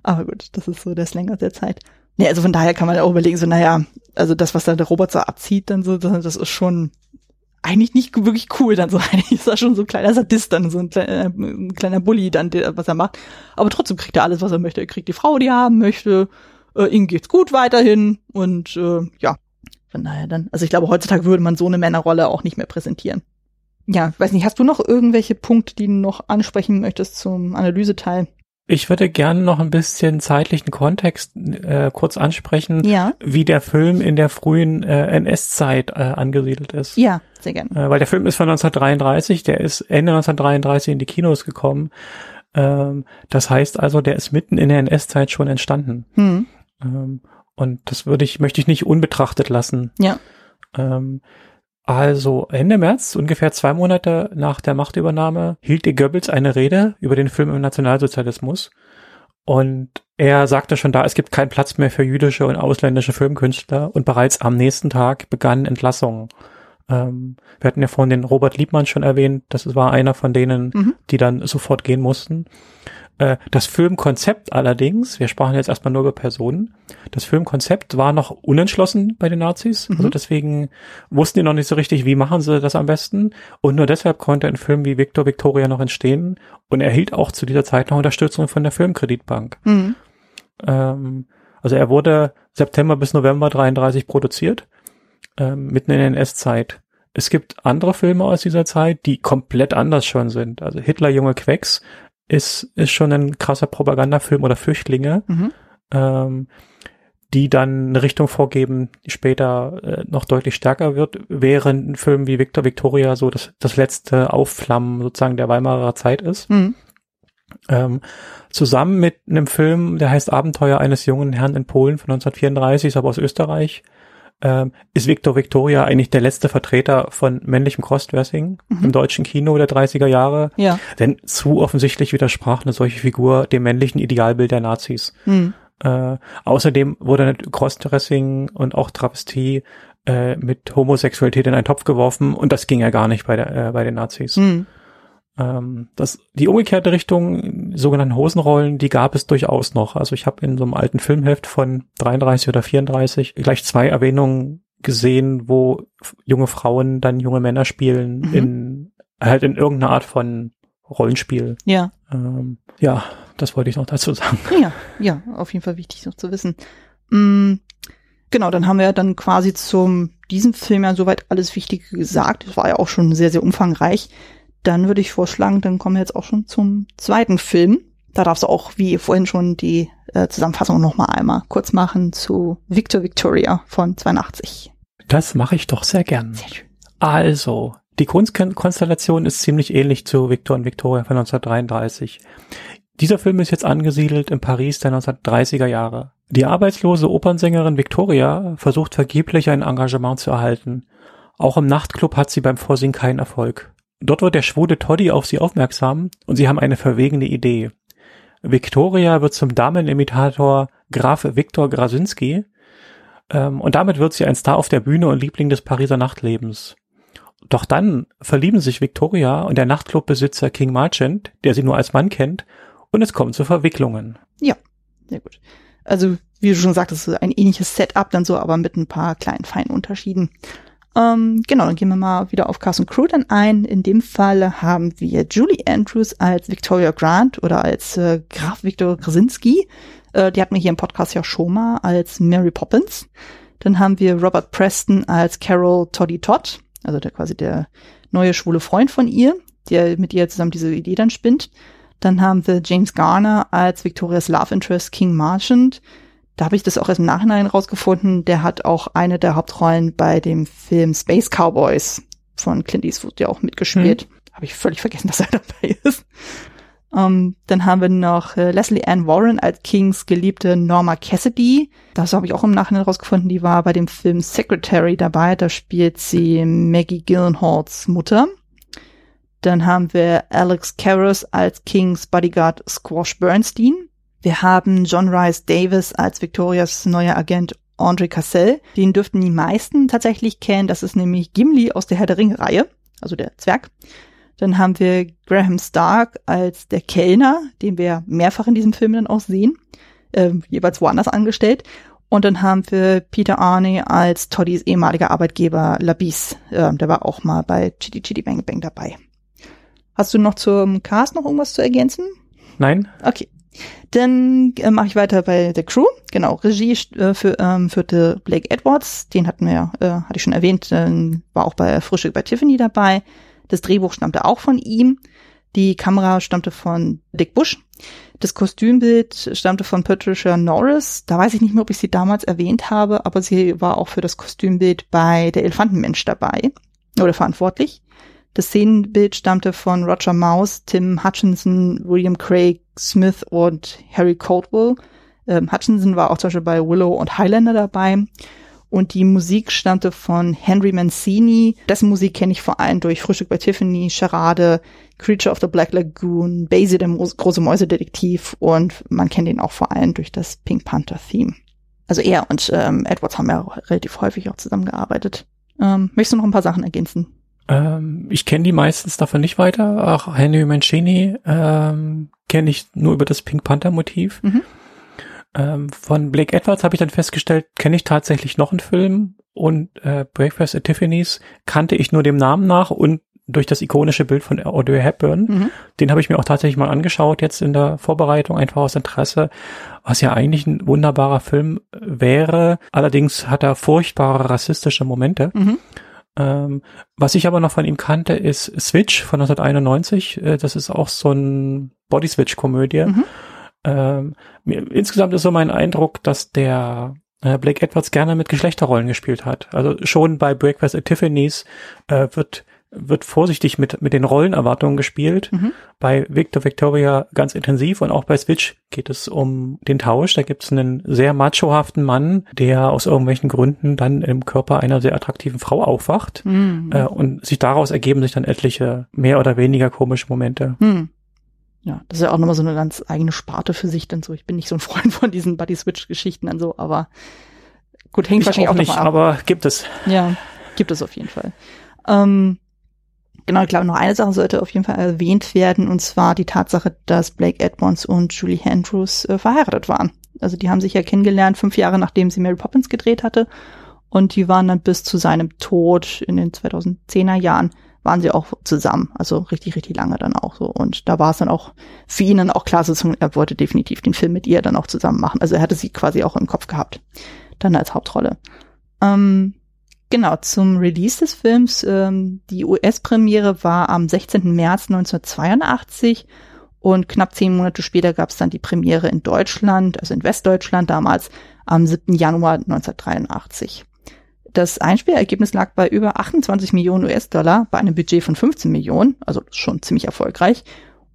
Aber gut, das ist so der Slang aus der Zeit. Nee, also von daher kann man auch überlegen, so, naja, also das, was dann der Robert so abzieht, dann so, das ist schon eigentlich nicht wirklich cool dann so. Eigentlich ist er schon so ein kleiner Sadist dann, so ein kleiner, ein kleiner Bully dann, der, was er macht. Aber trotzdem kriegt er alles, was er möchte. Er kriegt die Frau, die er haben möchte. Äh, ihm geht's gut weiterhin. Und äh, ja, von daher dann. Also ich glaube, heutzutage würde man so eine Männerrolle auch nicht mehr präsentieren. Ja, weiß nicht, hast du noch irgendwelche Punkte, die du noch ansprechen möchtest zum Analyseteil? Ich würde gerne noch ein bisschen zeitlichen Kontext äh, kurz ansprechen, ja. wie der Film in der frühen äh, N S-Zeit äh, angesiedelt ist. Ja, sehr gerne. Äh, weil der Film ist von neunzehnhundertdreiunddreißig, der ist Ende neunzehnhundertdreiunddreißig in die Kinos gekommen. Ähm, das heißt also, der ist mitten in der N S-Zeit schon entstanden. Hm. Ähm, und das würde ich, möchte ich nicht unbetrachtet lassen. Ja. Ähm, Also Ende März, ungefähr zwei Monate nach der Machtübernahme, hielt die Goebbels eine Rede über den Film im Nationalsozialismus. Und er sagte schon da, es gibt keinen Platz mehr für jüdische und ausländische Filmkünstler. Und bereits am nächsten Tag begannen Entlassungen. Ähm, wir hatten ja vorhin den Robert Liebmann schon erwähnt. Das war einer von denen, mhm. die dann sofort gehen mussten. Äh, das Filmkonzept allerdings, wir sprachen jetzt erstmal nur über Personen, das Filmkonzept war noch unentschlossen bei den Nazis, mhm. also deswegen wussten die noch nicht so richtig, wie machen sie das am besten, und nur deshalb konnte ein Film wie Victor Victoria noch entstehen und erhielt auch zu dieser Zeit noch Unterstützung von der Filmkreditbank. Mhm. Ähm, also er wurde September bis November dreiunddreißig produziert, ähm, mitten in der N S-Zeit. Es gibt andere Filme aus dieser Zeit, die komplett anders schon sind, also Hitler, junge Quecks, ist ist schon ein krasser Propagandafilm oder Flüchtlinge, mhm. ähm, die dann eine Richtung vorgeben, die später äh, noch deutlich stärker wird, während ein Film wie Victor Victoria so das das letzte Aufflammen sozusagen der Weimarer Zeit ist. Mhm. Ähm, zusammen mit einem Film, der heißt Abenteuer eines jungen Herrn in Polen von neunzehnhundertvierunddreißig, ist aber aus Österreich, ähm, ist Victor Victoria eigentlich der letzte Vertreter von männlichem Crossdressing mhm. im deutschen Kino der dreißiger Jahre. Ja. Denn zu offensichtlich widersprach eine solche Figur dem männlichen Idealbild der Nazis. Mhm. Äh, außerdem wurde Crossdressing und auch Travestie äh, mit Homosexualität in einen Topf geworfen, und das ging ja gar nicht bei, der, äh, bei den Nazis. Mhm. Ähm, das, die umgekehrte Richtung, sogenannten Hosenrollen, die gab es durchaus noch. Also ich habe in so einem alten Filmheft von dreiunddreißig oder vierunddreißig gleich zwei Erwähnungen gesehen, wo junge Frauen dann junge Männer spielen, mhm. in halt in irgendeiner Art von Rollenspiel. Ja. Ähm, ja, das wollte ich noch dazu sagen. Ja, ja, auf jeden Fall wichtig noch zu wissen. Mhm. Genau, dann haben wir dann quasi zum diesem Film ja soweit alles Wichtige gesagt. Das war ja auch schon sehr, sehr umfangreich. Dann würde ich vorschlagen, dann kommen wir jetzt auch schon zum zweiten Film. Da darfst du auch, wie vorhin schon, die äh, Zusammenfassung noch mal einmal kurz machen zu Victor Victoria von zweiundachtzig. Das mache ich doch sehr gern. Sehr schön. Also, die Grundkonstellation ist ziemlich ähnlich zu Victor und Victoria von neunzehnhundertdreiunddreißig. Dieser Film ist jetzt angesiedelt in Paris der neunzehnhundertdreißiger Jahre. Die arbeitslose Opernsängerin Victoria versucht vergeblich ein Engagement zu erhalten. Auch im Nachtclub hat sie beim Vorsingen keinen Erfolg. Dort wird der schwule Toddy auf sie aufmerksam und sie haben eine verwegene Idee. Victoria wird zum Damenimitator Graf Viktor Grasynski ähm, und damit wird sie ein Star auf der Bühne und Liebling des Pariser Nachtlebens. Doch dann verlieben sich Victoria und der Nachtclubbesitzer King Marchand, der sie nur als Mann kennt, und es kommt zu Verwicklungen. Ja, sehr gut. Also wie du schon sagtest, ein ähnliches Setup, dann so, aber mit ein paar kleinen feinen Unterschieden. Ähm, genau, dann gehen wir mal wieder auf Cast und Crew dann ein. In dem Fall haben wir Julie Andrews als Victoria Grant oder als äh, Graf Viktor Grasynski. Äh, die hatten wir hier im Podcast ja schon mal als Mary Poppins. Dann haben wir Robert Preston als Carol Toddy Todd, also der quasi der neue schwule Freund von ihr, der mit ihr zusammen diese Idee dann spinnt. Dann haben wir James Garner als Victorias Love Interest King Marchand. Da habe ich das auch erst im Nachhinein rausgefunden. Der hat auch eine der Hauptrollen bei dem Film Space Cowboys von Clint Eastwood ja auch mitgespielt. Hm. Habe ich völlig vergessen, dass er dabei ist. Um, dann haben wir noch äh, Leslie Ann Warren als Kings geliebte Norma Cassidy. Das habe ich auch im Nachhinein rausgefunden. Die war bei dem Film Secretary dabei. Da spielt sie Maggie Gyllenhaals Mutter. Dann haben wir Alex Karras als Kings Bodyguard Squash Bernstein. Wir haben John Rhys Davies als Victorias neuer Agent Andre Cassell. Den dürften die meisten tatsächlich kennen. Das ist nämlich Gimli aus der Herr der Ringe-Reihe, also der Zwerg. Dann haben wir Graham Stark als der Kellner, den wir mehrfach in diesem Film dann auch sehen. äh, jeweils woanders angestellt. Und dann haben wir Peter Arney als Toddys ehemaliger Arbeitgeber Labis. Äh, der war auch mal bei Chitty Chitty Bang Bang dabei. Hast du noch zum Cast noch irgendwas zu ergänzen? Nein. Okay. Dann äh, mache ich weiter bei The Crew. Genau, Regie äh, für, ähm, führte Blake Edwards. Den hatten wir, äh, hatte ich schon erwähnt, äh, war auch bei Frühstück bei Tiffany dabei. Das Drehbuch stammte auch von ihm. Die Kamera stammte von Dick Bush. Das Kostümbild stammte von Patricia Norris. Da weiß ich nicht mehr, ob ich sie damals erwähnt habe, aber sie war auch für das Kostümbild bei Der Elefantenmensch dabei oder verantwortlich. Das Szenenbild stammte von Roger Mouse, Tim Hutchinson, William Craig Smith und Harry Caldwell. Ähm, Hutchinson war auch zum Beispiel bei Willow und Highlander dabei. Und die Musik stammte von Henry Mancini. Dessen Musik kenne ich vor allem durch Frühstück bei Tiffany, Charade, Creature of the Black Lagoon, Basie, der Mo- große Mäusedetektiv, und man kennt ihn auch vor allem durch das Pink Panther Theme. Also er und ähm, Edwards haben ja auch relativ häufig auch zusammengearbeitet. Ähm, möchtest du noch ein paar Sachen ergänzen? Ähm, ich kenne die meistens davon nicht weiter. Auch Henry Mancini ähm, kenne ich nur über das Pink Panther Motiv. Mhm. Ähm, von Blake Edwards habe ich dann festgestellt, kenne ich tatsächlich noch einen Film, und äh, Breakfast at Tiffany's kannte ich nur dem Namen nach und durch das ikonische Bild von Audrey Hepburn. Mhm. Den habe ich mir auch tatsächlich mal angeschaut, jetzt in der Vorbereitung, einfach aus Interesse, was ja eigentlich ein wunderbarer Film wäre. Allerdings hat er furchtbare rassistische Momente. Mhm. Ähm, was ich aber noch von ihm kannte, ist Switch von neunzehnhunderteinundneunzig. Äh, das ist auch so ein Body-Switch-Komödie. Mhm. Ähm, mir, insgesamt ist so mein Eindruck, dass der äh, Blake Edwards gerne mit Geschlechterrollen gespielt hat. Also schon bei Breakfast at Tiffany's äh, wird wird vorsichtig mit mit den Rollenerwartungen gespielt. Mhm. Bei Victor Victoria ganz intensiv, und auch bei Switch geht es um den Tausch. Da gibt es einen sehr machohaften Mann, der aus irgendwelchen Gründen dann im Körper einer sehr attraktiven Frau aufwacht. Mhm. Äh, und sich daraus ergeben sich dann etliche mehr oder weniger komische Momente. Mhm. Ja, das ist ja auch nochmal so eine ganz eigene Sparte für sich dann so. Ich bin nicht so ein Freund von diesen Buddy-Switch-Geschichten und so, aber gut, hängt ich wahrscheinlich auch, auch nicht, davon ab. Aber gibt es. Ja, gibt es auf jeden Fall. Ähm, genau, ich glaube, noch eine Sache sollte auf jeden Fall erwähnt werden, und zwar die Tatsache, dass Blake Edwards und Julie Andrews äh, verheiratet waren. Also die haben sich ja kennengelernt, fünf Jahre nachdem sie Mary Poppins gedreht hatte, und die waren dann bis zu seinem Tod in den zweitausendzehner Jahren waren sie auch zusammen, also richtig, richtig lange dann auch so. Und da war es dann auch für ihn dann auch klar, sozusagen, er wollte definitiv den Film mit ihr dann auch zusammen machen. Also er hatte sie quasi auch im Kopf gehabt, dann als Hauptrolle. Ähm, genau, zum Release des Films. Ähm, die U S-Premiere war am sechzehnten März neunzehnhundertzweiundachtzig, und knapp zehn Monate später gab es dann die Premiere in Deutschland, also in Westdeutschland damals, am siebten Januar neunzehnhundertdreiundachtzig. Das Einspielergebnis lag bei über achtundzwanzig Millionen U S-Dollar bei einem Budget von fünfzehn Millionen, also schon ziemlich erfolgreich.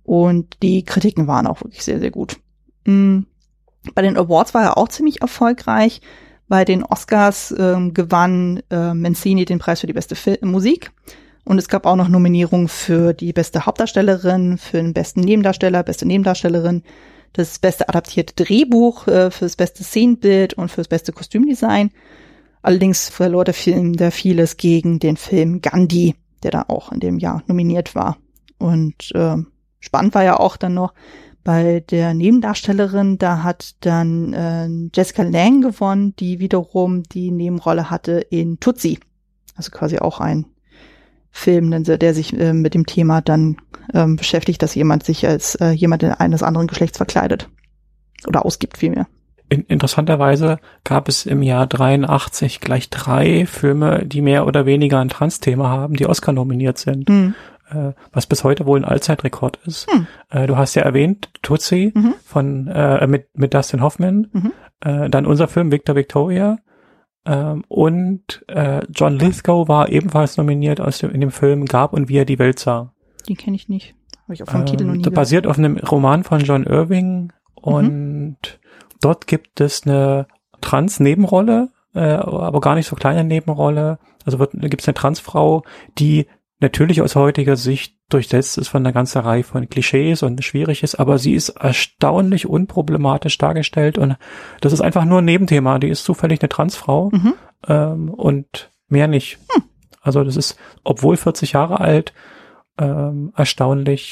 Und die Kritiken waren auch wirklich sehr, sehr gut. Mhm. Bei den Awards war er auch ziemlich erfolgreich. Bei den Oscars ähm, gewann äh, Mancini den Preis für die beste Fil- Musik. Und es gab auch noch Nominierungen für die beste Hauptdarstellerin, für den besten Nebendarsteller, beste Nebendarstellerin, das beste adaptierte Drehbuch, äh, für das beste Szenenbild und für das beste Kostümdesign. Allerdings verlor der Film da vieles gegen den Film Gandhi, der da auch in dem Jahr nominiert war. Und äh, spannend war ja auch dann noch bei der Nebendarstellerin, da hat dann äh, Jessica Lange gewonnen, die wiederum die Nebenrolle hatte in Tootsie. Also quasi auch ein Film, der sich äh, mit dem Thema dann ähm, beschäftigt, dass jemand sich als äh, jemand eines anderen Geschlechts verkleidet. Oder ausgibt vielmehr. In, interessanterweise gab es im Jahr dreiundachtzig gleich drei Filme, die mehr oder weniger ein Trans-Thema haben, die Oscar nominiert sind. Mhm. Äh, was bis heute wohl ein Allzeitrekord ist. Mhm. Äh, du hast ja erwähnt, Tootsie mhm. von äh, mit mit Dustin Hoffman. Mhm. Äh, dann unser Film Victor Victoria. Ähm, und äh, John Lithgow war ebenfalls nominiert aus dem, in dem Film Gab und wie er die Welt sah. Den kenne ich nicht. Habe ich auch vom ähm, Titel noch nie gehört. Basiert auf einem Roman von John Irving. Und mhm. dort gibt es eine Trans-Nebenrolle, äh, aber gar nicht so kleine Nebenrolle. Also wird, gibt es eine Transfrau, die natürlich aus heutiger Sicht durchsetzt ist von einer ganzen Reihe von Klischees und schwierig ist, aber sie ist erstaunlich unproblematisch dargestellt, und das ist einfach nur ein Nebenthema. Die ist zufällig eine Transfrau mhm. ähm, und mehr nicht. Hm. Also das ist, obwohl vierzig Jahre alt, ähm, erstaunlich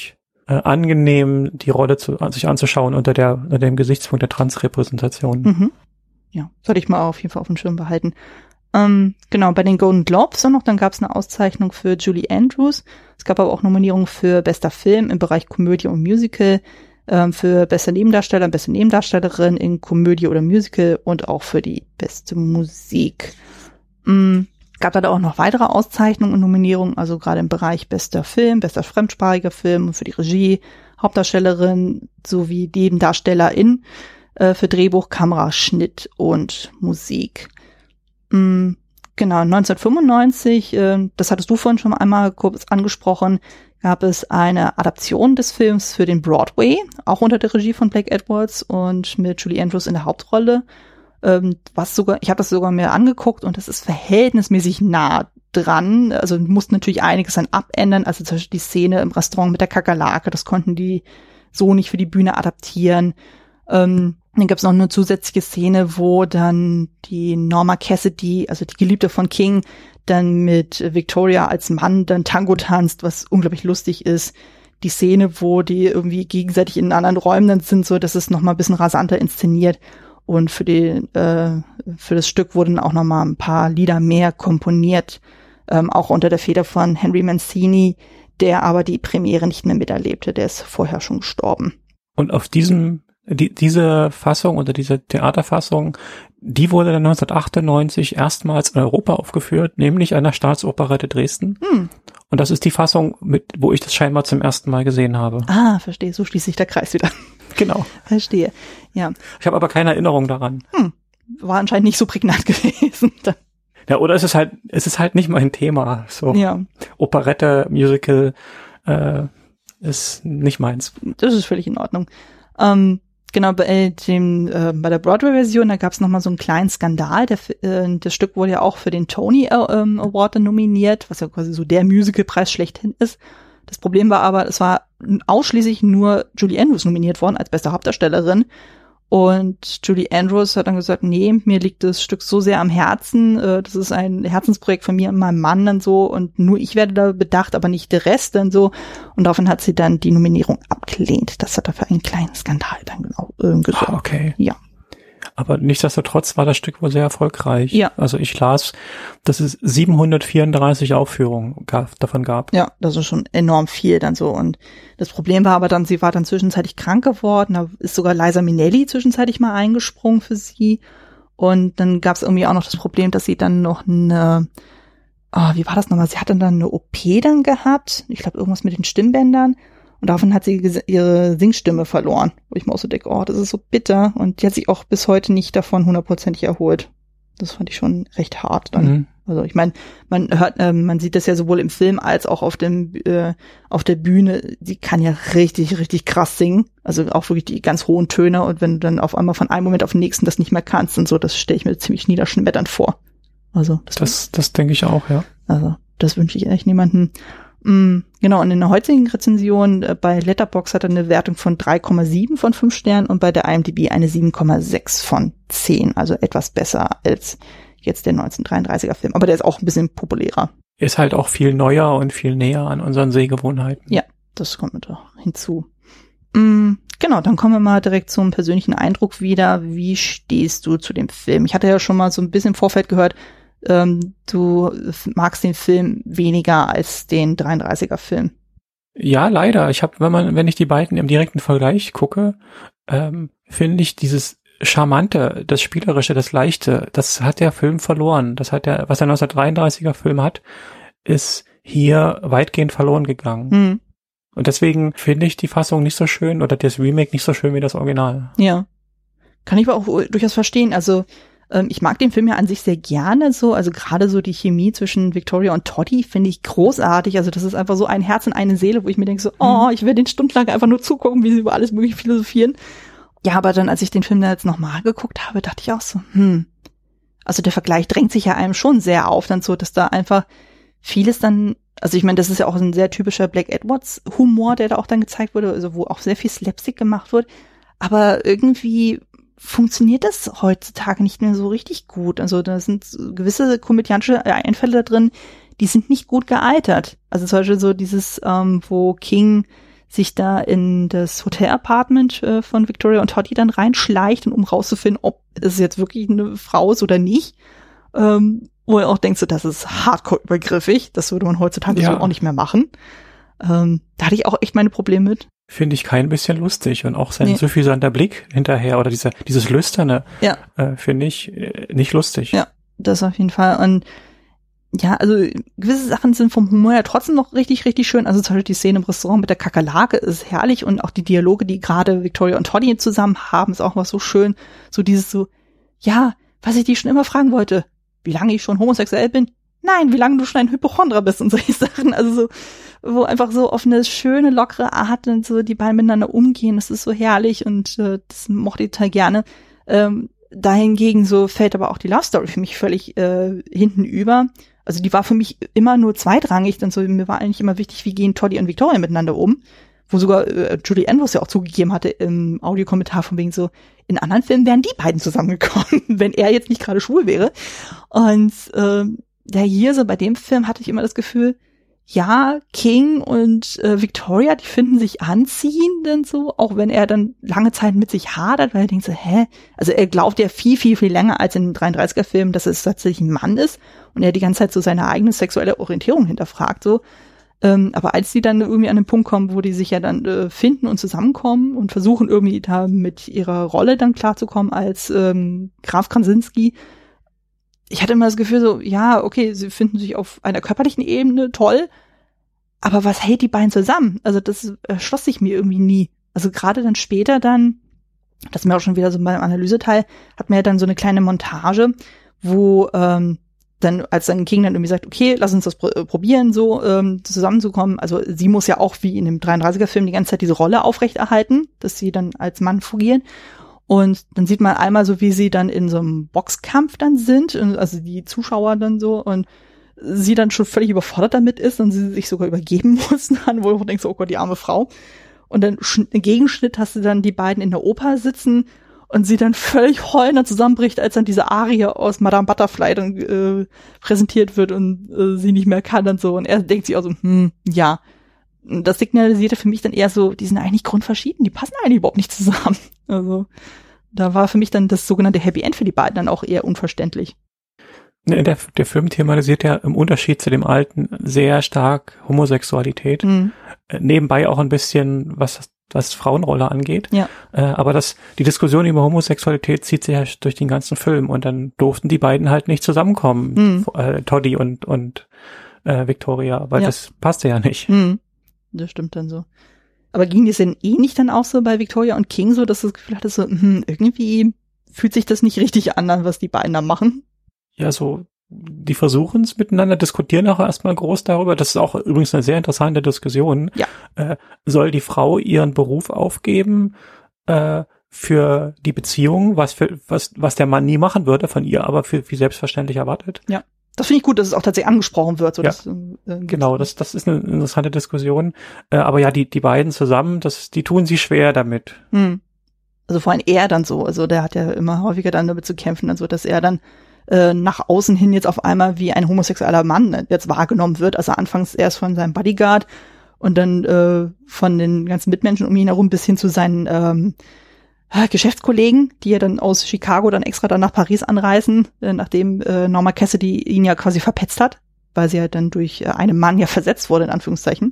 äh, angenehm, die Rolle zu, sich anzuschauen unter der unter dem Gesichtspunkt der Transrepräsentation. Mhm. Ja, sollte ich mal auf jeden Fall auf dem Schirm behalten. Ähm, genau, bei den Golden Globes noch, dann gab es eine Auszeichnung für Julie Andrews. Es gab aber auch Nominierungen für bester Film im Bereich Komödie und Musical, ähm, für bester Nebendarsteller, beste Nebendarstellerin in Komödie oder Musical und auch für die beste Musik. Mhm. Gab da auch noch weitere Auszeichnungen und Nominierungen, also gerade im Bereich bester Film, bester fremdsprachiger Film und für die Regie, Hauptdarstellerin sowie Nebendarstellerin äh, für Drehbuch, Kamera, Schnitt und Musik. Mhm. Genau, neunzehnhundertfünfundneunzig, äh, das hattest du vorhin schon einmal kurz angesprochen, gab es eine Adaption des Films für den Broadway, auch unter der Regie von Blake Edwards und mit Julie Andrews in der Hauptrolle. Was sogar, ich habe das sogar mir angeguckt und das ist verhältnismäßig nah dran. Also mussten natürlich einiges dann abändern. Also zum Beispiel die Szene im Restaurant mit der Kakerlake, das konnten die so nicht für die Bühne adaptieren. Ähm, dann gab es noch eine zusätzliche Szene, wo dann die Norma Cassidy, also die Geliebte von King, dann mit Victoria als Mann dann Tango tanzt, was unglaublich lustig ist. Die Szene, wo die irgendwie gegenseitig in anderen Räumen dann sind, so, das ist noch mal ein bisschen rasanter inszeniert. Und für die, äh, für das Stück wurden auch noch mal ein paar Lieder mehr komponiert, ähm, auch unter der Feder von Henry Mancini, der aber die Premiere nicht mehr miterlebte. Der ist vorher schon gestorben. Und auf diesem, die, diese Fassung oder diese Theaterfassung, die wurde dann neunzehnhundertachtundneunzig erstmals in Europa aufgeführt, nämlich an der Staatsoperette Dresden. Hm. Und das ist die Fassung, mit, wo ich das scheinbar zum ersten Mal gesehen habe. Ah, verstehe. So schließt sich der Kreis wieder. Genau. Verstehe, ja. Ich habe aber keine Erinnerung daran. Hm. War anscheinend nicht so prägnant gewesen. Ja, oder es ist halt, es ist halt nicht mein Thema. So ja. Operette, Musical, äh, ist nicht meins. Das ist völlig in Ordnung. Ähm, genau, bei dem, äh, bei der Broadway-Version, da gab es nochmal so einen kleinen Skandal. Der, äh, das Stück wurde ja auch für den Tony äh, Award nominiert, was ja quasi so der Musicalpreis schlechthin ist. Das Problem war aber, es war ausschließlich nur Julie Andrews nominiert worden als beste Hauptdarstellerin. Und Julie Andrews hat dann gesagt, nee, mir liegt das Stück so sehr am Herzen. Äh, das ist ein Herzensprojekt von mir und meinem Mann dann so. Und nur ich werde da bedacht, aber nicht der Rest dann so. Und daraufhin hat sie dann die Nominierung abgelehnt. Das hat dafür einen kleinen Skandal dann genau äh, gesorgt. Ah, okay. Ja. Aber nichtsdestotrotz war das Stück wohl sehr erfolgreich. Ja. Also ich las, dass es siebenhundertvierunddreißig Aufführungen gab, davon gab. Ja, das ist schon enorm viel dann so. Und das Problem war aber dann, sie war dann zwischenzeitlich krank geworden. Da ist sogar Liza Minnelli zwischenzeitlich mal eingesprungen für sie. Und dann gab es irgendwie auch noch das Problem, dass sie dann noch eine, oh, wie war das nochmal? Sie hatte dann eine O P dann gehabt. Ich glaube, irgendwas mit den Stimmbändern. Und davon hat sie ihre Singstimme verloren. Wo ich mir auch so denke, oh, das ist so bitter. Und die hat sich auch bis heute nicht davon hundertprozentig erholt. Das fand ich schon recht hart dann. Mhm. Also ich meine, man hört, äh, man sieht das ja sowohl im Film als auch auf dem äh, auf der Bühne. Die kann ja richtig, richtig krass singen. Also auch wirklich die ganz hohen Töne. Und wenn du dann auf einmal von einem Moment auf den nächsten das nicht mehr kannst und so, das stelle ich mir ziemlich niederschmetternd vor. Also das, das, das denke ich auch, ja. Also das wünsche ich echt niemandem. Genau, und in der heutigen Rezension äh, bei Letterboxd hat er eine Wertung von drei Komma sieben von fünf Sternen und bei der I M D B eine sieben Komma sechs von zehn, also etwas besser als jetzt der neunzehnhundertdreiunddreißiger Film. Aber der ist auch ein bisschen populärer. Ist halt auch viel neuer und viel näher an unseren Sehgewohnheiten. Ja, das kommt doch hinzu. Mhm, genau, dann kommen wir mal direkt zum persönlichen Eindruck wieder. Wie stehst du zu dem Film? Ich hatte ja schon mal so ein bisschen im Vorfeld gehört, Ähm, du magst den Film weniger als den dreiunddreißiger Film. Ja, leider. Ich habe, wenn man, wenn ich die beiden im direkten Vergleich gucke, ähm, finde ich dieses Charmante, das Spielerische, das Leichte, das hat der Film verloren. Das hat der, was der neunzehnhundertdreiunddreißiger Film hat, ist hier weitgehend verloren gegangen. Mhm. Und deswegen finde ich die Fassung nicht so schön oder das Remake nicht so schön wie das Original. Ja. Kann ich aber auch durchaus verstehen. Also ich mag den Film ja an sich sehr gerne so, also gerade so die Chemie zwischen Victoria und Toddy finde ich großartig, also das ist einfach so ein Herz und eine Seele, wo ich mir denke so, oh, ich will den stundenlang einfach nur zugucken, wie sie über alles mögliche philosophieren. Ja, aber dann, als ich den Film da jetzt nochmal geguckt habe, dachte ich auch so, hm, also der Vergleich drängt sich ja einem schon sehr auf, dann so, dass da einfach vieles dann, also ich meine, das ist ja auch ein sehr typischer Blake Edwards Humor, der da auch dann gezeigt wurde, also wo auch sehr viel Slapstick gemacht wird, aber irgendwie funktioniert das heutzutage nicht mehr so richtig gut. Also da sind gewisse komödiantische Einfälle da drin, die sind nicht gut gealtert. Also zum Beispiel so dieses, ähm, wo King sich da in das Hotel-Apartment äh, von Victoria und Toddy dann reinschleicht, und um rauszufinden, ob es jetzt wirklich eine Frau ist oder nicht. Ähm, wo er auch denkt, so, das ist hardcore übergriffig. Das würde man heutzutage ja so auch nicht mehr machen. Ähm, da hatte ich auch echt meine Probleme mit. Finde ich kein bisschen lustig. Und auch sein nee. suffisanter Blick hinterher oder dieser, dieses Lüsterne, ja. äh, finde ich äh, nicht lustig. Ja, das auf jeden Fall. Und ja, also gewisse Sachen sind vom Humor ja trotzdem noch richtig, richtig schön. Also zum Beispiel die Szene im Restaurant mit der Kakerlake ist herrlich, und auch die Dialoge, die gerade Victoria und Toddy zusammen haben, ist auch was so schön. So dieses so, ja, was ich dich schon immer fragen wollte, wie lange ich schon homosexuell bin? Nein, wie lange du schon ein Hypochondrer bist und solche Sachen. Also so, wo einfach so auf eine schöne, lockere Art und so die beiden miteinander umgehen. Das ist so herrlich, und äh, das mochte ich total gerne. Ähm, dahingegen so fällt aber auch die Love Story für mich völlig äh, hinten über. Also die war für mich immer nur zweitrangig. Dann so, mir war eigentlich immer wichtig, wie gehen Toddy und Victoria miteinander um. Wo sogar äh, Julie Andrews ja auch zugegeben hatte im Audiokommentar von wegen so, in anderen Filmen wären die beiden zusammengekommen, wenn er jetzt nicht gerade schwul wäre. Und ähm, ja, hier so bei dem Film hatte ich immer das Gefühl, ja, King und äh, Victoria, die finden sich anziehend und so, auch wenn er dann lange Zeit mit sich hadert, weil er denkt so, hä? Also er glaubt ja viel, viel, viel länger als in dem dreiunddreißiger-Film, dass es tatsächlich ein Mann ist, und er die ganze Zeit so seine eigene sexuelle Orientierung hinterfragt, so. Ähm, aber als die dann irgendwie an den Punkt kommen, wo die sich ja dann äh, finden und zusammenkommen und versuchen irgendwie da mit ihrer Rolle dann klarzukommen als ähm, Graf Krasinski, ich hatte immer das Gefühl so, ja, okay, sie finden sich auf einer körperlichen Ebene toll, aber was hält die beiden zusammen? Also das erschloss sich mir irgendwie nie. Also gerade dann später dann, das ist mir auch schon wieder so beim Analyseteil, hat mir ja dann so eine kleine Montage, wo ähm, dann, als dann King dann irgendwie sagt, okay, lass uns das pr- probieren, so ähm, zusammenzukommen. Also sie muss ja auch wie in dem dreiunddreißiger-Film die ganze Zeit diese Rolle aufrechterhalten, dass sie dann als Mann fungiert. Und dann sieht man einmal so, wie sie dann in so einem Boxkampf dann sind, also die Zuschauer dann so, und sie dann schon völlig überfordert damit ist und sie sich sogar übergeben muss, dann, wo du denkst, oh Gott, die arme Frau. Und dann im Gegenschnitt hast du dann die beiden in der Oper sitzen und sie dann völlig heulend zusammenbricht, als dann diese Arie aus Madame Butterfly dann äh, präsentiert wird und äh, sie nicht mehr kann und so. Und er denkt sich auch so, hm, ja. Das signalisierte für mich dann eher so, die sind eigentlich grundverschieden, die passen eigentlich überhaupt nicht zusammen. Also da war für mich dann das sogenannte Happy End für die beiden dann auch eher unverständlich. Der, der Film thematisiert ja im Unterschied zu dem alten sehr stark Homosexualität. Mhm. Äh, nebenbei auch ein bisschen, was was Frauenrolle angeht. Ja. Äh, aber das, die Diskussion über Homosexualität zieht sich ja durch den ganzen Film, und dann durften die beiden halt nicht zusammenkommen, mhm. äh, Toddy und und äh, Victoria, weil ja. das passte ja nicht. Mhm. Das stimmt dann so. Aber ging es denn eh nicht dann auch so bei Victoria und King so, dass du das Gefühl hattest, so, hm, irgendwie fühlt sich das nicht richtig an, was die beiden da machen? Ja, so, die versuchen es miteinander, diskutieren auch erstmal groß darüber. Das ist auch übrigens eine sehr interessante Diskussion. Ja. Äh, soll die Frau ihren Beruf aufgeben äh, für die Beziehung, was für was was der Mann nie machen würde von ihr, aber für wie selbstverständlich erwartet? Ja. Das finde ich gut, dass es auch tatsächlich angesprochen wird. So ja, dass, äh, genau, das das ist eine interessante Diskussion. Äh, aber ja, die die beiden zusammen, das die tun sie schwer damit. Hm. Also vor allem er dann so, also der hat ja immer häufiger dann damit zu kämpfen, also dass er dann äh, nach außen hin jetzt auf einmal wie ein homosexueller Mann ne, jetzt wahrgenommen wird. Also anfangs erst von seinem Bodyguard und dann äh, von den ganzen Mitmenschen um ihn herum bis hin zu seinen ähm, Geschäftskollegen, die ja dann aus Chicago dann extra dann nach Paris anreisen, äh, nachdem äh, Norma Cassidy ihn ja quasi verpetzt hat, weil sie ja dann durch äh, einen Mann ja versetzt wurde, in Anführungszeichen.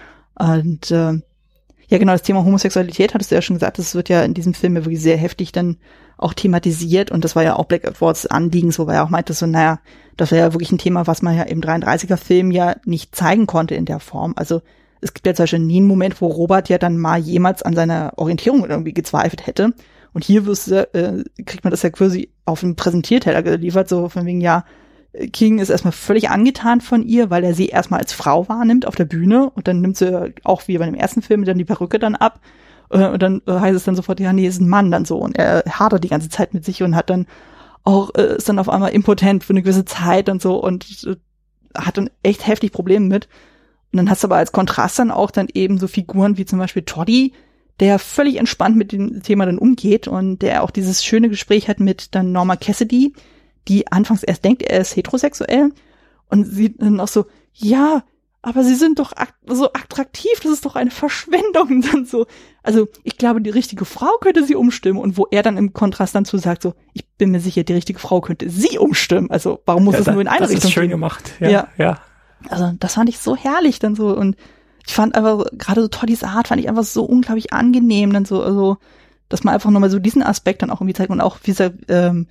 Und äh, ja genau, das Thema Homosexualität, hattest du ja schon gesagt, das wird ja in diesem Film ja wirklich sehr heftig dann auch thematisiert, und das war ja auch Black Edwards Anliegen, wo er ja auch meinte, so naja, das wäre ja wirklich ein Thema, was man ja im dreiunddreißiger-Film ja nicht zeigen konnte in der Form. Also es gibt ja zum Beispiel nie einen Moment, wo Robert ja dann mal jemals an seiner Orientierung irgendwie gezweifelt hätte. Und hier wirst, äh, kriegt man das ja quasi auf einen Präsentierteller geliefert, so von wegen, ja, King ist erstmal völlig angetan von ihr, weil er sie erstmal als Frau wahrnimmt auf der Bühne, und dann nimmt sie auch wie bei dem ersten Film dann die Perücke dann ab, äh, und dann äh, heißt es dann sofort, ja, nee, ist ein Mann dann so, und er hadert die ganze Zeit mit sich und hat dann auch, äh, ist dann auf einmal impotent für eine gewisse Zeit und so, und äh, hat dann echt heftig Probleme mit. Und dann hast du aber als Kontrast dann auch dann eben so Figuren wie zum Beispiel Toddy, der völlig entspannt mit dem Thema dann umgeht und der auch dieses schöne Gespräch hat mit dann Norma Cassidy, die anfangs erst denkt, er ist heterosexuell, und sie dann auch so, ja, aber sie sind doch ak- so attraktiv, das ist doch eine Verschwendung. Und dann so, also ich glaube, die richtige Frau könnte sie umstimmen. Und wo er dann im Kontrast dann zu sagt, so, ich bin mir sicher, die richtige Frau könnte sie umstimmen. Also warum muss ja, es da, nur in eine das Richtung ist schön gehen? gemacht. Ja, ja, ja. Also das fand ich so herrlich dann so. Und ich fand einfach, gerade so Toddys Art fand ich einfach so unglaublich angenehm. Dann so, also, dass man einfach nochmal so diesen Aspekt dann auch irgendwie zeigt. Und auch wie dieser, ähm,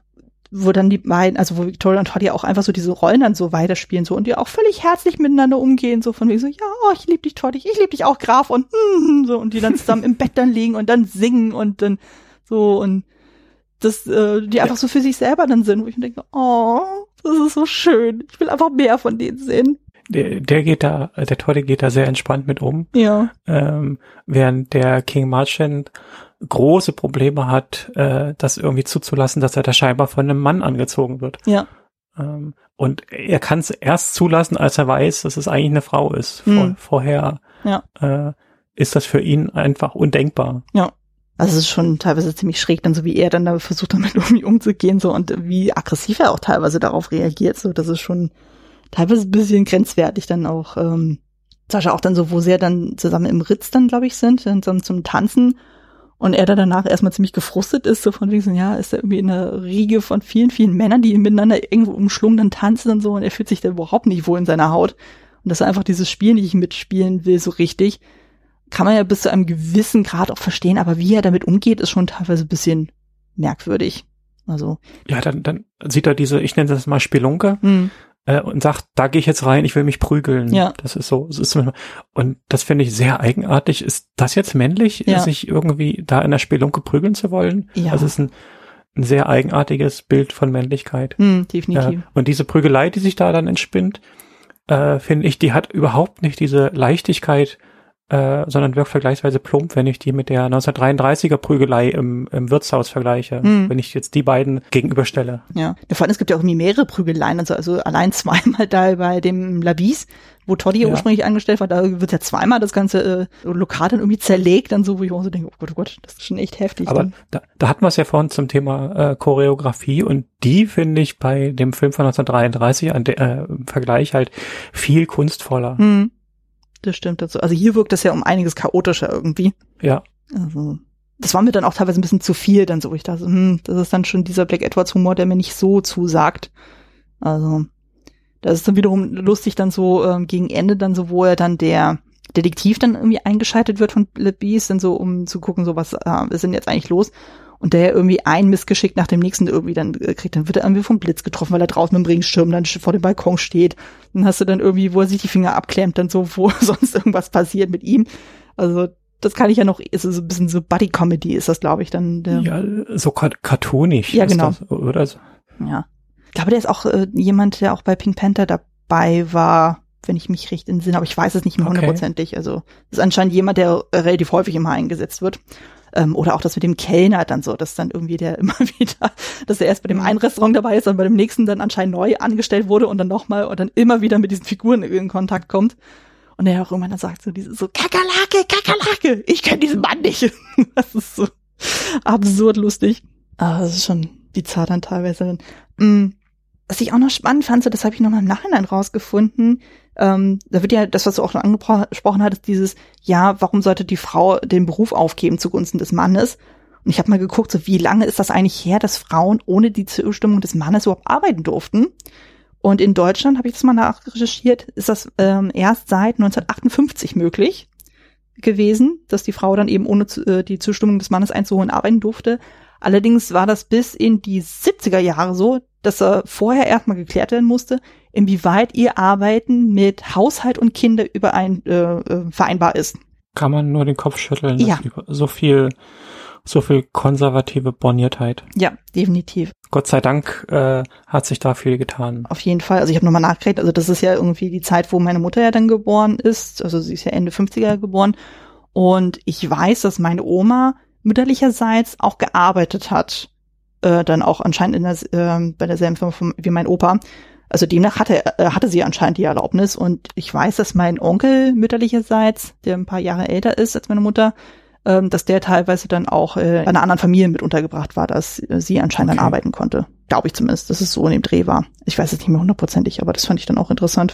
wo dann die beiden, also wo Victoria und Toddy auch einfach so diese Rollen dann so weiterspielen so und die auch völlig herzlich miteinander umgehen, so von wegen so, ja, oh, ich liebe dich, Toddy, ich liebe dich auch, Graf und mm, so und die dann zusammen im Bett dann liegen und dann singen und dann so und das, äh, die einfach ja. so für sich selber dann sind, wo ich mir denke, oh, das ist so schön, ich will einfach mehr von denen sehen. Der, der geht da, der Toddy geht da sehr entspannt mit um. Ja. Ähm, während der King Marchand große Probleme hat, äh, das irgendwie zuzulassen, dass er da scheinbar von einem Mann angezogen wird. Ja. Ähm, und er kann es erst zulassen, als er weiß, dass es eigentlich eine Frau ist. Vor, hm. Vorher ja. äh, ist das für ihn einfach undenkbar. Ja. Also es ist schon teilweise ziemlich schräg, dann so wie er dann da versucht, damit irgendwie umzugehen, so und wie aggressiv er auch teilweise darauf reagiert, so das ist schon teilweise ein bisschen grenzwertig dann auch. Ähm, Sascha auch dann so, wo sie ja dann zusammen im Ritz dann, glaube ich, sind, dann zum Tanzen. Und er da danach erstmal ziemlich gefrustet ist, so von wegen so, ja, ist er irgendwie in einer Riege von vielen, vielen Männern, die miteinander irgendwo umschlungen dann tanzen und so und er fühlt sich da überhaupt nicht wohl in seiner Haut. Und dass er einfach dieses Spiel nicht mitspielen will, so richtig, kann man ja bis zu einem gewissen Grad auch verstehen, aber wie er damit umgeht, ist schon teilweise ein bisschen merkwürdig. Also. Ja, dann, dann sieht er diese, ich nenne das mal Spelunke, hm. äh, und sagt, da gehe ich jetzt rein, ich will mich prügeln. Ja. Das ist so, das ist, und das finde ich sehr eigenartig. Ist das jetzt männlich, ja. sich irgendwie da in der Spelunke prügeln zu wollen? Ja. Das ist ein, ein sehr eigenartiges Bild von Männlichkeit. Hm, definitiv. Äh, und diese Prügelei, die sich da dann entspinnt, äh, finde ich, die hat überhaupt nicht diese Leichtigkeit, Äh, sondern wirkt vergleichsweise plump, wenn ich die mit der neunzehnhundertdreiunddreißiger Prügelei im, im Wirtshaus vergleiche, hm. wenn ich jetzt die beiden gegenüberstelle. Ja, vor allem, es gibt ja auch irgendwie mehrere Prügeleien, also, also allein zweimal da bei dem Labis, wo Toddy ja ursprünglich angestellt war, da wird ja zweimal das ganze äh, Lokal dann irgendwie zerlegt, dann so, wo ich auch so denke, oh Gott, oh Gott, das ist schon echt heftig. Aber da, da hatten wir es ja vorhin zum Thema äh, Choreografie und die finde ich bei dem Film von neunzehnhundertdreiunddreißig an der, äh, im Vergleich halt viel kunstvoller. Hm. Das stimmt dazu. Also hier wirkt das ja um einiges chaotischer irgendwie. Ja. Also das war mir dann auch teilweise ein bisschen zu viel, dann so, wo ich dachte, hm, das ist dann schon dieser Black Edwards Humor, der mir nicht so zusagt. Also das ist dann wiederum lustig dann so ähm, gegen Ende dann so, wo er dann der Detektiv dann irgendwie eingeschaltet wird von Labis, dann so, um zu gucken, so was äh, ist denn jetzt eigentlich los? Und der irgendwie ein Missgeschick nach dem nächsten irgendwie dann äh, kriegt, dann wird er irgendwie vom Blitz getroffen, weil er draußen mit dem Regenschirm dann vor dem Balkon steht. Dann hast du dann irgendwie, wo er sich die Finger abklemmt, dann so, wo sonst irgendwas passiert mit ihm. Also das kann ich ja noch, ist so ein bisschen so Buddy-Comedy ist das, glaube ich, dann. Der, ja, so cartoonisch. Ja, genau. Ist das, oder so. Ja. Ich glaube, der ist auch äh, jemand, der auch bei Pink Panther dabei war, wenn ich mich recht entsinne, aber ich weiß es nicht mehr hundertprozentig. Okay. Also das ist anscheinend jemand, der relativ häufig immer eingesetzt wird. Ähm, oder auch das mit dem Kellner dann so, dass dann irgendwie der immer wieder, dass er erst bei dem einen Restaurant dabei ist, dann bei dem nächsten dann anscheinend neu angestellt wurde und dann nochmal und dann immer wieder mit diesen Figuren in Kontakt kommt. Und er auch irgendwann dann sagt so diese so Kakerlake, Kakerlake, ich kenne diesen Mann nicht. Das ist so absurd lustig. Aber das ist schon bizarr dann teilweise. Mm. Was ich auch noch spannend fand, so, das habe ich noch mal im Nachhinein rausgefunden, ähm, da wird ja das, was du auch schon angesprochen hattest, dieses, ja, warum sollte die Frau den Beruf aufgeben zugunsten des Mannes? Und ich habe mal geguckt, so wie lange ist das eigentlich her, dass Frauen ohne die Zustimmung des Mannes überhaupt arbeiten durften? Und in Deutschland, habe ich das mal nachrecherchiert, ist das ähm, erst seit neunzehnhundertachtundfünfzig möglich gewesen, dass die Frau dann eben ohne äh, die Zustimmung des Mannes einzuholen arbeiten durfte. Allerdings war das bis in die siebziger Jahre so, dass er vorher erstmal geklärt werden musste, inwieweit ihr Arbeiten mit Haushalt und Kinder überein äh, vereinbar ist. Kann man nur den Kopf schütteln. Ja. So viel, so viel konservative Borniertheit. Ja, definitiv. Gott sei Dank äh, hat sich da viel getan. Auf jeden Fall. Also ich habe nochmal nachgerechnet. Also das ist ja irgendwie die Zeit, wo meine Mutter ja dann geboren ist. Also sie ist ja Ende fünfziger geboren. Und ich weiß, dass meine Oma mütterlicherseits auch gearbeitet hat. Äh, dann auch anscheinend in der, äh, bei derselben Firma vom, wie mein Opa. Also demnach hatte, äh, hatte sie anscheinend die Erlaubnis. Und ich weiß, dass mein Onkel mütterlicherseits, der ein paar Jahre älter ist als meine Mutter, ähm, dass der teilweise dann auch äh, in einer anderen Familie mit untergebracht war, dass äh, sie anscheinend okay. dann arbeiten konnte. Glaube ich zumindest, dass es so in dem Dreh war. Ich weiß es nicht mehr hundertprozentig, aber das fand ich dann auch interessant.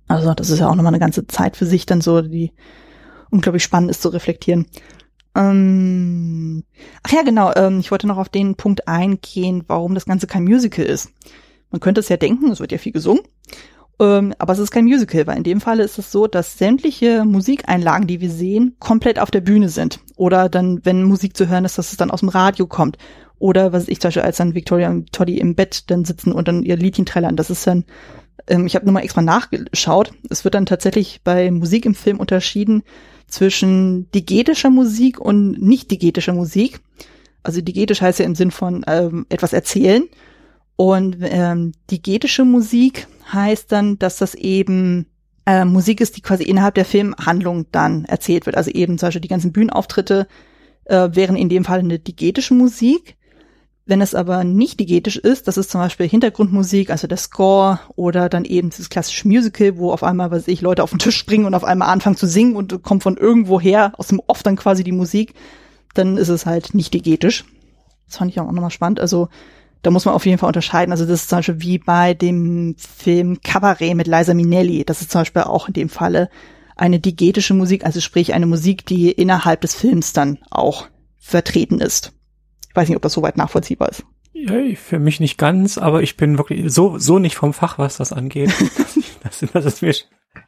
Also das ist ja auch nochmal eine ganze Zeit für sich dann so, die unglaublich spannend ist zu reflektieren. Ähm, ach ja, genau, ähm, ich wollte noch auf den Punkt eingehen, warum das Ganze kein Musical ist. Man könnte es ja denken, es wird ja viel gesungen, ähm, aber es ist kein Musical, weil in dem Falle ist es so, dass sämtliche Musikeinlagen, die wir sehen, komplett auf der Bühne sind. Oder dann, wenn Musik zu hören ist, dass es dann aus dem Radio kommt. Oder was ich zum Beispiel, als dann Victoria und Toddy im Bett dann sitzen und dann ihr Liedchen trällern, das ist dann, ähm, ich habe nochmal extra nachgeschaut, es wird dann tatsächlich bei Musik im Film unterschieden zwischen diegetischer Musik und nicht diegetischer Musik. Also diegetisch heißt ja im Sinn von ähm, etwas erzählen. Und ähm, diegetische Musik heißt dann, dass das eben äh, Musik ist, die quasi innerhalb der Filmhandlung dann erzählt wird. Also eben zum Beispiel die ganzen Bühnenauftritte äh, wären in dem Fall eine diegetische Musik. Wenn es aber nicht diegetisch ist, das ist zum Beispiel Hintergrundmusik, also der Score oder dann eben dieses klassische Musical, wo auf einmal, weiß ich, Leute auf den Tisch springen und auf einmal anfangen zu singen und kommt von irgendwo her, aus dem Off dann quasi die Musik, dann ist es halt nicht diegetisch. Das fand ich auch nochmal spannend. Also da muss man auf jeden Fall unterscheiden. Also das ist zum Beispiel wie bei dem Film Cabaret mit Liza Minnelli. Das ist zum Beispiel auch in dem Falle eine diegetische Musik, also sprich eine Musik, die innerhalb des Films dann auch vertreten ist. Ich weiß nicht, ob das soweit nachvollziehbar ist. Ja, für mich nicht ganz, aber ich bin wirklich so so nicht vom Fach, was das angeht. das, das ist mir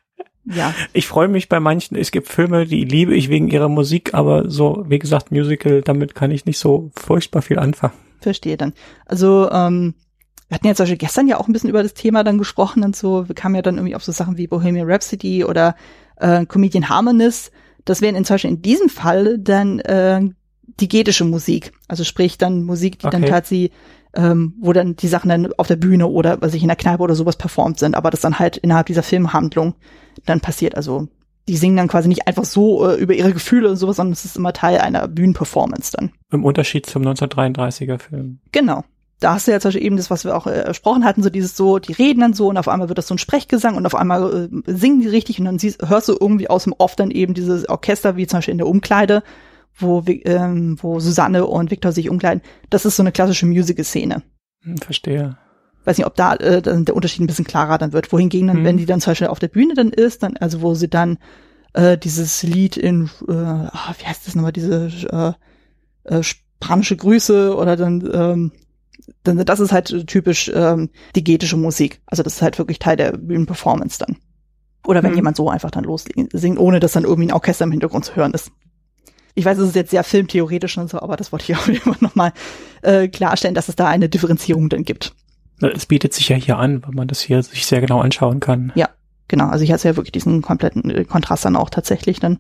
ja. Ich freue mich bei manchen, es gibt Filme, die liebe ich wegen ihrer Musik, aber so, wie gesagt, Musical, damit kann ich nicht so furchtbar viel anfangen. Verstehe dann. Also, ähm, wir hatten ja zum Beispiel gestern ja auch ein bisschen über das Thema dann gesprochen und so. Wir kamen ja dann irgendwie auf so Sachen wie Bohemian Rhapsody oder äh, Comedian Harmonies. Das wären inzwischen in diesem Fall dann äh, diegetische Musik. Also sprich dann Musik, die okay. dann tatsächlich, ähm, wo dann die Sachen dann auf der Bühne oder was ich in der Kneipe oder sowas performt sind, aber das dann halt innerhalb dieser Filmhandlung dann passiert. Also die singen dann quasi nicht einfach so äh, über ihre Gefühle und sowas, sondern es ist immer Teil einer Bühnenperformance dann. Im Unterschied zum neunzehnhundertdreiunddreißiger Film. Genau. Da hast du ja zum Beispiel eben das, was wir auch äh, besprochen hatten, so dieses so, die reden dann so und auf einmal wird das so ein Sprechgesang und auf einmal äh, singen die richtig und dann siehst, hörst du irgendwie aus dem Off dann eben dieses Orchester, wie zum Beispiel in der Umkleide, wo, ähm, wo Susanne und Victor sich umkleiden. Das ist so eine klassische Musical-Szene. Hm, verstehe. Weiß nicht, ob da äh, der Unterschied ein bisschen klarer dann wird. Wohingegen dann, hm. wenn die dann zum Beispiel auf der Bühne dann ist, dann, also wo sie dann äh, dieses Lied in, äh, wie heißt das nochmal, diese äh, äh, spanische Grüße oder dann, ähm, dann das ist halt typisch ähm, diegetische Musik. Also das ist halt wirklich Teil der Bühnenperformance dann. Oder wenn hm. jemand so einfach dann lossingt, ohne dass dann irgendwie ein Orchester im Hintergrund zu hören ist. Ich weiß, es ist jetzt sehr filmtheoretisch und so, aber das wollte ich auch immer nochmal äh, klarstellen, dass es da eine Differenzierung dann gibt. Es bietet sich ja hier an, weil man das hier sich sehr genau anschauen kann. Ja, genau. Also ich hatte ja wirklich diesen kompletten Kontrast dann auch tatsächlich dann.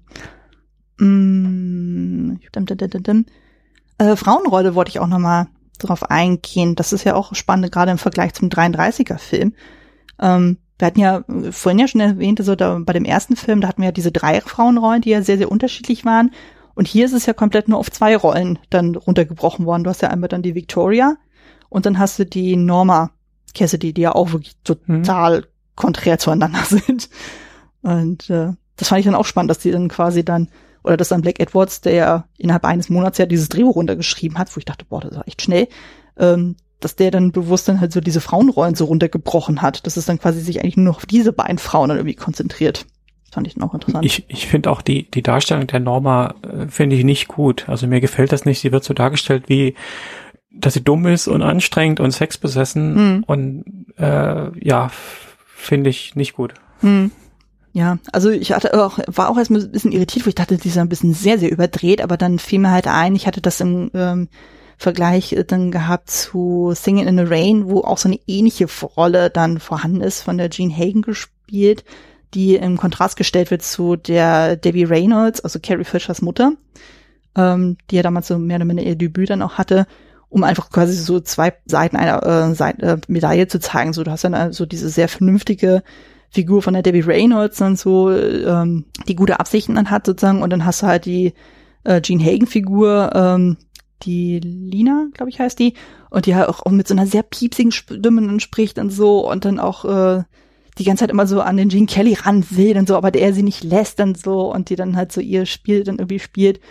Mm, dim, dim, dim, dim. Äh, Frauenrolle wollte ich auch nochmal drauf eingehen. Das ist ja auch spannend, gerade im Vergleich zum dreiunddreißiger Film. Ähm, wir hatten ja vorhin ja schon erwähnt, so da, bei dem ersten Film, da hatten wir ja diese drei Frauenrollen, die ja sehr, sehr unterschiedlich waren. Und hier ist es ja komplett nur auf zwei Rollen dann runtergebrochen worden. Du hast ja einmal dann die Victoria und dann hast du die Norma Cassidy, die ja auch wirklich total hm. konträr zueinander sind. Und äh, das fand ich dann auch spannend, dass die dann quasi dann, oder dass dann Blake Edwards, der ja innerhalb eines Monats ja dieses Drehbuch runtergeschrieben hat, wo ich dachte, boah, das war echt schnell, ähm, dass der dann bewusst dann halt so diese Frauenrollen so runtergebrochen hat. Dass es dann quasi sich eigentlich nur noch auf diese beiden Frauen dann irgendwie konzentriert. Das fand ich dann auch interessant. Ich, ich finde auch die, die Darstellung der Norma äh, finde ich nicht gut. Also mir gefällt das nicht. Sie wird so dargestellt wie, dass sie dumm ist und anstrengend und sexbesessen. Hm. Und äh, ja, finde ich nicht gut. Hm. Ja, also ich hatte auch, war auch erst ein bisschen irritiert, wo ich dachte, die ist ein bisschen sehr, sehr überdreht, aber dann fiel mir halt ein, ich hatte das im ähm, Vergleich dann gehabt zu Singing in the Rain, wo auch so eine ähnliche Rolle dann vorhanden ist, von der Jean Hagen gespielt, die im Kontrast gestellt wird zu der Debbie Reynolds, also Carrie Fishers Mutter, ähm, die ja damals so mehr oder minder ihr Debüt dann auch hatte, um einfach quasi so zwei Seiten einer äh, Seite, äh, Medaille zu zeigen. So, du hast dann also diese sehr vernünftige Figur von der Debbie Reynolds dann so, ähm, die gute Absichten dann hat sozusagen, und dann hast du halt die äh, Jean Hagen-Figur, ähm, die Lina, glaube ich, heißt die, und die halt auch, auch mit so einer sehr piepsigen Stimme dann spricht und so und dann auch äh, die ganze Zeit immer so an den Gene Kelly ran will und so, aber der sie nicht lässt und so und die dann halt so ihr Spiel dann irgendwie spielt.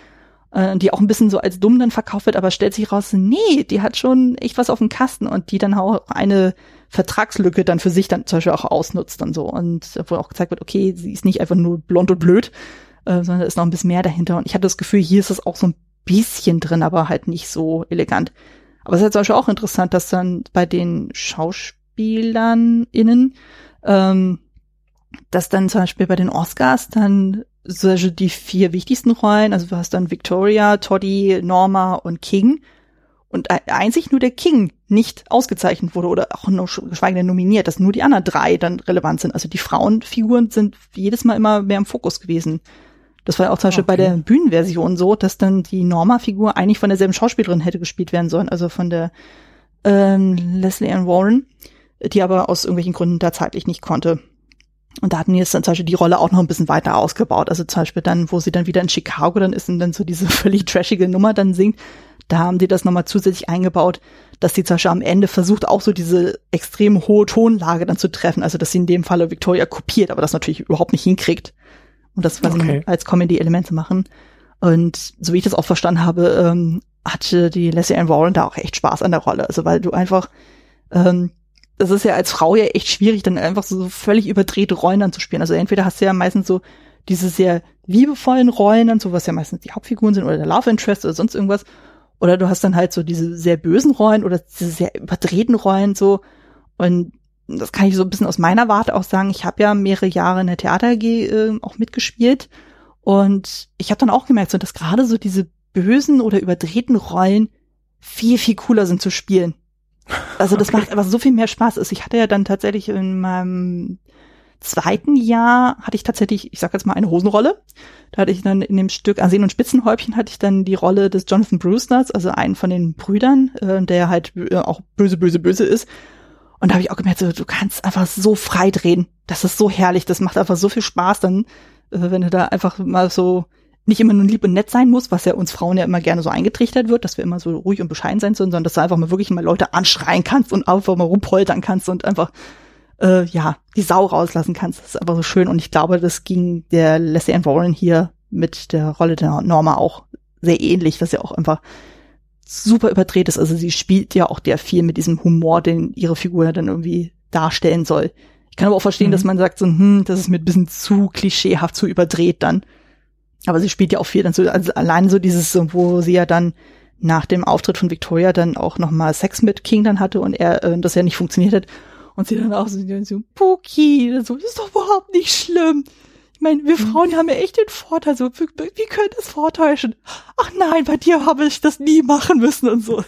äh, die auch ein bisschen so als dumm dann verkauft wird, aber stellt sich raus, nee, die hat schon echt was auf dem Kasten und die dann auch eine Vertragslücke dann für sich dann zum Beispiel auch ausnutzt und so. Und wo auch gezeigt wird, okay, sie ist nicht einfach nur blond und blöd, äh, sondern da ist noch ein bisschen mehr dahinter. Und ich hatte das Gefühl, hier ist es auch so ein bisschen drin, aber halt nicht so elegant. Aber es ist halt zum Beispiel auch interessant, dass dann bei den Schauspielern innen, ähm, dass dann zum Beispiel bei den Oscars dann so die vier wichtigsten Rollen, also du hast dann Victoria, Toddy, Norma und King. Und einzig nur der King nicht ausgezeichnet wurde oder auch nur geschweige denn nominiert, dass nur die anderen drei dann relevant sind. Also die Frauenfiguren sind jedes Mal immer mehr im Fokus gewesen. Das war ja auch zum Beispiel okay. bei der Bühnenversion so, dass dann die Norma-Figur eigentlich von derselben Schauspielerin hätte gespielt werden sollen, also von der ähm, Leslie Ann Warren, die aber aus irgendwelchen Gründen da zeitlich nicht konnte. Und da hatten die jetzt dann zum Beispiel die Rolle auch noch ein bisschen weiter ausgebaut. Also zum Beispiel dann, wo sie dann wieder in Chicago dann ist und dann so diese völlig trashige Nummer dann singt, da haben die das nochmal zusätzlich eingebaut, dass sie zum Beispiel am Ende versucht, auch so diese extrem hohe Tonlage dann zu treffen. Also dass sie in dem Falle Victoria kopiert, aber das natürlich überhaupt nicht hinkriegt. Und das quasi okay. als Comedy-Element zu machen. Und so wie ich das auch verstanden habe, ähm, hatte die Leslie Ann Warren da auch echt Spaß an der Rolle. Also weil du einfach, ähm, das ist ja als Frau ja echt schwierig, dann einfach so völlig überdrehte Rollen dann zu spielen. Also entweder hast du ja meistens so diese sehr liebevollen Rollen dann, so was ja meistens die Hauptfiguren sind oder der Love Interest oder sonst irgendwas. Oder du hast dann halt so diese sehr bösen Rollen oder diese sehr überdrehten Rollen so. Und das kann ich so ein bisschen aus meiner Warte auch sagen. Ich habe ja mehrere Jahre in der Theater A G äh, auch mitgespielt. Und ich habe dann auch gemerkt, so dass gerade so diese bösen oder überdrehten Rollen viel, viel cooler sind zu spielen. Also das okay. macht einfach so viel mehr Spaß. Also ich hatte ja dann tatsächlich in meinem zweiten Jahr hatte ich tatsächlich, ich sag jetzt mal, eine Hosenrolle. Da hatte ich dann in dem Stück Arsen und Spitzenhäubchen hatte ich dann die Rolle des Jonathan Brewsters, also einen von den Brüdern, äh, der halt äh, auch böse, böse, böse ist. Und da habe ich auch gemerkt, so, du kannst einfach so frei drehen. Das ist so herrlich. Das macht einfach so viel Spaß dann, äh, wenn du da einfach mal so nicht immer nur lieb und nett sein musst, was ja uns Frauen ja immer gerne so eingetrichtert wird, dass wir immer so ruhig und bescheiden sein sollen, sondern dass du einfach mal wirklich mal Leute anschreien kannst und einfach mal rumpoltern kannst und einfach äh, ja, die Sau rauslassen kannst. Das ist einfach so schön. Und ich glaube, das ging der Leslie Ann Warren hier mit der Rolle der Norma auch sehr ähnlich, dass sie auch einfach super überdreht ist. Also sie spielt ja auch sehr viel mit diesem Humor, den ihre Figur dann irgendwie darstellen soll. Ich kann aber auch verstehen, mhm. dass man sagt so, hm, das ist mir ein bisschen zu klischeehaft, zu überdreht dann. Aber sie spielt ja auch viel dann so, also allein so dieses, wo sie ja dann nach dem Auftritt von Victoria dann auch nochmal Sex mit King dann hatte und er äh, das ja nicht funktioniert hat. Und sie dann auch so, so Puki, so, das ist doch überhaupt nicht schlimm. Ich meine, wir Frauen haben ja echt den Vorteil, so, wie, wie können das vortäuschen? Ach nein, bei dir habe ich das nie machen müssen und so.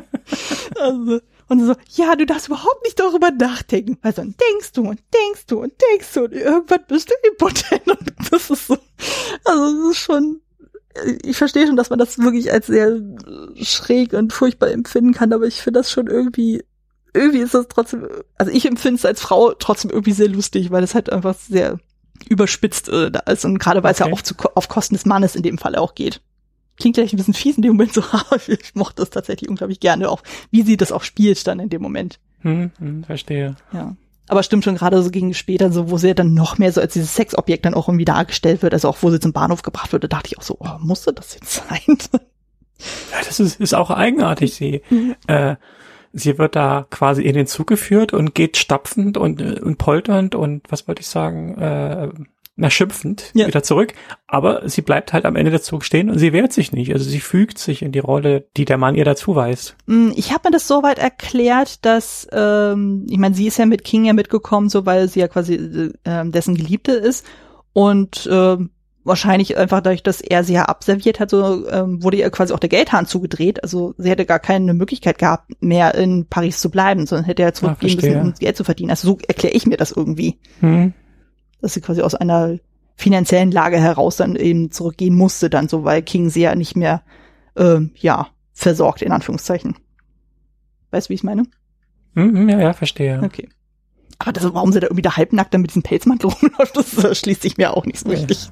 Also, und so, ja, du darfst überhaupt nicht darüber nachdenken. Weil so, denkst du und denkst du und denkst du und irgendwann bist du impotent und das ist so, also, das ist schon, ich verstehe schon, dass man das wirklich als sehr schräg und furchtbar empfinden kann, aber ich finde das schon irgendwie, irgendwie ist das trotzdem, also ich empfinde es als Frau trotzdem irgendwie sehr lustig, weil es halt einfach sehr überspitzt äh, da ist und gerade weil es okay. ja oft zu, auf Kosten des Mannes in dem Fall auch geht. Klingt vielleicht ein bisschen fies in dem Moment so, aber ich mochte das tatsächlich unglaublich gerne, auch wie sie das auch spielt dann in dem Moment. Hm, hm, verstehe. Ja. Aber stimmt schon, gerade so gegen später, so wo sie dann noch mehr so als dieses Sexobjekt dann auch irgendwie dargestellt wird, also auch wo sie zum Bahnhof gebracht wird, da dachte ich auch so, oh, musste das jetzt sein? Ja, das ist, ist auch eigenartig, sie, mhm. äh, sie wird da quasi in den Zug geführt und geht stapfend und, und polternd und, was wollte ich sagen, äh, na, schimpfend ja. wieder zurück. Aber sie bleibt halt am Ende des Zugs stehen und sie wehrt sich nicht. Also sie fügt sich in die Rolle, die der Mann ihr dazu weist. Ich habe mir das soweit erklärt, dass, ähm, ich meine, sie ist ja mit King ja mitgekommen, so weil sie ja quasi äh, dessen Geliebte ist. Und äh, wahrscheinlich einfach dadurch, dass er sie ja abserviert hat, so ähm, wurde ihr quasi auch der Geldhahn zugedreht. Also sie hätte gar keine Möglichkeit gehabt, mehr in Paris zu bleiben, sondern hätte ja zurückgehen müssen, um Geld zu verdienen. Also so erkläre ich mir das irgendwie. Hm. Dass sie quasi aus einer finanziellen Lage heraus dann eben zurückgehen musste, dann so, weil King sie ja nicht mehr, äh, ja, versorgt, in Anführungszeichen. Weißt du, wie ich meine? Mhm, ja, ja, verstehe. Okay. Aber das, warum sie da irgendwie da halbnackt dann mit diesem Pelzmantel rumläuft, das, das schließt sich mir auch nicht so ja. richtig.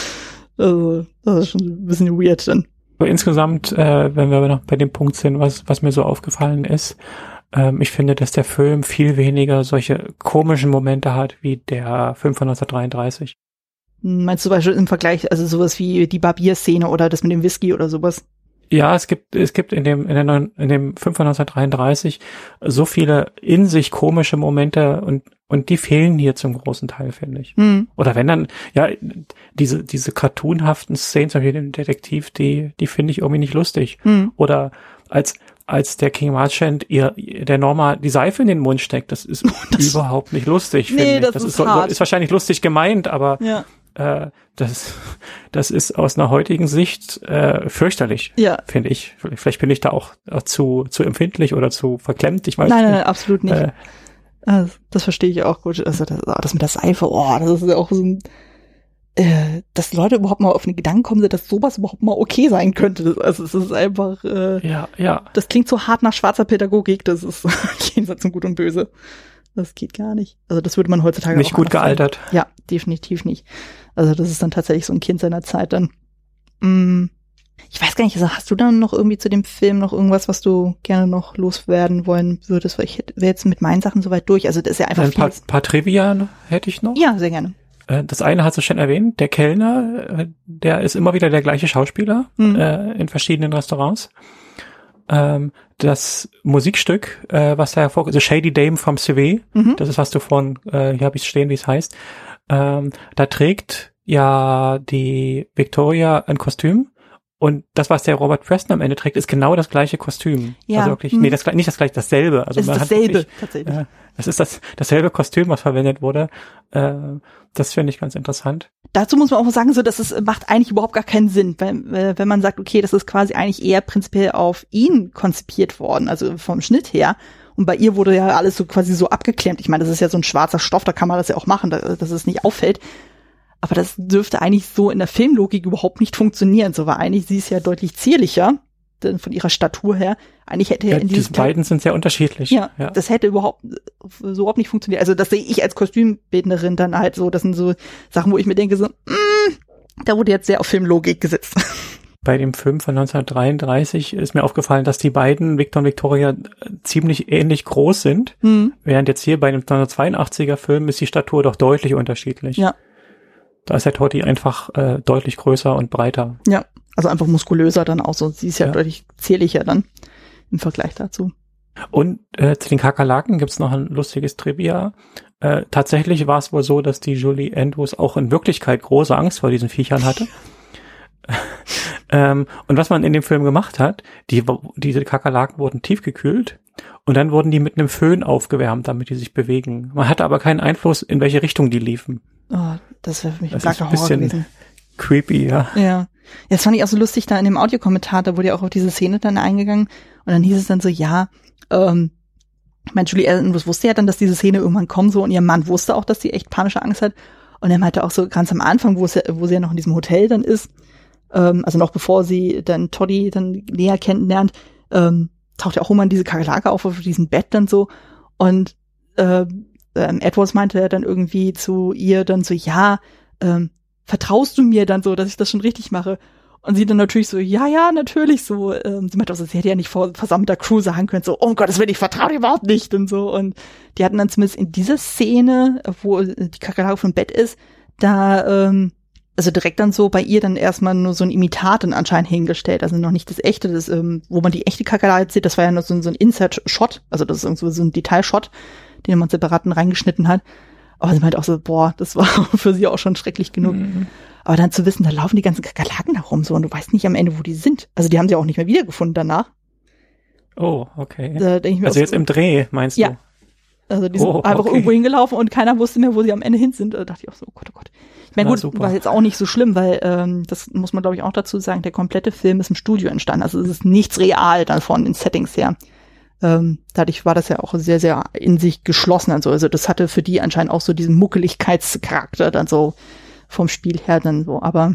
Also, das ist schon ein bisschen weird dann. Aber insgesamt, äh, wenn wir noch bei dem Punkt sind, was, was mir so aufgefallen ist, ähm, ich finde, dass der Film viel weniger solche komischen Momente hat, wie der Film von neunzehnhundertdreiunddreißig. Meinst du zum Beispiel im Vergleich, also sowas wie die Barbier-Szene oder das mit dem Whisky oder sowas? Ja, es gibt, es gibt in dem, in der neuen, in dem Film von neunzehnhundertdreiunddreißig so viele in sich komische Momente und, und die fehlen hier zum großen Teil, finde ich. Mhm. Oder wenn dann, ja, diese, diese cartoonhaften Szenen, zum Beispiel dem Detektiv, die, die finde ich irgendwie nicht lustig. Mhm. Oder als, als der King Marchand ihr, der Norma die Seife in den Mund steckt, das ist das, überhaupt nicht lustig, nee, finde ich. Das, das ist, ist, so, ist wahrscheinlich lustig gemeint, aber, ja. äh, das, das ist aus einer heutigen Sicht äh, fürchterlich, ja. finde ich. Vielleicht bin ich da auch, auch zu zu empfindlich oder zu verklemmt, ich weiß nein, nicht. Nein, nein, absolut nicht. Äh, also, das verstehe ich auch gut. Also das, das mit der Seife, oh, das ist ja auch so ein, äh, dass Leute überhaupt mal auf den Gedanken kommen, dass sowas überhaupt mal okay sein könnte. Also es ist einfach, äh, ja, ja. Das klingt so hart nach schwarzer Pädagogik, das ist jenseits von Gut und Böse. Das geht gar nicht. Also das würde man heutzutage nicht auch gut gealtert. Sagen. Ja, definitiv nicht. Also das ist dann tatsächlich so ein Kind seiner Zeit dann. Mm, ich weiß gar nicht, also hast du dann noch irgendwie zu dem Film noch irgendwas, was du gerne noch loswerden wollen würdest? Weil ich wäre jetzt mit meinen Sachen soweit durch. Also das ist ja einfach ein paar, viel. paar Trivia hätte ich noch. Ja, sehr gerne. Das eine hast du schon erwähnt, der Kellner, der ist immer wieder der gleiche Schauspieler mhm. äh, in verschiedenen Restaurants. Ähm, das Musikstück, äh, was da hervorkommt, The Shady Dame from Civet, mhm. das ist, was du vorhin, äh, hier habe ich stehen, wie es heißt, ähm, da trägt ja die Victoria ein Kostüm und das, was der Robert Preston am Ende trägt, ist genau das gleiche Kostüm. Ja. Also wirklich, mhm. nee, das, nicht das gleiche, dasselbe. Also es ist man dasselbe, hat wirklich, tatsächlich. Äh, das ist das dasselbe Kostüm, was verwendet wurde. Äh, das finde ich ganz interessant. Dazu muss man auch sagen, so, dass es macht eigentlich überhaupt gar keinen Sinn, wenn, wenn man sagt, okay, das ist quasi eigentlich eher prinzipiell auf ihn konzipiert worden, also vom Schnitt her. Und bei ihr wurde ja alles so quasi so abgeklemmt. Ich meine, das ist ja so ein schwarzer Stoff, da kann man das ja auch machen, dass es nicht auffällt. Aber das dürfte eigentlich so in der Filmlogik überhaupt nicht funktionieren. So, weil eigentlich sie ist ja deutlich zierlicher, denn von ihrer Statur her. Eigentlich hätte ja, ja in diese beiden sind sehr unterschiedlich. Ja, ja, das hätte überhaupt so überhaupt nicht funktioniert. Also das sehe ich als Kostümbildnerin dann halt so. Das sind so Sachen, wo ich mir denke, so, mm, da wurde jetzt sehr auf Filmlogik gesetzt. Bei dem Film von neunzehnhundertdreiunddreißig ist mir aufgefallen, dass die beiden, Victor und Victoria, ziemlich ähnlich groß sind. Mhm. Während jetzt hier bei dem neunzehnhundertzweiundachtziger Film ist die Statur doch deutlich unterschiedlich. Ja. Da ist der Totti einfach äh, deutlich größer und breiter. Ja, also einfach muskulöser dann auch so. Sie ist ja, ja. deutlich zierlicher dann im Vergleich dazu. Und äh, zu den Kakerlaken gibt's noch ein lustiges Trivia. Äh, tatsächlich war es wohl so, dass die Julie Andrews auch in Wirklichkeit große Angst vor diesen Viechern hatte. ähm, und was man in dem Film gemacht hat, die, diese Kakerlaken wurden tiefgekühlt und dann wurden die mit einem Föhn aufgewärmt, damit die sich bewegen. Man hatte aber keinen Einfluss, in welche Richtung die liefen. Oh, das wäre für mich ein blanker Horror gewesen. Creepy, ja. Ja. Das fand ich auch so lustig, da in dem Audiokommentar, da wurde ja auch auf diese Szene dann eingegangen und dann hieß es dann so, ja, ähm, ich meine, Julie Andrews wusste ja dann, dass diese Szene irgendwann kommt so und ihr Mann wusste auch, dass sie echt panische Angst hat und er meinte auch so ganz am Anfang, wo es ja, wo sie ja noch in diesem Hotel dann ist, ähm, also noch bevor sie dann Toddy dann näher kennenlernt, ähm, taucht ja auch immer diese Kakerlake auf auf diesem Bett dann so und äh, ähm, Edwards meinte ja dann irgendwie zu ihr dann so, ja, ähm, vertraust du mir dann so, dass ich das schon richtig mache? Und sie dann natürlich so, ja, ja, natürlich so. Ähm, sie meinte auch so, sie hätte ja nicht vor versammelter Crew sagen können, so, oh Gott, das will ich vertraue dir überhaupt nicht und so. Und die hatten dann zumindest in dieser Szene, wo die Kakerlake auf dem Bett ist, da, ähm, also direkt dann so bei ihr dann erstmal nur so ein Imitat dann anscheinend hingestellt, also noch nicht das echte, das, ähm, wo man die echte Kakerlake sieht, das war ja nur so, so ein Insert-Shot, also das ist irgendwo so ein Detailshot, den man separaten reingeschnitten hat. Aber sie meinte auch so, boah, das war für sie auch schon schrecklich genug. Mhm. Aber dann zu wissen, da laufen die ganzen Kakerlaken da rum so und du weißt nicht am Ende, wo die sind. Also die haben sie auch nicht mehr wiedergefunden danach. Oh, okay. Da denk ich mir also auch jetzt so, im Dreh, meinst ja. du? Also die sind oh, einfach okay. irgendwo hingelaufen und keiner wusste mehr, wo sie am Ende hin sind. Da dachte ich auch so, oh Gott, oh Gott. Ich meine, gut, super. War jetzt auch nicht so schlimm, weil ähm, das muss man, glaube ich, auch dazu sagen, der komplette Film ist im Studio entstanden. Also es ist nichts real dann von den Settings her. Ähm, dadurch war das ja auch sehr, sehr in sich geschlossen. Also, also das hatte für die anscheinend auch so diesen Muckeligkeitscharakter dann so vom Spiel her dann so. Aber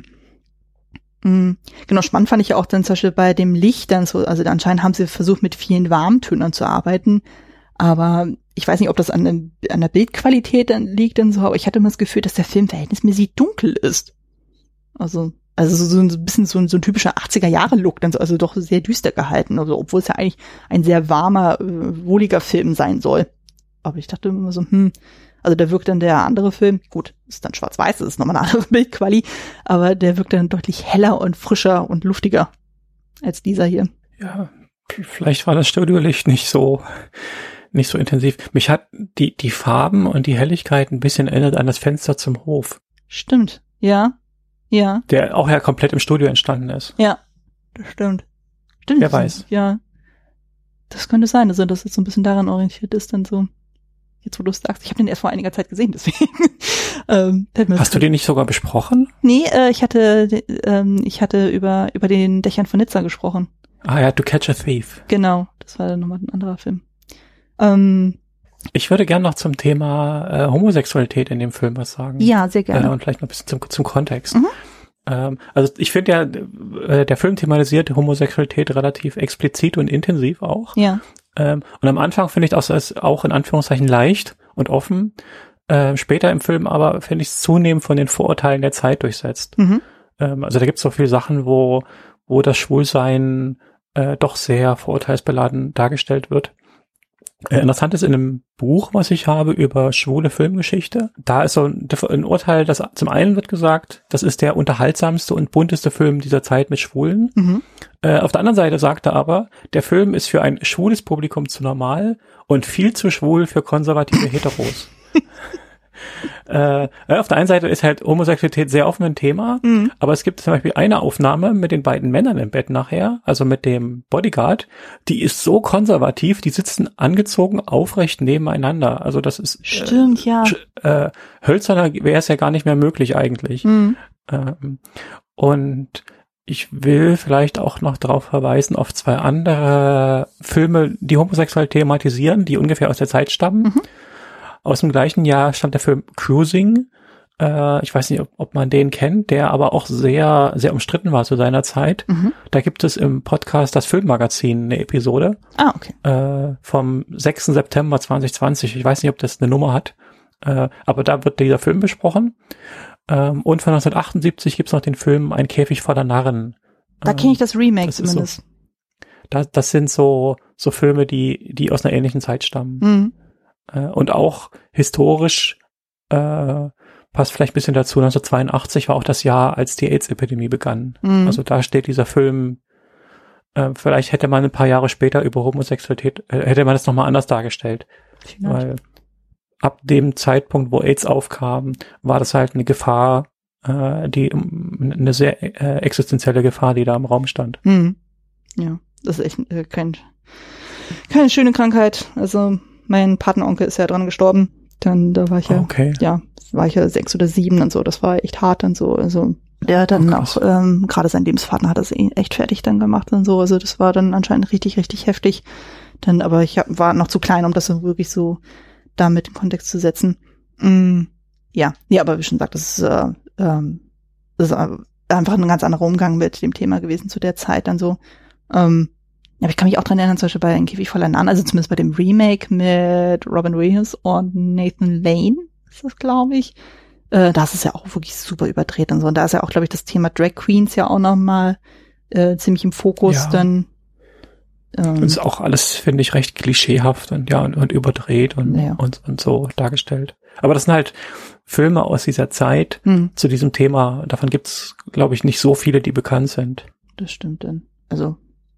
mh, genau, spannend fand ich ja auch dann zum Beispiel bei dem Licht dann so. Also anscheinend haben sie versucht, mit vielen Warmtönern zu arbeiten. Aber ich weiß nicht, ob das an, an der Bildqualität dann liegt dann so. Aber ich hatte immer das Gefühl, dass der Film verhältnismäßig dunkel ist. Also Also so, so ein bisschen so ein, so ein typischer achtziger-Jahre-Look, dann so, also doch sehr düster gehalten, also obwohl es ja eigentlich ein sehr warmer, äh, wohliger Film sein soll. Aber ich dachte immer so, hm, Also da wirkt dann der andere Film, gut, ist dann schwarz-weiß, das ist nochmal eine andere Bildquali, aber der wirkt dann deutlich heller und frischer und luftiger als dieser hier. Ja, vielleicht war das Studiolicht nicht so nicht so intensiv. Mich hat die die Farben und die Helligkeit ein bisschen erinnert an das Fenster zum Hof. Stimmt, ja, ja. Der auch ja komplett im Studio entstanden ist. Ja, das stimmt. Stimmt. Wer weiß. Ja, das könnte sein, also dass es so ein bisschen daran orientiert ist, dann so. Jetzt, wo du es sagst, ich habe den erst vor einiger Zeit gesehen, deswegen. ähm, Hast du den nicht sogar besprochen? Nee, äh, ich hatte, ähm, ich hatte über über den Dächern von Nizza gesprochen. Ah ja, To Catch a Thief. Genau, das war dann nochmal ein anderer Film. Ähm, ich würde gerne noch zum Thema äh, Homosexualität in dem Film was sagen. Ja, sehr gerne. Äh, und vielleicht noch ein bisschen zum, zum Kontext. Mhm. Ähm, also ich finde ja, äh, der Film thematisiert Homosexualität relativ explizit und intensiv auch. Ja. Ähm, und am Anfang finde ich das als auch in Anführungszeichen leicht und offen. Ähm, später im Film aber finde ich es zunehmend von den Vorurteilen der Zeit durchsetzt. Mhm. Ähm, also da gibt es so viele Sachen, wo wo das Schwulsein äh, doch sehr vorurteilsbeladen dargestellt wird. Äh, interessant ist in einem Buch, was ich habe über schwule Filmgeschichte. Da ist so ein, ein Urteil, dass zum einen wird gesagt, das ist der unterhaltsamste und bunteste Film dieser Zeit mit Schwulen. Mhm. Äh, auf der anderen Seite sagt er aber, der Film ist für ein schwules Publikum zu normal und viel zu schwul für konservative Heteros. Äh, auf der einen Seite ist halt Homosexualität sehr offen ein Thema, mhm. aber es gibt zum Beispiel eine Aufnahme mit den beiden Männern im Bett nachher, also mit dem Bodyguard, die ist so konservativ, die sitzen angezogen aufrecht nebeneinander. Also das ist Stimmt, äh, ja. Äh, hölzerner wäre es ja gar nicht mehr möglich eigentlich. Mhm. Ähm, und ich will vielleicht auch noch darauf verweisen auf zwei andere Filme, die homosexuell thematisieren, die ungefähr aus der Zeit stammen. Mhm. Aus dem gleichen Jahr stammt der Film Cruising. Äh, ich weiß nicht, ob, ob man den kennt, der aber auch sehr, sehr umstritten war zu seiner Zeit. Mhm. Da gibt es im Podcast das Filmmagazin eine Episode. Ah, okay. Äh, vom sechsten September zwanzig zwanzig. Ich weiß nicht, ob das eine Nummer hat. Äh, aber da wird dieser Film besprochen. Ähm, und von neunzehnhundertachtundsiebzig gibt's noch den Film Ein Käfig voller Narren. Da kenne ich das Remake das zumindest. So, das, das sind so, so Filme, die, die aus einer ähnlichen Zeit stammen. Mhm. Und auch historisch äh, passt vielleicht ein bisschen dazu, neunzehnhundertzweiundachtzig war auch das Jahr, als die AIDS-Epidemie begann. Mhm. Also da steht dieser Film, äh, vielleicht hätte man ein paar Jahre später über Homosexualität, äh, hätte man das nochmal anders dargestellt. Vielleicht. Weil ab dem Zeitpunkt, wo AIDS aufkam, war das halt eine Gefahr, äh, die eine sehr äh, existenzielle Gefahr, die da im Raum stand. Mhm. Ja, das ist echt äh, kein, keine schöne Krankheit. Also mein Patenonkel ist ja dran gestorben. Dann, da war ich ja, okay. ja, war ich ja sechs oder sieben und so. Das war echt hart und so. Also, der hat dann oh, auch, ähm, gerade sein Lebenspartner hat das echt fertig dann gemacht und so. Also, das war dann anscheinend richtig, richtig heftig. Dann, aber ich hab, war noch zu klein, um das so wirklich so damit in Kontext zu setzen. Mm, ja, ja, aber wie schon gesagt, das ist, äh, ähm, das ist einfach ein ganz anderer Umgang mit dem Thema gewesen zu der Zeit dann so. Ähm, Aber ich kann mich auch dran erinnern, zum Beispiel bei Ein Käfig voller Narren, also zumindest bei dem Remake mit Robin Williams und Nathan Lane, ist das, glaube ich. Äh, da ist es ja auch wirklich super überdreht und so. Und da ist ja auch, glaube ich, das Thema Drag Queens ja auch nochmal äh, ziemlich im Fokus ja. dann. Ähm, das ist auch alles, finde ich, recht klischeehaft und ja, und, und überdreht und, ja. und, und so dargestellt. Aber das sind halt Filme aus dieser Zeit hm. zu diesem Thema. Davon gibt's, glaube ich, nicht so viele, die bekannt sind. Das stimmt dann. Also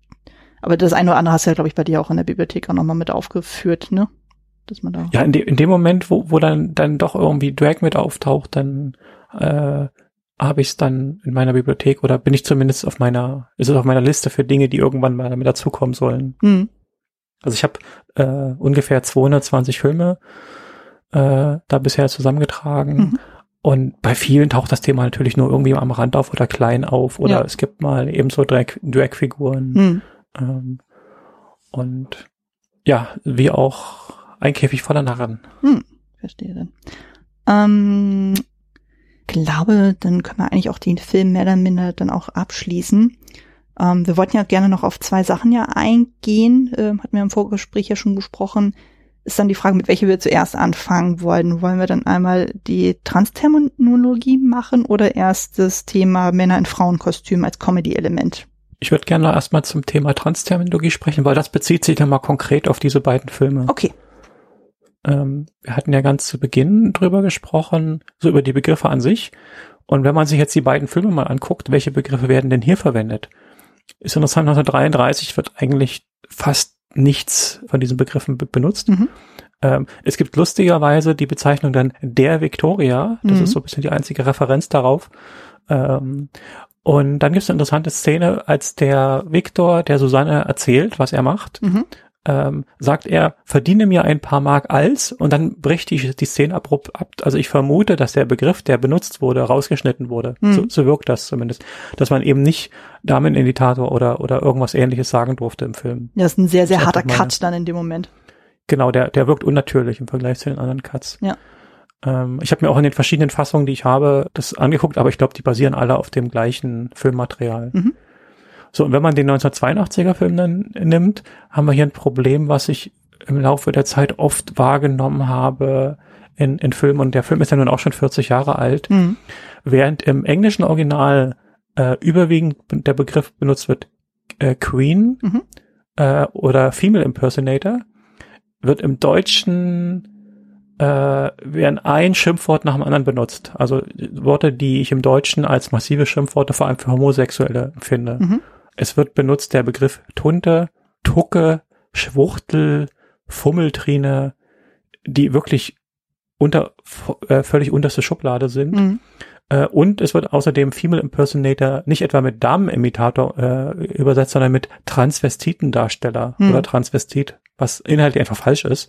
aber das eine oder andere hast du ja, glaube ich, bei dir auch in der Bibliothek auch nochmal mit aufgeführt, ne? Dass man da ja, in, de, in dem Moment, wo, wo dann, dann doch irgendwie Drag mit auftaucht, dann äh, habe ich es dann in meiner Bibliothek oder bin ich zumindest auf meiner, ist es auf meiner Liste für Dinge, die irgendwann mal damit dazukommen sollen. Mhm. Also ich habe äh, ungefähr zweihundertzwanzig Filme äh, da bisher zusammengetragen. Mhm. Und bei vielen taucht das Thema natürlich nur irgendwie am Rand auf oder klein auf oder ja. es gibt mal eben so Drag, Drag-Figuren. Mhm. Ähm, und ja, wie auch Ein Käfig voller Narren. Hm, verstehe dann. Ähm, glaube, dann können wir eigentlich auch den Film mehr oder minder dann auch abschließen. Ähm, wir wollten ja gerne noch auf zwei Sachen ja eingehen, ähm, hatten wir im Vorgespräch ja schon besprochen. Ist dann die Frage, mit welcher wir zuerst anfangen wollen. Wollen wir dann einmal die Transterminologie machen oder erst das Thema Männer in Frauenkostümen als Comedy-Element? Ich würde gerne erstmal zum Thema Transterminologie sprechen, weil das bezieht sich dann mal konkret auf diese beiden Filme. Okay. ähm, wir hatten ja ganz zu Beginn drüber gesprochen, so über die Begriffe an sich. Und wenn man sich jetzt die beiden Filme mal anguckt, welche Begriffe werden denn hier verwendet? Ist interessant, neunzehnhundertdreiunddreißig wird eigentlich fast nichts von diesen Begriffen be- benutzt. Mhm. Ähm, es gibt lustigerweise die Bezeichnung dann der Victoria. Das Mhm. ist so ein bisschen die einzige Referenz darauf. Ähm, und dann gibt es eine interessante Szene, als der Viktor der Susanne erzählt, was er macht. Mhm. Ähm, sagt er, verdiene mir ein paar Mark als, und dann bricht die, die Szene abrupt ab. Also ich vermute, dass der Begriff, der benutzt wurde, rausgeschnitten wurde. Mhm. So, so wirkt das zumindest. Dass man eben nicht Damenindikator oder, oder irgendwas Ähnliches sagen durfte im Film. Ja, das ist ein sehr, sehr Das ist harter einfach meine- Cut dann in dem Moment. Genau, der, der wirkt unnatürlich im Vergleich zu den anderen Cuts. Ja. Ähm, ich habe mir auch in den verschiedenen Fassungen, die ich habe, das angeguckt, aber ich glaube, die basieren alle auf dem gleichen Filmmaterial. Mhm. So, und wenn man den neunzehnhundertzweiundachtziger Film dann nimmt, haben wir hier ein Problem, was ich im Laufe der Zeit oft wahrgenommen habe in, in Filmen. Und der Film ist ja nun auch schon vierzig Jahre alt. Mhm. Während im englischen Original äh, überwiegend der Begriff benutzt wird äh, Queen Mhm. äh, oder Female Impersonator, wird im Deutschen äh, werden ein Schimpfwort nach dem anderen benutzt. Also Worte, die ich im Deutschen als massive Schimpfworte vor allem für Homosexuelle empfinde. Mhm. Es wird benutzt der Begriff Tunte, Tucke, Schwuchtel, Fummeltrine, die wirklich unter äh, völlig unterste Schublade sind. Mhm. Äh, und es wird außerdem Female Impersonator nicht etwa mit Damenimitator äh, übersetzt, sondern mit Transvestitendarsteller Mhm. oder Transvestit, was inhaltlich einfach falsch ist.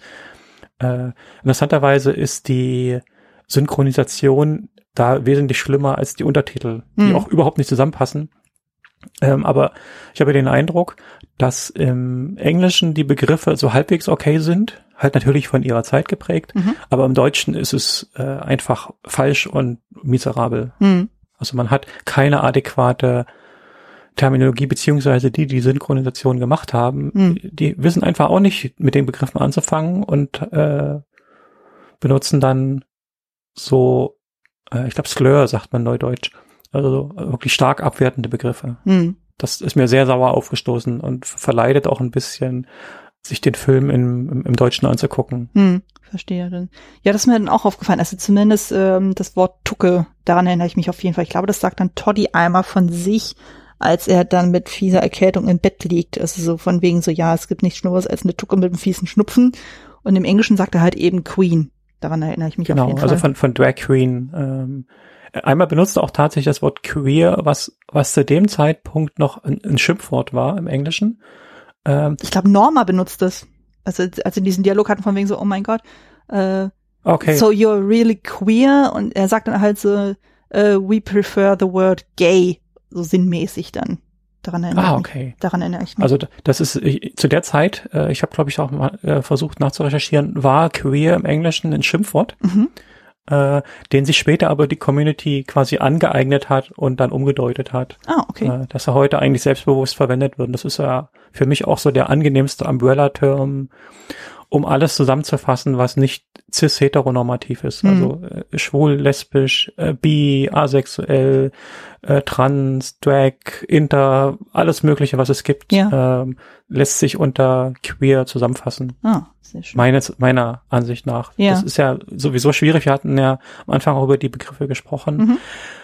Äh, interessanterweise ist die Synchronisation da wesentlich schlimmer als die Untertitel, die Mhm. auch überhaupt nicht zusammenpassen. Ähm, aber ich habe den Eindruck, dass im Englischen die Begriffe so halbwegs okay sind, halt natürlich von ihrer Zeit geprägt, Mhm. aber im Deutschen ist es äh, einfach falsch und miserabel. Mhm. Also man hat keine adäquate Terminologie, beziehungsweise die, die Synchronisation gemacht haben, Mhm. die wissen einfach auch nicht, mit den Begriffen anzufangen und äh, benutzen dann so, äh, ich glaube Slur sagt man neudeutsch, also so wirklich stark abwertende Begriffe. Mhm. Das ist mir sehr sauer aufgestoßen und verleidet auch ein bisschen, sich den Film im, im, im Deutschen anzugucken. Hm, verstehe. Dann. Ja, das ist mir dann auch aufgefallen. Also zumindest ähm, das Wort Tucke, daran erinnere ich mich auf jeden Fall. Ich glaube, das sagt dann Toddy einmal von sich, als er dann mit fieser Erkältung im Bett liegt. Also so von wegen so, ja, es gibt nichts Schlimmeres als eine Tucke mit einem fiesen Schnupfen. Und im Englischen sagt er halt eben Queen. Daran erinnere ich mich Genau, auf jeden also Fall. von, von Drag Queen. Ähm, einmal benutzt er auch tatsächlich das Wort queer, was, was zu dem Zeitpunkt noch ein, ein Schimpfwort war im Englischen. Ähm, Ich glaube, Norma benutzt das. Also als in diesen Dialog hatten von wegen so, oh mein Gott, äh, okay. so you're really queer. Und er sagt dann halt so, äh, we prefer the word gay, so sinnmäßig dann. Daran erinnere ah, ich okay. mich. Daran erinnere ich mich. Also das ist ich, zu der Zeit, äh, ich habe glaube ich auch mal äh, versucht nachzurecherchieren, war queer im Englischen ein Schimpfwort, Mhm. äh, den sich später aber die Community quasi angeeignet hat und dann umgedeutet hat. Ah, okay. Äh, dass er heute eigentlich selbstbewusst verwendet wird. Und das ist ja für mich auch so der angenehmste Umbrella-Term, um alles zusammenzufassen, was nicht cis-heteronormativ ist. Mhm. Also äh, schwul, lesbisch, äh, bi, asexuell, äh, trans, drag, inter, alles mögliche, was es gibt, Ja. ähm, lässt sich unter queer zusammenfassen. Ah, sehr schön. Meines, meiner Ansicht nach. Ja. Das ist ja sowieso schwierig. Wir hatten ja am Anfang auch über die Begriffe gesprochen. Mhm.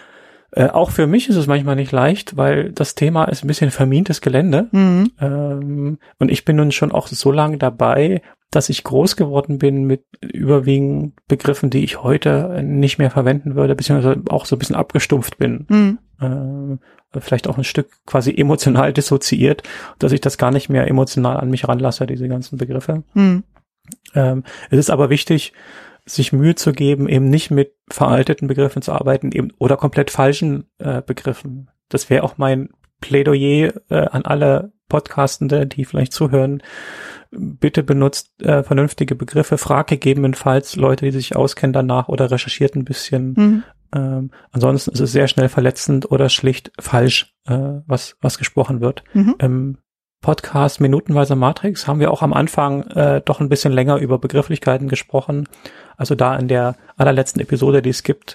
Äh, auch für mich ist es manchmal nicht leicht, weil das Thema ist ein bisschen vermintes Gelände. Mhm. Ähm, und ich bin nun schon auch so lange dabei, dass ich groß geworden bin mit überwiegend Begriffen, die ich heute nicht mehr verwenden würde, beziehungsweise auch so ein bisschen abgestumpft bin. Mhm. Ähm, vielleicht auch ein Stück quasi emotional dissoziiert, dass ich das gar nicht mehr emotional an mich ranlasse, diese ganzen Begriffe. Mhm. Ähm, es ist aber wichtig, sich Mühe zu geben, eben nicht mit veralteten Begriffen zu arbeiten, eben oder komplett falschen äh, Begriffen. Das wäre auch mein Plädoyer äh, an alle Podcastende, die vielleicht zuhören. Bitte benutzt äh, vernünftige Begriffe, fragt gegebenenfalls Leute, die sich auskennen danach oder recherchiert ein bisschen. Mhm. Ähm, ansonsten ist es sehr schnell verletzend oder schlicht falsch, äh, was was gesprochen wird. Mhm. Im Podcast Minutenweise Matrix haben wir auch am Anfang äh, doch ein bisschen länger über Begrifflichkeiten gesprochen. Also da in der allerletzten Episode, die es gibt,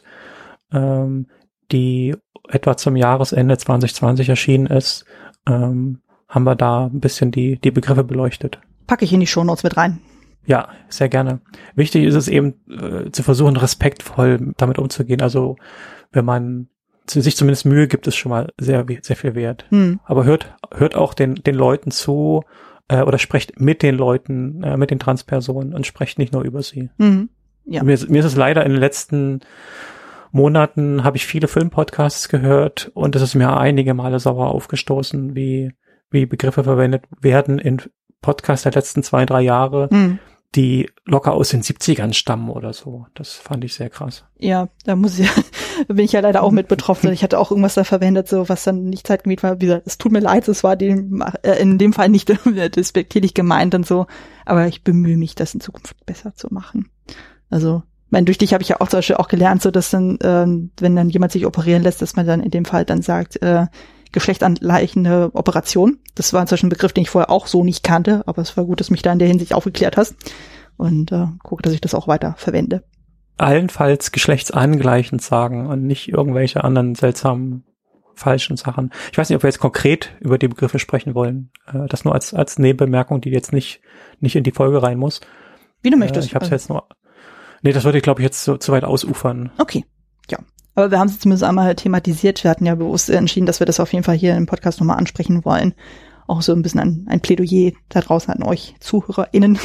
ähm, die etwa zum Jahresende zwanzig zwanzig erschienen ist, ähm, haben wir da ein bisschen die die Begriffe beleuchtet. Packe ich in die Shownotes mit rein. Ja, sehr gerne. Wichtig ist es eben, äh, zu versuchen, respektvoll damit umzugehen. Also wenn man sich zumindest Mühe gibt, ist schon mal sehr, sehr viel wert. Hm. Aber hört, hört auch den, den Leuten zu äh, oder sprecht mit den Leuten, äh, mit den Transpersonen und sprecht nicht nur über sie. Hm. Ja. Mir, mir ist es leider in den letzten Monaten, habe ich viele Filmpodcasts gehört und es ist mir einige Male sauer aufgestoßen, wie, wie Begriffe verwendet werden in Podcasts der letzten zwei, drei Jahre, hm. die locker aus den siebzigern stammen oder so. Das fand ich sehr krass. Ja, da muss ich, da bin ich ja leider auch mit betroffen. Ich hatte auch irgendwas da verwendet, so was dann nicht zeitgemäß war. Wie gesagt, es tut mir leid, es war dem, äh, in dem Fall nicht despektierlich gemeint und so. Aber ich bemühe mich, das in Zukunft besser zu machen. Also, ich meine, durch dich habe ich ja auch zum Beispiel auch gelernt, so dass dann, ähm, wenn dann jemand sich operieren lässt, dass man dann in dem Fall dann sagt, äh, geschlechtsangleichende Operation. Das war inzwischen ein Begriff, den ich vorher auch so nicht kannte, aber es war gut, dass du mich da in der Hinsicht aufgeklärt hast und äh, gucke, dass ich das auch weiter verwende. Allenfalls geschlechtsangleichend sagen und nicht irgendwelche anderen seltsamen, falschen Sachen. Ich weiß nicht, ob wir jetzt konkret über die Begriffe sprechen wollen. Äh, das nur als als Nebenbemerkung, die jetzt nicht nicht in die Folge rein muss. Wie du möchtest. Äh, ich habe es jetzt nur. Nee, das würde ich, glaube ich, jetzt so, zu weit ausufern. Okay, ja. Aber wir haben es zumindest einmal thematisiert. Wir hatten ja bewusst entschieden, dass wir das auf jeden Fall hier im Podcast nochmal ansprechen wollen. Auch so ein bisschen ein, ein Plädoyer da draußen an euch ZuhörerInnen.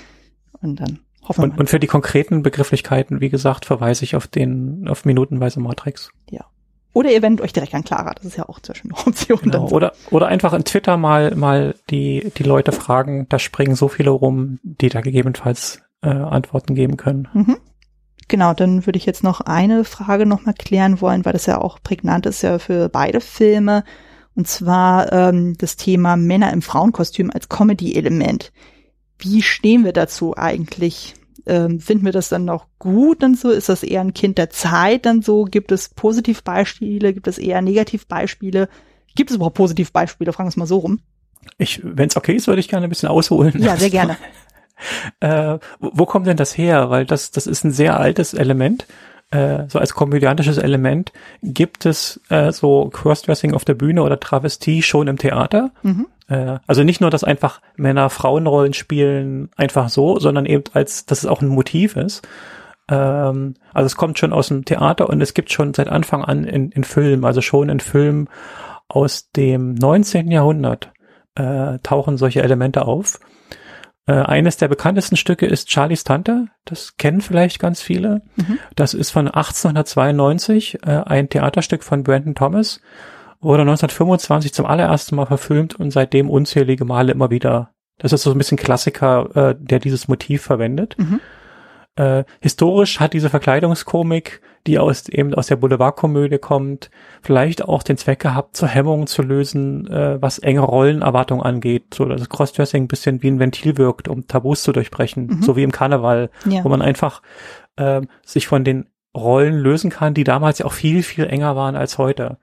Und dann hoffen wir und, mal. Und für die konkreten Begrifflichkeiten, wie gesagt, verweise ich auf den, auf minutenweise Matrix. Ja. Oder ihr wendet euch direkt an Clara. Das ist ja auch zwischen eine Option. Genau. Dann so. Oder, oder einfach in Twitter mal, mal die, die Leute fragen. Da springen so viele rum, die da gegebenenfalls äh, Antworten geben können. Mhm. Genau, dann würde ich jetzt noch eine Frage nochmal klären wollen, weil das ja auch prägnant ist ja für beide Filme. Und zwar ähm, das Thema Männer im Frauenkostüm als Comedy-Element. Wie stehen wir dazu eigentlich? Ähm, finden wir das dann noch gut dann so? Ist das eher ein Kind der Zeit dann so? Gibt es Positivbeispiele? Gibt es eher Negativbeispiele? Gibt es überhaupt Positivbeispiele? Fragen wir es mal so rum. Ich, wenn es okay ist, würde ich gerne ein bisschen ausholen. Ja, sehr gerne. Äh, wo, wo kommt denn das her? Weil das, das ist ein sehr altes Element. Äh, so als komödiantisches Element gibt es äh, so Crossdressing auf der Bühne oder Travestie schon im Theater. Mhm. Äh, also nicht nur, dass einfach Männer Frauenrollen spielen, einfach so, sondern eben als, dass es auch ein Motiv ist. Ähm, also es kommt schon aus dem Theater und es gibt schon seit Anfang an in, in Filmen, also schon in Filmen aus dem neunzehnten Jahrhundert äh, tauchen solche Elemente auf. Eines der bekanntesten Stücke ist Charlies Tante. Das kennen vielleicht ganz viele. Mhm. Das ist von achtzehnhundertzweiundneunzig, äh, ein Theaterstück von Brandon Thomas. Wurde neunzehnhundertfünfundzwanzig zum allerersten Mal verfilmt und seitdem unzählige Male immer wieder. Das ist so ein bisschen Klassiker, äh, der dieses Motiv verwendet. Mhm. Äh, historisch hat diese Verkleidungskomik, die aus eben aus der Boulevardkomödie kommt, vielleicht auch den Zweck gehabt, zur Hemmung zu lösen, äh, was enge Rollenerwartung angeht, so dass Crossdressing ein bisschen wie ein Ventil wirkt, um Tabus zu durchbrechen, mhm. so wie im Karneval, ja. wo man einfach äh, sich von den Rollen lösen kann, die damals ja auch viel, viel enger waren als heute.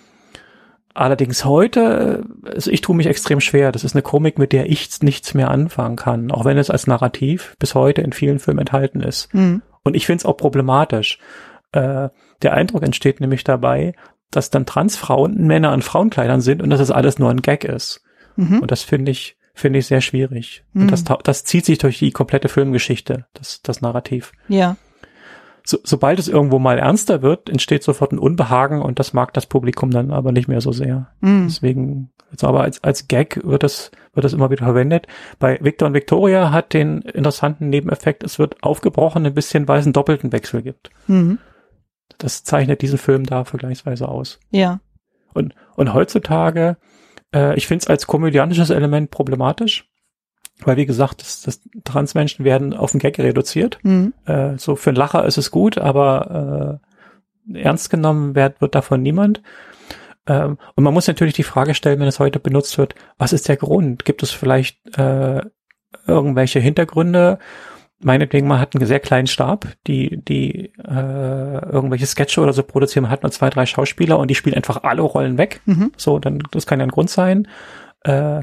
Allerdings heute, also ich tue mich extrem schwer. Das ist eine Komik, mit der ich nichts mehr anfangen kann, auch wenn es als Narrativ bis heute in vielen Filmen enthalten ist. Mhm. Und ich finde es auch problematisch. Äh, der Eindruck entsteht nämlich dabei, dass dann Transfrauen Männer in Frauenkleidern sind und dass es alles nur ein Gag ist. Mhm. Und das finde ich finde ich sehr schwierig. Mhm. Und das, das zieht sich durch die komplette Filmgeschichte, das, das Narrativ. Ja. So, sobald es irgendwo mal ernster wird, entsteht sofort ein Unbehagen und das mag das Publikum dann aber nicht mehr so sehr. Mm. Deswegen, also aber als, als Gag wird das, wird das immer wieder verwendet. Bei Victor und Victoria hat den interessanten Nebeneffekt, es wird aufgebrochen ein bisschen, weil es einen doppelten Wechsel gibt. Mm. Das zeichnet diesen Film da vergleichsweise aus. Ja. Und, und heutzutage, äh, ich finde es als komödiantisches Element problematisch. Weil, wie gesagt, das, das Transmenschen werden auf den Gag reduziert. Mhm. Äh, so für einen Lacher ist es gut, aber äh, ernst genommen wird, wird davon niemand. Ähm, und man muss natürlich die Frage stellen, wenn es heute benutzt wird, was ist der Grund? Gibt es vielleicht äh, irgendwelche Hintergründe? Meinetwegen, man hat einen sehr kleinen Stab, die die äh, irgendwelche Sketche oder so produzieren. Man hat nur zwei, drei Schauspieler und die spielen einfach alle Rollen weg. Mhm. So, dann das kann ja ein Grund sein. Äh,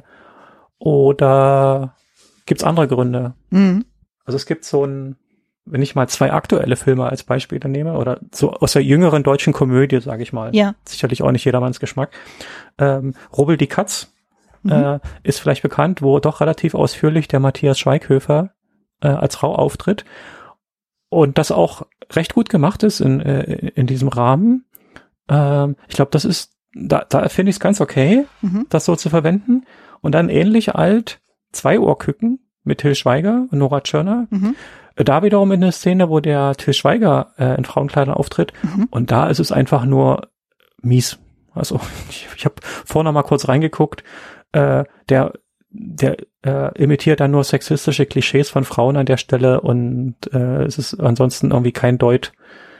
oder gibt's andere Gründe? Mhm. Also es gibt so ein, wenn ich mal zwei aktuelle Filme als Beispiel dann nehme, oder so aus der jüngeren deutschen Komödie, sage ich mal. Ja. Sicherlich auch nicht jedermanns Geschmack. Ähm, Rubbel die Katz mhm. äh, ist vielleicht bekannt, wo doch relativ ausführlich der Matthias Schweighöfer äh, als Frau auftritt und das auch recht gut gemacht ist in, äh, in diesem Rahmen. Ähm, ich glaube, das ist, da, da finde ich es ganz okay, mhm. das so zu verwenden. Und dann ähnlich alt zwei Ohrküken mit Til Schweiger und Nora Tschirner. Mhm. Da wiederum in eine Szene, wo der Til Schweiger äh, in Frauenkleidern auftritt. Mhm. Und da ist es einfach nur mies. Also ich, ich habe vorne mal kurz reingeguckt. Äh, der der äh, imitiert dann nur sexistische Klischees von Frauen an der Stelle und äh, es ist ansonsten irgendwie kein Deut.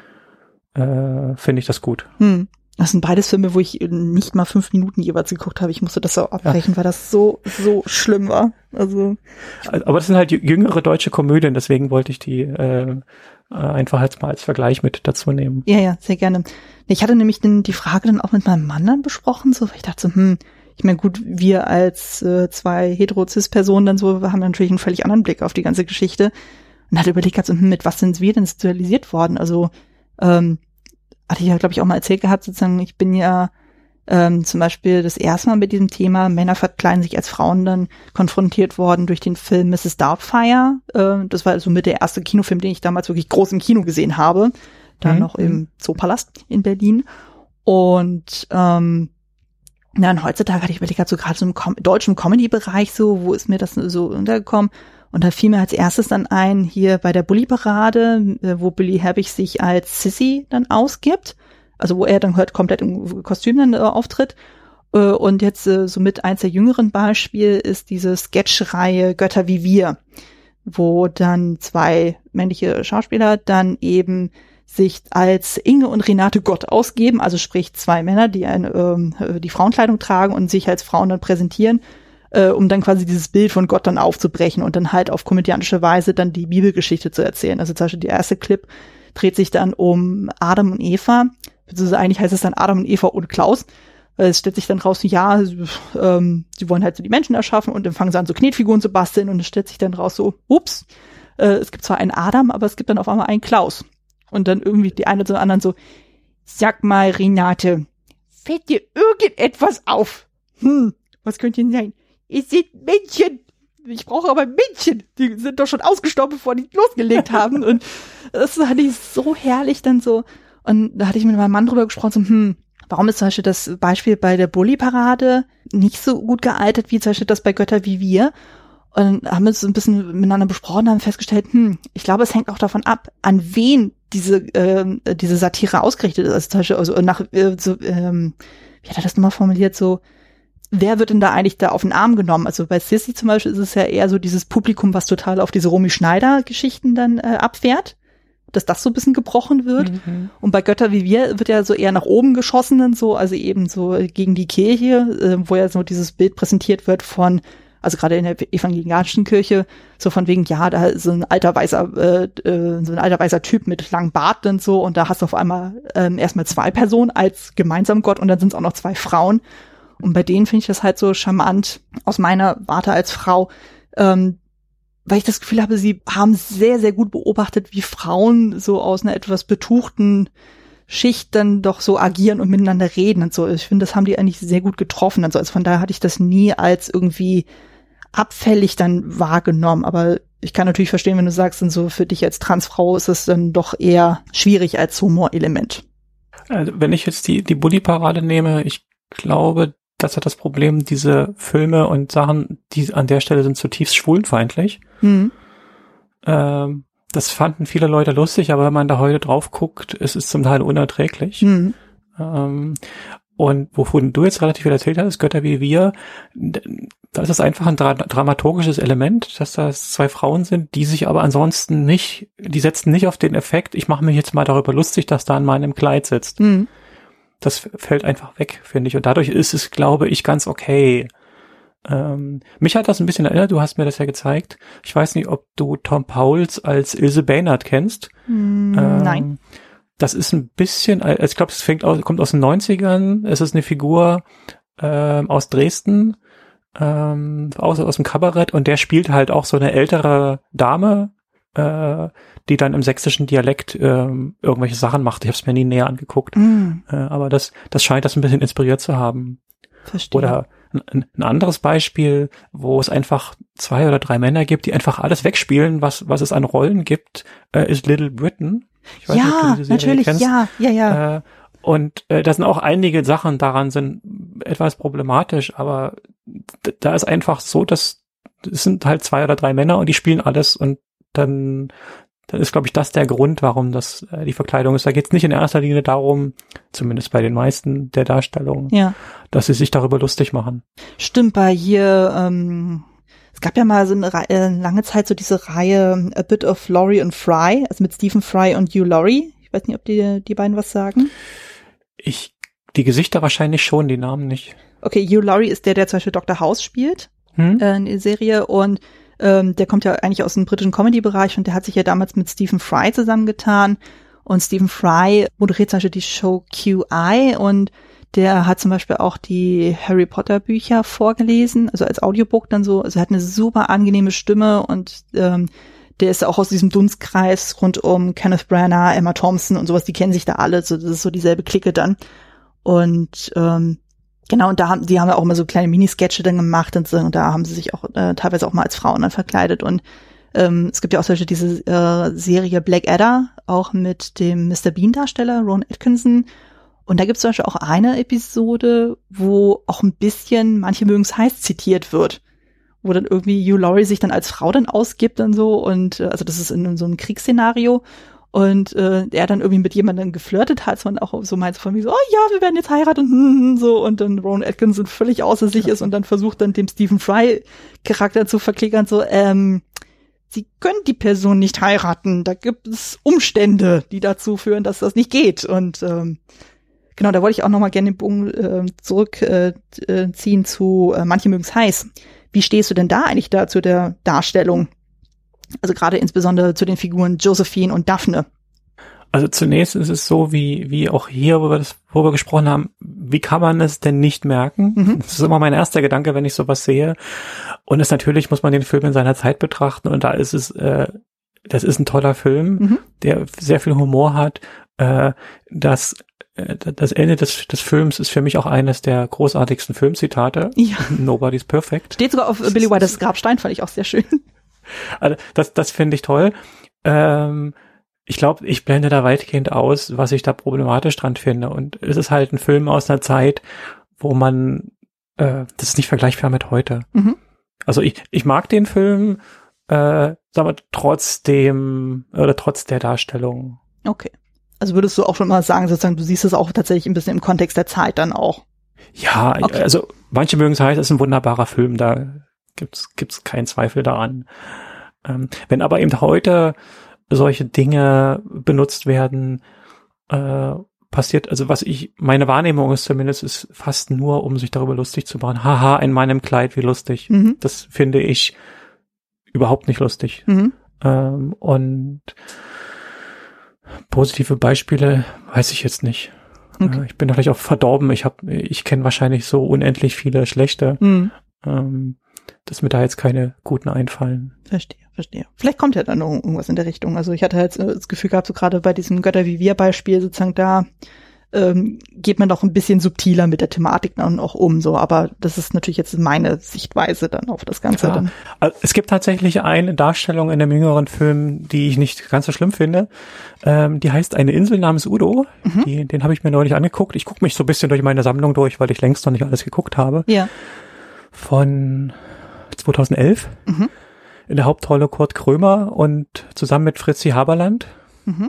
Äh, finde ich das gut. Hm. Das sind beides Filme, wo ich nicht mal fünf Minuten jeweils geguckt habe. Ich musste das so abbrechen, ja. weil das so, so schlimm war. Also. Aber das sind halt jüngere deutsche Komödien, deswegen wollte ich die äh, einfach jetzt mal als Vergleich mit dazu nehmen. Ja, ja, sehr gerne. Ich hatte nämlich den, die Frage dann auch mit meinem Mann dann besprochen, so, weil ich dachte so, hm, ich meine, gut, wir als äh, zwei hetero-cis-Personen dann so, wir haben natürlich einen völlig anderen Blick auf die ganze Geschichte und hatte überlegt, also, hm, mit was sind wir denn sexualisiert worden? Also, ähm, hatte ich ja, glaube ich, auch mal erzählt gehabt, sozusagen, ich bin ja ähm, zum Beispiel das erste Mal mit diesem Thema Männer verkleiden sich als Frauen dann konfrontiert worden durch den Film Misses Doubtfire. Äh, das war also mit der erste Kinofilm, den ich damals wirklich groß im Kino gesehen habe. Dann mhm. noch im Zoopalast in Berlin. Und ähm, ja, und heutzutage hatte ich überlegt, so gerade so im Com- deutschen Comedy-Bereich so, wo ist mir das so untergekommen? Und da fiel mir als erstes dann ein, hier bei der Bulli-Parade, wo Billy Herbig sich als Sissy dann ausgibt. Also wo er dann halt komplett im Kostüm dann äh, auftritt. Äh, und jetzt äh, somit eins der jüngeren Beispiele ist diese Sketch-Reihe Götter wie wir, wo dann zwei männliche Schauspieler dann eben sich als Inge und Renate Gott ausgeben, also sprich zwei Männer, die eine, ähm, die Frauenkleidung tragen und sich als Frauen dann präsentieren, äh, um dann quasi dieses Bild von Gott dann aufzubrechen und dann halt auf komödiantische Weise dann die Bibelgeschichte zu erzählen. Also zum Beispiel der erste Clip dreht sich dann um Adam und Eva, beziehungsweise eigentlich heißt es dann Adam und Eva und Klaus. Es stellt sich dann raus, ja, ähm, sie wollen halt so die Menschen erschaffen und dann fangen sie an, so Knetfiguren zu basteln und es stellt sich dann raus so, ups, äh, es gibt zwar einen Adam, aber es gibt dann auf einmal einen Klaus. Und dann irgendwie die eine zu der anderen so, sag mal, Renate, fällt dir irgendetwas auf? Hm, was könnte denn sein? Ihr seht Männchen. Ich brauche aber Männchen. Die sind doch schon ausgestorben, bevor die losgelegt haben. Und das hatte ich so herrlich dann so. Und da hatte ich mit meinem Mann drüber gesprochen, so, hm, warum ist zum Beispiel das Beispiel bei der Bulli-Parade nicht so gut gealtert, wie zum Beispiel das bei Götter wie wir? Und haben uns so ein bisschen miteinander besprochen, haben festgestellt, hm, ich glaube, es hängt auch davon ab, an wen diese äh, diese Satire ausgerichtet ist. Also zum Beispiel also nach äh, so, ähm, wie hat er das nochmal formuliert, so, wer wird denn da eigentlich da auf den Arm genommen? Also bei Sissy zum Beispiel ist es ja eher so dieses Publikum, was total auf diese Romy Schneider-Geschichten dann äh, abfährt, dass das so ein bisschen gebrochen wird. Mhm. Und bei Götter wie wir wird ja so eher nach oben geschossen, so, also eben so gegen die Kirche, äh, wo ja so dieses Bild präsentiert wird von, also gerade in der evangelischen Kirche, so von wegen, ja, da ist so ein alter weißer, äh, äh, so ein alter weißer Typ mit langem Bart und so, und da hast du auf einmal ähm, erstmal zwei Personen als gemeinsam Gott und dann sind es auch noch zwei Frauen. Und bei denen finde ich das halt so charmant aus meiner Warte als Frau, ähm, weil ich das Gefühl habe, sie haben sehr, sehr gut beobachtet, wie Frauen so aus einer etwas betuchten Schicht dann doch so agieren und miteinander reden und so. Ich finde, das haben die eigentlich sehr gut getroffen. Also, also von daher hatte ich das nie als irgendwie abfällig dann wahrgenommen. Aber ich kann natürlich verstehen, wenn du sagst, dann so für dich als Transfrau ist es dann doch eher schwierig als Humorelement. Also wenn ich jetzt die, die Bulli-Parade nehme, ich glaube, das hat das Problem, diese Filme und Sachen, die an der Stelle sind zutiefst schwulenfeindlich. Mhm. Ähm, das fanden viele Leute lustig, aber wenn man da heute drauf guckt, es ist zum Teil unerträglich. Mhm. Ähm, und wovon du jetzt relativ viel erzählt hast, Götter wie wir, da ist es einfach ein dra- dramaturgisches Element, dass das zwei Frauen sind, die sich aber ansonsten nicht, die setzen nicht auf den Effekt, ich mache mich jetzt mal darüber lustig, dass da in meinem Kleid sitzt. Mhm. Das fällt einfach weg, finde ich. Und dadurch ist es, glaube ich, ganz okay. Ähm, mich hat das ein bisschen erinnert, du hast mir das ja gezeigt. Ich weiß nicht, ob du Tom Powles als Ilse Baynard kennst. Mm, ähm, nein. Das ist ein bisschen, also ich glaube, es fängt aus, kommt aus den neunzigern. Es ist eine Figur ähm, aus Dresden, ähm, aus, aus dem Kabarett, und der spielt halt auch so eine ältere Dame, äh, die dann im sächsischen Dialekt ähm, irgendwelche Sachen macht. Ich habe es mir nie näher angeguckt. Mm. Äh, aber das, das scheint das ein bisschen inspiriert zu haben. Verstehe. Oder Ein, ein anderes Beispiel, wo es einfach zwei oder drei Männer gibt, die einfach alles wegspielen, was was es an Rollen gibt, äh, ist Little Britain. Ich weiß ja, nicht, ob du diese Serie natürlich, kennst. ja, ja, ja. Äh, und äh, da sind auch einige Sachen daran sind etwas problematisch, aber d- da ist einfach so, dass es sind halt zwei oder drei Männer und die spielen alles und dann dann ist, glaube ich, das der Grund, warum das äh, die Verkleidung ist. Da geht es nicht in erster Linie darum, zumindest bei den meisten der Darstellungen, ja. dass sie sich darüber lustig machen. Stimmt, bei hier, ähm, es gab ja mal so eine Re- äh, lange Zeit so diese Reihe A Bit of Laurie and Fry, also mit Stephen Fry und Hugh Laurie. Ich weiß nicht, ob die die beiden was sagen. Ich, die Gesichter wahrscheinlich schon, die Namen nicht. Okay, Hugh Laurie ist der, der zum Beispiel Doktor House spielt, hm? äh, in der Serie und Ähm, der kommt ja eigentlich aus dem britischen Comedy-Bereich und der hat sich ja damals mit Stephen Fry zusammengetan. Und Stephen Fry moderiert zum Beispiel die Show Q I und der hat zum Beispiel auch die Harry Potter Bücher vorgelesen, also als Audiobook dann so. Also er hat eine super angenehme Stimme und ähm, der ist auch aus diesem Dunstkreis rund um Kenneth Branagh, Emma Thompson und sowas, die kennen sich da alle. So, das ist so dieselbe Clique dann. Und ähm, Genau, und da haben, die haben ja auch immer so kleine Minisketche dann gemacht und so, und da haben sie sich auch äh, teilweise auch mal als Frauen dann verkleidet und ähm, es gibt ja auch solche diese äh, Serie Blackadder, auch mit dem Mister Bean-Darsteller Ron Atkinson und da gibt es zum Beispiel auch eine Episode, wo auch ein bisschen Manche mögen's heiß zitiert wird, wo dann irgendwie Hugh Laurie sich dann als Frau dann ausgibt und so und äh, also das ist in so einem Kriegsszenario. Und äh, er dann irgendwie mit jemandem geflirtet hat, man auch so meint von mir so, oh ja, wir werden jetzt heiraten und so und dann Ron Atkinson völlig außer sich ist und dann versucht dann dem Stephen Fry Charakter zu verklickern, so, ähm, sie können die Person nicht heiraten, da gibt es Umstände, die dazu führen, dass das nicht geht und ähm, genau, da wollte ich auch nochmal gerne den Bogen äh, zurückziehen äh, ziehen zu äh, Manche mögen's heiß. Wie stehst du denn da eigentlich da zu der Darstellung? Also gerade insbesondere zu den Figuren Josephine und Daphne. Also zunächst ist es so, wie wie auch hier, wo wir das, wo wir gesprochen haben, wie kann man es denn nicht merken? Mhm. Das ist immer mein erster Gedanke, wenn ich sowas sehe. Und es natürlich muss man den Film in seiner Zeit betrachten und da ist es, äh, das ist ein toller Film, mhm. der sehr viel Humor hat. Äh, das Das Ende des, des Films ist für mich auch eines der großartigsten Filmzitate. Ja. Nobody's Perfect. Steht sogar auf Billy Wilder's Grabstein, fand ich auch sehr schön. Also das, das finde ich toll. Ähm, ich glaube, ich blende da weitgehend aus, was ich da problematisch dran finde. Und es ist halt ein Film aus einer Zeit, wo man, äh, das ist nicht vergleichbar mit heute. Mhm. Also ich, ich mag den Film, äh, sagen wir, trotzdem, oder trotz der Darstellung. Okay. Also würdest du auch schon mal sagen, sozusagen, du siehst es auch tatsächlich ein bisschen im Kontext der Zeit dann auch? Ja, okay. Also Manche mögen's heiß, ist ein wunderbarer Film, da gibt's gibt's keinen Zweifel daran. Ähm, wenn aber eben heute solche Dinge benutzt werden, äh, passiert, also was ich, meine Wahrnehmung ist zumindest, ist fast nur, um sich darüber lustig zu machen. Haha, in meinem Kleid, wie lustig. Mhm. Das finde ich überhaupt nicht lustig. Mhm. Ähm, und positive Beispiele weiß ich jetzt nicht. Okay. Äh, ich bin natürlich auch verdorben. Ich habe, ich kenne wahrscheinlich so unendlich viele schlechte. Mhm. Ähm, dass mir da jetzt keine guten einfallen. Verstehe, verstehe. Vielleicht kommt ja dann noch irgendwas in der Richtung. Also ich hatte halt das Gefühl gehabt, so gerade bei diesem Götter wie wir Beispiel sozusagen, da ähm, geht man doch ein bisschen subtiler mit der Thematik dann auch um, so. Aber das ist natürlich jetzt meine Sichtweise dann auf das Ganze. Ja. Dann. Also es gibt tatsächlich eine Darstellung in einem jüngeren Film, die ich nicht ganz so schlimm finde. Ähm, die heißt Eine Insel namens Udo. Mhm. Die, den habe ich mir neulich angeguckt. Ich gucke mich so ein bisschen durch meine Sammlung durch, weil ich längst noch nicht alles geguckt habe. Ja. Von zweitausendelf. Mhm. In der Hauptrolle Kurt Krömer und zusammen mit Fritzi Haberland. Mhm.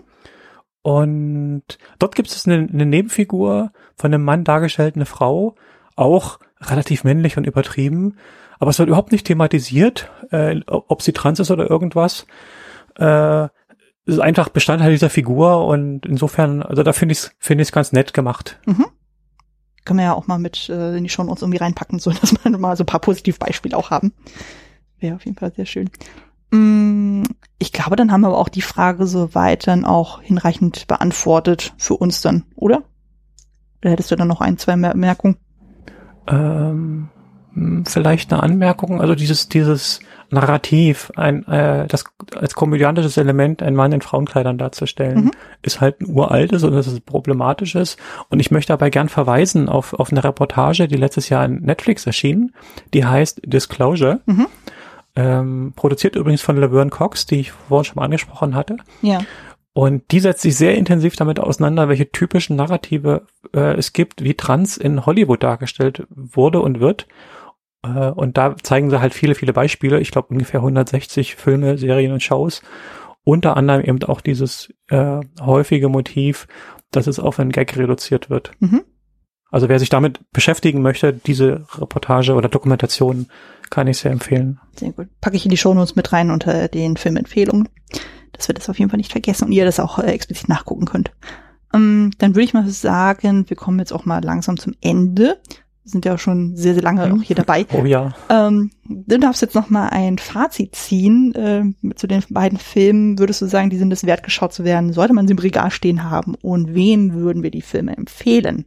Und dort gibt es eine, eine Nebenfigur von einem Mann dargestellt, eine Frau, auch relativ männlich und übertrieben, aber es wird überhaupt nicht thematisiert, äh, ob sie trans ist oder irgendwas. Äh, es ist einfach Bestandteil dieser Figur und insofern, also da finde ich es finde ich es ganz nett gemacht. Mhm. Können wir ja auch mal mit äh, in die Shownotes irgendwie reinpacken, so dass wir mal so ein paar Positivbeispiele auch haben. Wäre auf jeden Fall sehr schön. Mm, ich glaube, dann haben wir aber auch die Frage soweit dann auch hinreichend beantwortet für uns dann, oder? Oder hättest du dann noch ein, zwei Bemerkungen? Ähm, Vielleicht eine Anmerkung, also dieses dieses Narrativ, ein äh, das als komödiantisches Element einen Mann in Frauenkleidern darzustellen, mhm. ist halt ein uraltes und das ist problematisches. Und ich möchte dabei gern verweisen auf auf eine Reportage, die letztes Jahr in Netflix erschien, die heißt Disclosure. Mhm. Ähm, produziert übrigens von Laverne Cox, die ich vorhin schon mal angesprochen hatte. Ja. Und die setzt sich sehr intensiv damit auseinander, welche typischen Narrative äh, es gibt, wie Trans in Hollywood dargestellt wurde und wird. Äh, und da zeigen sie halt viele, viele Beispiele. Ich glaube ungefähr hundertsechzig Filme, Serien und Shows. Unter anderem eben auch dieses äh, häufige Motiv, dass es auf einen Gag reduziert wird. Mhm. Also wer sich damit beschäftigen möchte, diese Reportage oder Dokumentation kann ich sehr empfehlen. Sehr gut. Packe ich in die Shownotes mit rein unter den Filmempfehlungen, dass wir das auf jeden Fall nicht vergessen und ihr das auch äh, explizit nachgucken könnt. Ähm, dann würde ich mal sagen, wir kommen jetzt auch mal langsam zum Ende. Wir sind ja auch schon sehr, sehr lange mhm. auch hier dabei. Oh ja. Ähm, du darfst jetzt noch mal ein Fazit ziehen äh, zu den beiden Filmen. Würdest du sagen, die sind es wert, geschaut zu werden? Sollte man sie im Regal stehen haben? Und wem würden wir die Filme empfehlen?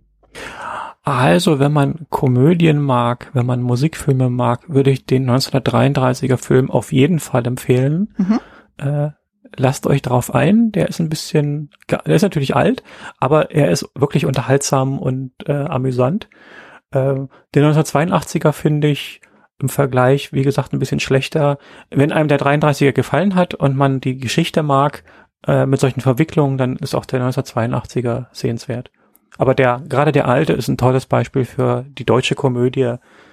Also, wenn man Komödien mag, wenn man Musikfilme mag, würde ich den neunzehnhundertdreiunddreißiger Film auf jeden Fall empfehlen. Mhm. Äh, lasst euch drauf ein. Der ist ein bisschen, der ist natürlich alt, aber er ist wirklich unterhaltsam und äh, amüsant. Äh, den neunzehnhundertzweiundachtziger finde ich im Vergleich, wie gesagt, ein bisschen schlechter. Wenn einem der dreiunddreißiger gefallen hat und man die Geschichte mag äh, mit solchen Verwicklungen, dann ist auch der neunzehnhundertzweiundachtziger sehenswert. Aber der, gerade der alte ist ein tolles Beispiel für die deutsche Komödie,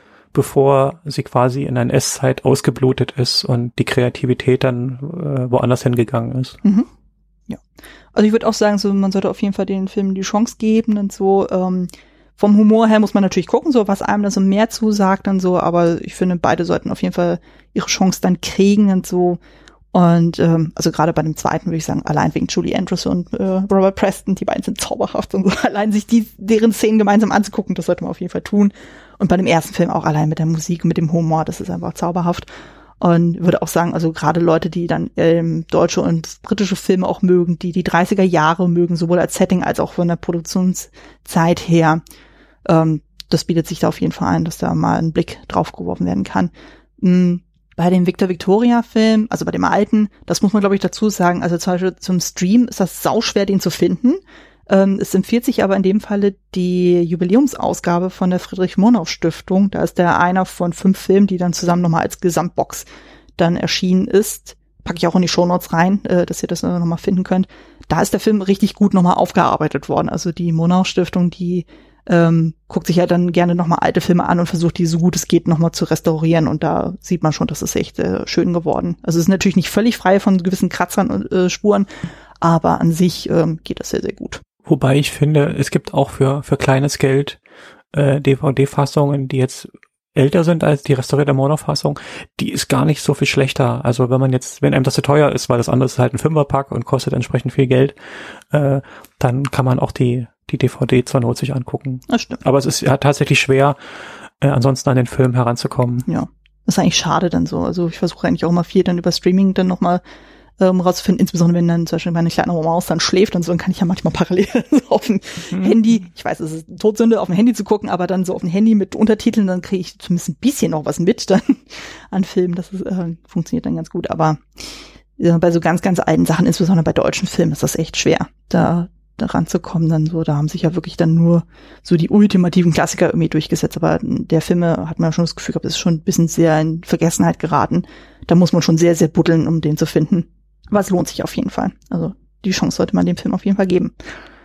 bevor sie quasi in eine Esszeit ausgeblutet ist und die Kreativität dann äh, woanders hingegangen ist. Mhm. Ja. Also ich würde auch sagen, so man sollte auf jeden Fall den Filmen die Chance geben und so. Ähm, vom Humor her muss man natürlich gucken, so was einem da so mehr zusagt und so. Aber ich finde, beide sollten auf jeden Fall ihre Chance dann kriegen und so. Und ähm, also gerade bei dem zweiten würde ich sagen, allein wegen Julie Andrews und äh, Robert Preston, die beiden sind zauberhaft und so. Allein sich die deren Szenen gemeinsam anzugucken, das sollte man auf jeden Fall tun. Und bei dem ersten Film auch allein mit der Musik und mit dem Humor, das ist einfach zauberhaft. Und würde auch sagen, also gerade Leute, die dann ähm, deutsche und britische Filme auch mögen, die die dreißiger Jahre mögen, sowohl als Setting als auch von der Produktionszeit her, ähm, das bietet sich da auf jeden Fall ein, dass da mal ein Blick drauf geworfen werden kann. Mhm. Bei dem Victor-Victoria-Film, also bei dem alten, das muss man, glaube ich, dazu sagen, also zum Beispiel zum Stream ist das sauschwer, den zu finden. Ähm, es empfiehlt sich aber in dem Falle die Jubiläumsausgabe von der Friedrich-Murnau-Stiftung. Da ist der einer von fünf Filmen, die dann zusammen nochmal als Gesamtbox dann erschienen ist. Packe ich auch in die Shownotes rein, äh, dass ihr das äh, nochmal finden könnt. Da ist der Film richtig gut nochmal aufgearbeitet worden. Also die Murnau-Stiftung, die Ähm, guckt sich ja dann gerne nochmal alte Filme an und versucht, die so gut es geht nochmal zu restaurieren. Und da sieht man schon, das ist echt äh, schön geworden. Also es ist natürlich nicht völlig frei von gewissen Kratzern und äh, Spuren, aber an sich ähm, geht das sehr, sehr gut. Wobei ich finde, es gibt auch für für kleines Geld äh, D V D-Fassungen, die jetzt älter sind als die restaurierte Mono-Fassung, die ist gar nicht so viel schlechter. Also wenn man jetzt, wenn einem das zu teuer ist, weil das andere ist halt ein Fünferpack und kostet entsprechend viel Geld, äh, dann kann man auch die die D V D zur Not sich angucken. Das stimmt. Aber es ist ja tatsächlich schwer, äh, ansonsten an den Film heranzukommen. Ja, das ist eigentlich schade dann so. Also ich versuche eigentlich auch mal viel dann über Streaming dann nochmal ähm, rauszufinden, insbesondere wenn dann zum Beispiel meine kleine Maus dann schläft und so, dann kann ich ja manchmal parallel so auf dem hm. Handy, ich weiß, es ist Todsünde, auf dem Handy zu gucken, aber dann so auf dem Handy mit Untertiteln, dann kriege ich zumindest ein bisschen noch was mit dann an Filmen. Das ist, äh, funktioniert dann ganz gut. Aber äh, bei so ganz, ganz alten Sachen, insbesondere bei deutschen Filmen, ist das echt schwer, da da ranzukommen dann so. Da haben sich ja wirklich dann nur so die ultimativen Klassiker irgendwie durchgesetzt. Aber der Filme hat man ja schon das Gefühl gehabt, das ist schon ein bisschen sehr in Vergessenheit geraten. Da muss man schon sehr, sehr buddeln, um den zu finden. Aber es lohnt sich auf jeden Fall. Also die Chance sollte man dem Film auf jeden Fall geben.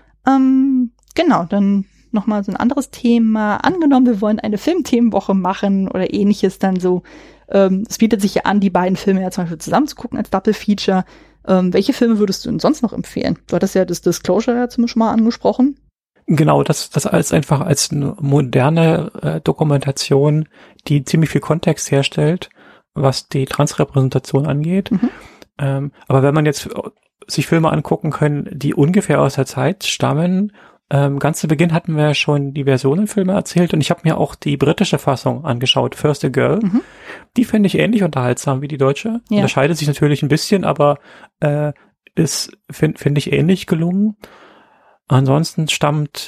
Ähm, genau, dann nochmal so ein anderes Thema. Angenommen, wir wollen eine Filmthemenwoche machen oder ähnliches, dann so, ähm, es bietet sich ja an, die beiden Filme ja zum Beispiel zusammen zu gucken als Double Feature. Ähm, welche Filme würdest du denn sonst noch empfehlen? Du hattest ja das Disclosure ja zumindest schon mal angesprochen. Genau, das das als einfach als eine moderne äh, Dokumentation, die ziemlich viel Kontext herstellt, was die Transrepräsentation angeht. Mhm. Ähm, aber wenn man jetzt sich Filme angucken können, die ungefähr aus der Zeit stammen, ähm, ganz zu Beginn hatten wir ja schon die Versionenfilme erzählt und ich habe mir auch die britische Fassung angeschaut, First a Girl. Mhm. Die finde ich ähnlich unterhaltsam wie die deutsche. Ja. Unterscheidet sich natürlich ein bisschen, aber äh, ist, finde find ich, ähnlich gelungen. Ansonsten stammt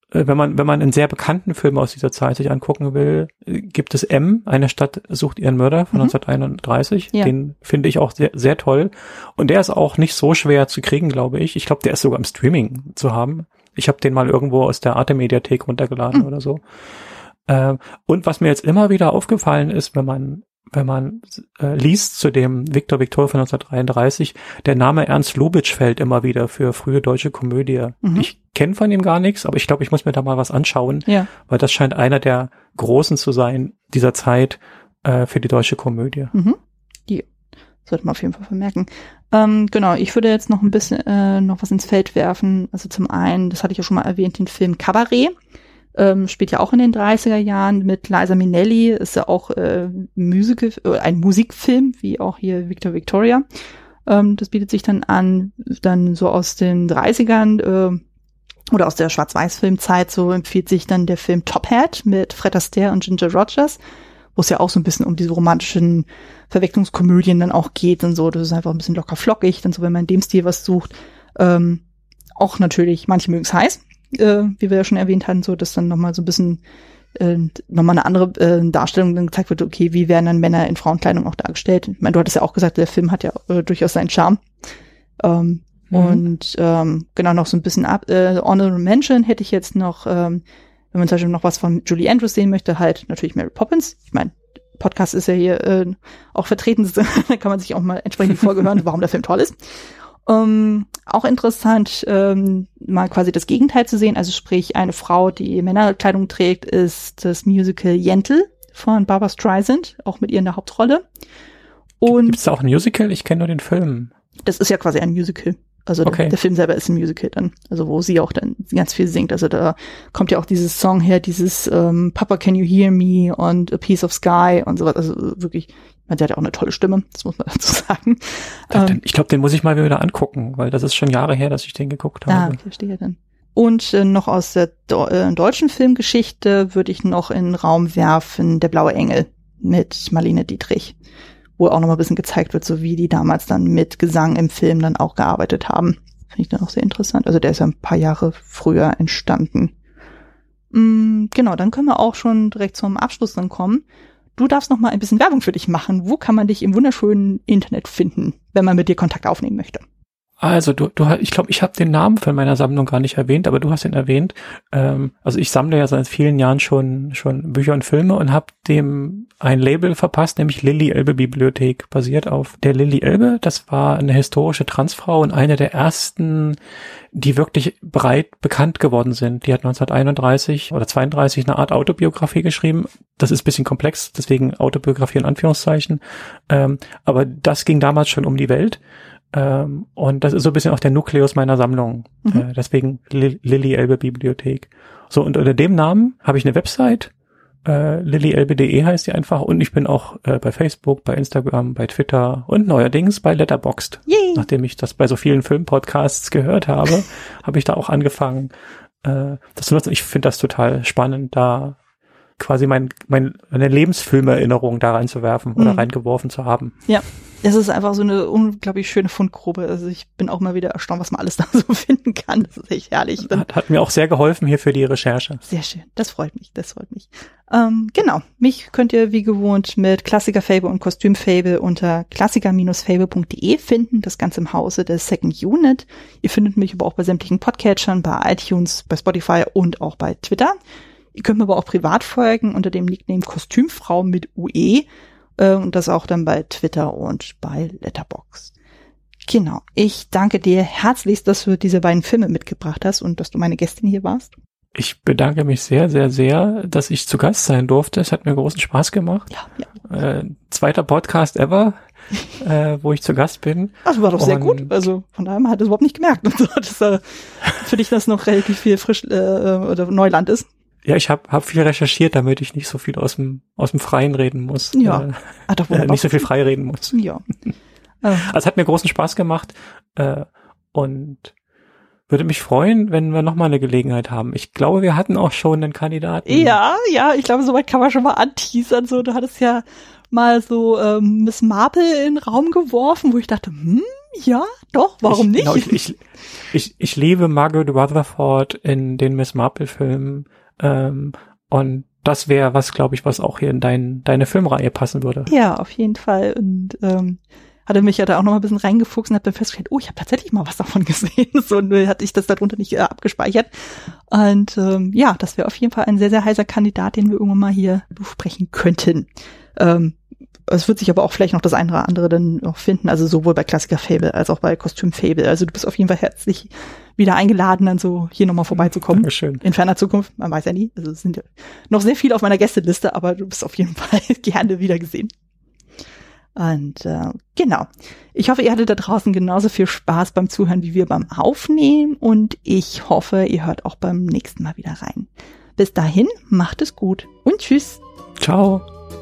wenn man, wenn man einen sehr bekannten Film aus dieser Zeit sich angucken will, gibt es M, eine Stadt sucht ihren Mörder von mhm. neunzehnhunderteinunddreißig. Ja. Den finde ich auch sehr, sehr toll. Und der ist auch nicht so schwer zu kriegen, glaube ich. Ich glaube, der ist sogar im Streaming zu haben. Ich habe den mal irgendwo aus der Arte-Mediathek runtergeladen mhm. oder so. Ähm, und was mir jetzt immer wieder aufgefallen ist, wenn man wenn man äh, liest zu dem Victor Victor von neunzehnhundertdreiunddreißig, der Name Ernst Lubitsch fällt immer wieder für frühe deutsche Komödie. Mhm. Ich kenne von ihm gar nichts, aber ich glaube, ich muss mir da mal was anschauen, ja. weil das scheint einer der Großen zu sein dieser Zeit äh, für die deutsche Komödie. Mhm. Die sollte man auf jeden Fall vermerken. Ähm, genau, ich würde jetzt noch ein bisschen äh, noch was ins Feld werfen. Also zum einen, das hatte ich ja schon mal erwähnt, den Film Cabaret. Ähm, spielt ja auch in den dreißiger Jahren mit Liza Minnelli, ist ja auch äh, Musical, äh, ein Musikfilm, wie auch hier Victor Victoria. Ähm, das bietet sich dann an, dann so aus den dreißigern äh, oder aus der Schwarz-Weiß-Filmzeit, so empfiehlt sich dann der Film Top Hat mit Fred Astaire und Ginger Rogers, wo es ja auch so ein bisschen um diese romantischen Verwechslungskomödien dann auch geht und so. Das ist einfach ein bisschen locker flockig, dann so, wenn man in dem Stil was sucht. Ähm, auch natürlich, manche mögen es heiß. Äh, wie wir ja schon erwähnt hatten, so, dass dann nochmal so ein bisschen äh, nochmal eine andere äh, Darstellung dann gezeigt wird, okay, wie werden dann Männer in Frauenkleidung auch dargestellt. Ich meine, du hattest ja auch gesagt, der Film hat ja äh, durchaus seinen Charme. Ähm, mhm. Und ähm, genau, noch so ein bisschen ab. Äh, Honorable Mention hätte ich jetzt noch, ähm, wenn man zum Beispiel noch was von Julie Andrews sehen möchte, halt natürlich Mary Poppins. Ich meine, Podcast ist ja hier äh, auch vertreten, da kann man sich auch mal entsprechend die Folge hören, warum der Film toll ist. Um, auch interessant, ähm, mal quasi das Gegenteil zu sehen. Also sprich, eine Frau, die Männerkleidung trägt, ist das Musical Yentl von Barbra Streisand, auch mit ihr in der Hauptrolle. Und gibt es da auch ein Musical? Ich kenne nur den Film. Das ist ja quasi ein Musical. Also okay. der, der Film selber ist ein Musical dann, also wo sie auch dann ganz viel singt. Also da kommt ja auch dieses Song her, dieses ähm, Papa Can You Hear Me und A Piece of Sky und sowas. Also wirklich, man, der hat ja auch eine tolle Stimme, das muss man dazu sagen. Da, ähm, ich glaube, den muss ich mal wieder angucken, weil das ist schon Jahre her, dass ich den geguckt habe. Ah, okay, verstehe dann. Und äh, noch aus der Do- äh, deutschen Filmgeschichte würde ich noch in den Raum werfen Der blaue Engel mit Marlene Dietrich, wo auch noch mal ein bisschen gezeigt wird, so wie die damals dann mit Gesang im Film dann auch gearbeitet haben. Finde ich dann auch sehr interessant. Also der ist ja ein paar Jahre früher entstanden. Mm, genau, dann können wir auch schon direkt zum Abschluss dann kommen. Du darfst noch mal ein bisschen Werbung für dich machen. Wo kann man dich im wunderschönen Internet finden, wenn man mit dir Kontakt aufnehmen möchte? Also du, du, ich glaube, ich habe den Namen von meiner Sammlung gar nicht erwähnt, aber du hast ihn erwähnt. Ähm, also ich sammle ja seit vielen Jahren schon schon Bücher und Filme und habe dem ein Label verpasst, nämlich Lilly Elbe Bibliothek, basiert auf der Lilly Elbe. Das war eine historische Transfrau und eine der ersten, die wirklich breit bekannt geworden sind. Die hat neunzehnhunderteinunddreißig oder zweiunddreißig eine Art Autobiografie geschrieben. Das ist ein bisschen komplex, deswegen Autobiografie in Anführungszeichen. Ähm, aber das ging damals schon um die Welt. Ähm, und das ist so ein bisschen auch der Nukleus meiner Sammlung. Mhm. Äh, deswegen Li- Lilly Elbe Bibliothek. So, und unter dem Namen habe ich eine Website. Äh, lilly elbe punkt de heißt die einfach. Und ich bin auch äh, bei Facebook, bei Instagram, bei Twitter und neuerdings bei Letterboxd. Yay. Nachdem ich das bei so vielen Filmpodcasts gehört habe, habe ich da auch angefangen, äh, das zu nutzen. Ich finde das total spannend, da quasi mein, mein, meine Lebensfilmerinnerung da reinzuwerfen oder mhm. reingeworfen zu haben. Ja, es ist einfach so eine unglaublich schöne Fundgrube. Also ich bin auch mal wieder erstaunt, was man alles da so finden kann. Das ist echt herrlich. Hat, hat mir auch sehr geholfen hier für die Recherche. Sehr schön, das freut mich, das freut mich. Ähm, genau, mich könnt ihr wie gewohnt mit Klassiker-Fable und Kostüm-Fable unter klassiker Bindestrich fable punkt de finden. Das Ganze im Hause der Second Unit. Ihr findet mich aber auch bei sämtlichen Podcatchern, bei iTunes, bei Spotify und auch bei Twitter. Ihr könnt mir aber auch privat folgen unter dem Nickname Kostümfrau mit U E äh, und das auch dann bei Twitter und bei Letterboxd. Genau, ich danke dir herzlichst, dass du diese beiden Filme mitgebracht hast und dass du meine Gästin hier warst. Ich bedanke mich sehr, sehr, sehr, dass ich zu Gast sein durfte. Es hat mir großen Spaß gemacht. Ja, ja. Äh, zweiter Podcast ever, äh, wo ich zu Gast bin. Also war doch sehr und gut. Also von daher hat es überhaupt nicht gemerkt, dass äh, für dich das noch relativ viel frisch äh, oder Neuland ist. Ja, ich habe hab viel recherchiert, damit ich nicht so viel aus dem aus dem Freien reden muss. Ja, äh, ah, doch, äh, nicht so viel frei reden muss. Ja. Also es hat mir großen Spaß gemacht äh, und würde mich freuen, wenn wir nochmal eine Gelegenheit haben. Ich glaube, wir hatten auch schon einen Kandidaten. Ja, ja, ich glaube, soweit kann man schon mal anteasern. So, du hattest ja mal so ähm, Miss Marple in den Raum geworfen, wo ich dachte, hm, ja, doch, warum ich, nicht? Genau, ich, ich, ich, ich liebe Margaret Rutherford in den Miss Marple-Filmen ähm, und das wäre was, glaube ich, was auch hier in dein, deine Filmreihe passen würde. Ja, auf jeden Fall. Und ähm, hatte mich ja da auch noch mal ein bisschen reingefuchst und hab dann festgestellt, oh, ich habe tatsächlich mal was davon gesehen. So nur hatte ich das darunter nicht äh, abgespeichert. Und ähm, ja, das wäre auf jeden Fall ein sehr, sehr heißer Kandidat, den wir irgendwann mal hier besprechen könnten. Ähm, es wird sich aber auch vielleicht noch das eine oder andere dann noch finden, also sowohl bei Klassiker Fable als auch bei Kostüm Fable. Also du bist auf jeden Fall herzlich wieder eingeladen, dann so hier nochmal vorbeizukommen. Dankeschön. In ferner Zukunft, man weiß ja nie. Also es sind ja noch sehr viele auf meiner Gästeliste, aber du bist auf jeden Fall gerne wieder gesehen. Und äh, genau. Ich hoffe, ihr hattet da draußen genauso viel Spaß beim Zuhören wie wir beim Aufnehmen und ich hoffe, ihr hört auch beim nächsten Mal wieder rein. Bis dahin, macht es gut und tschüss. Ciao.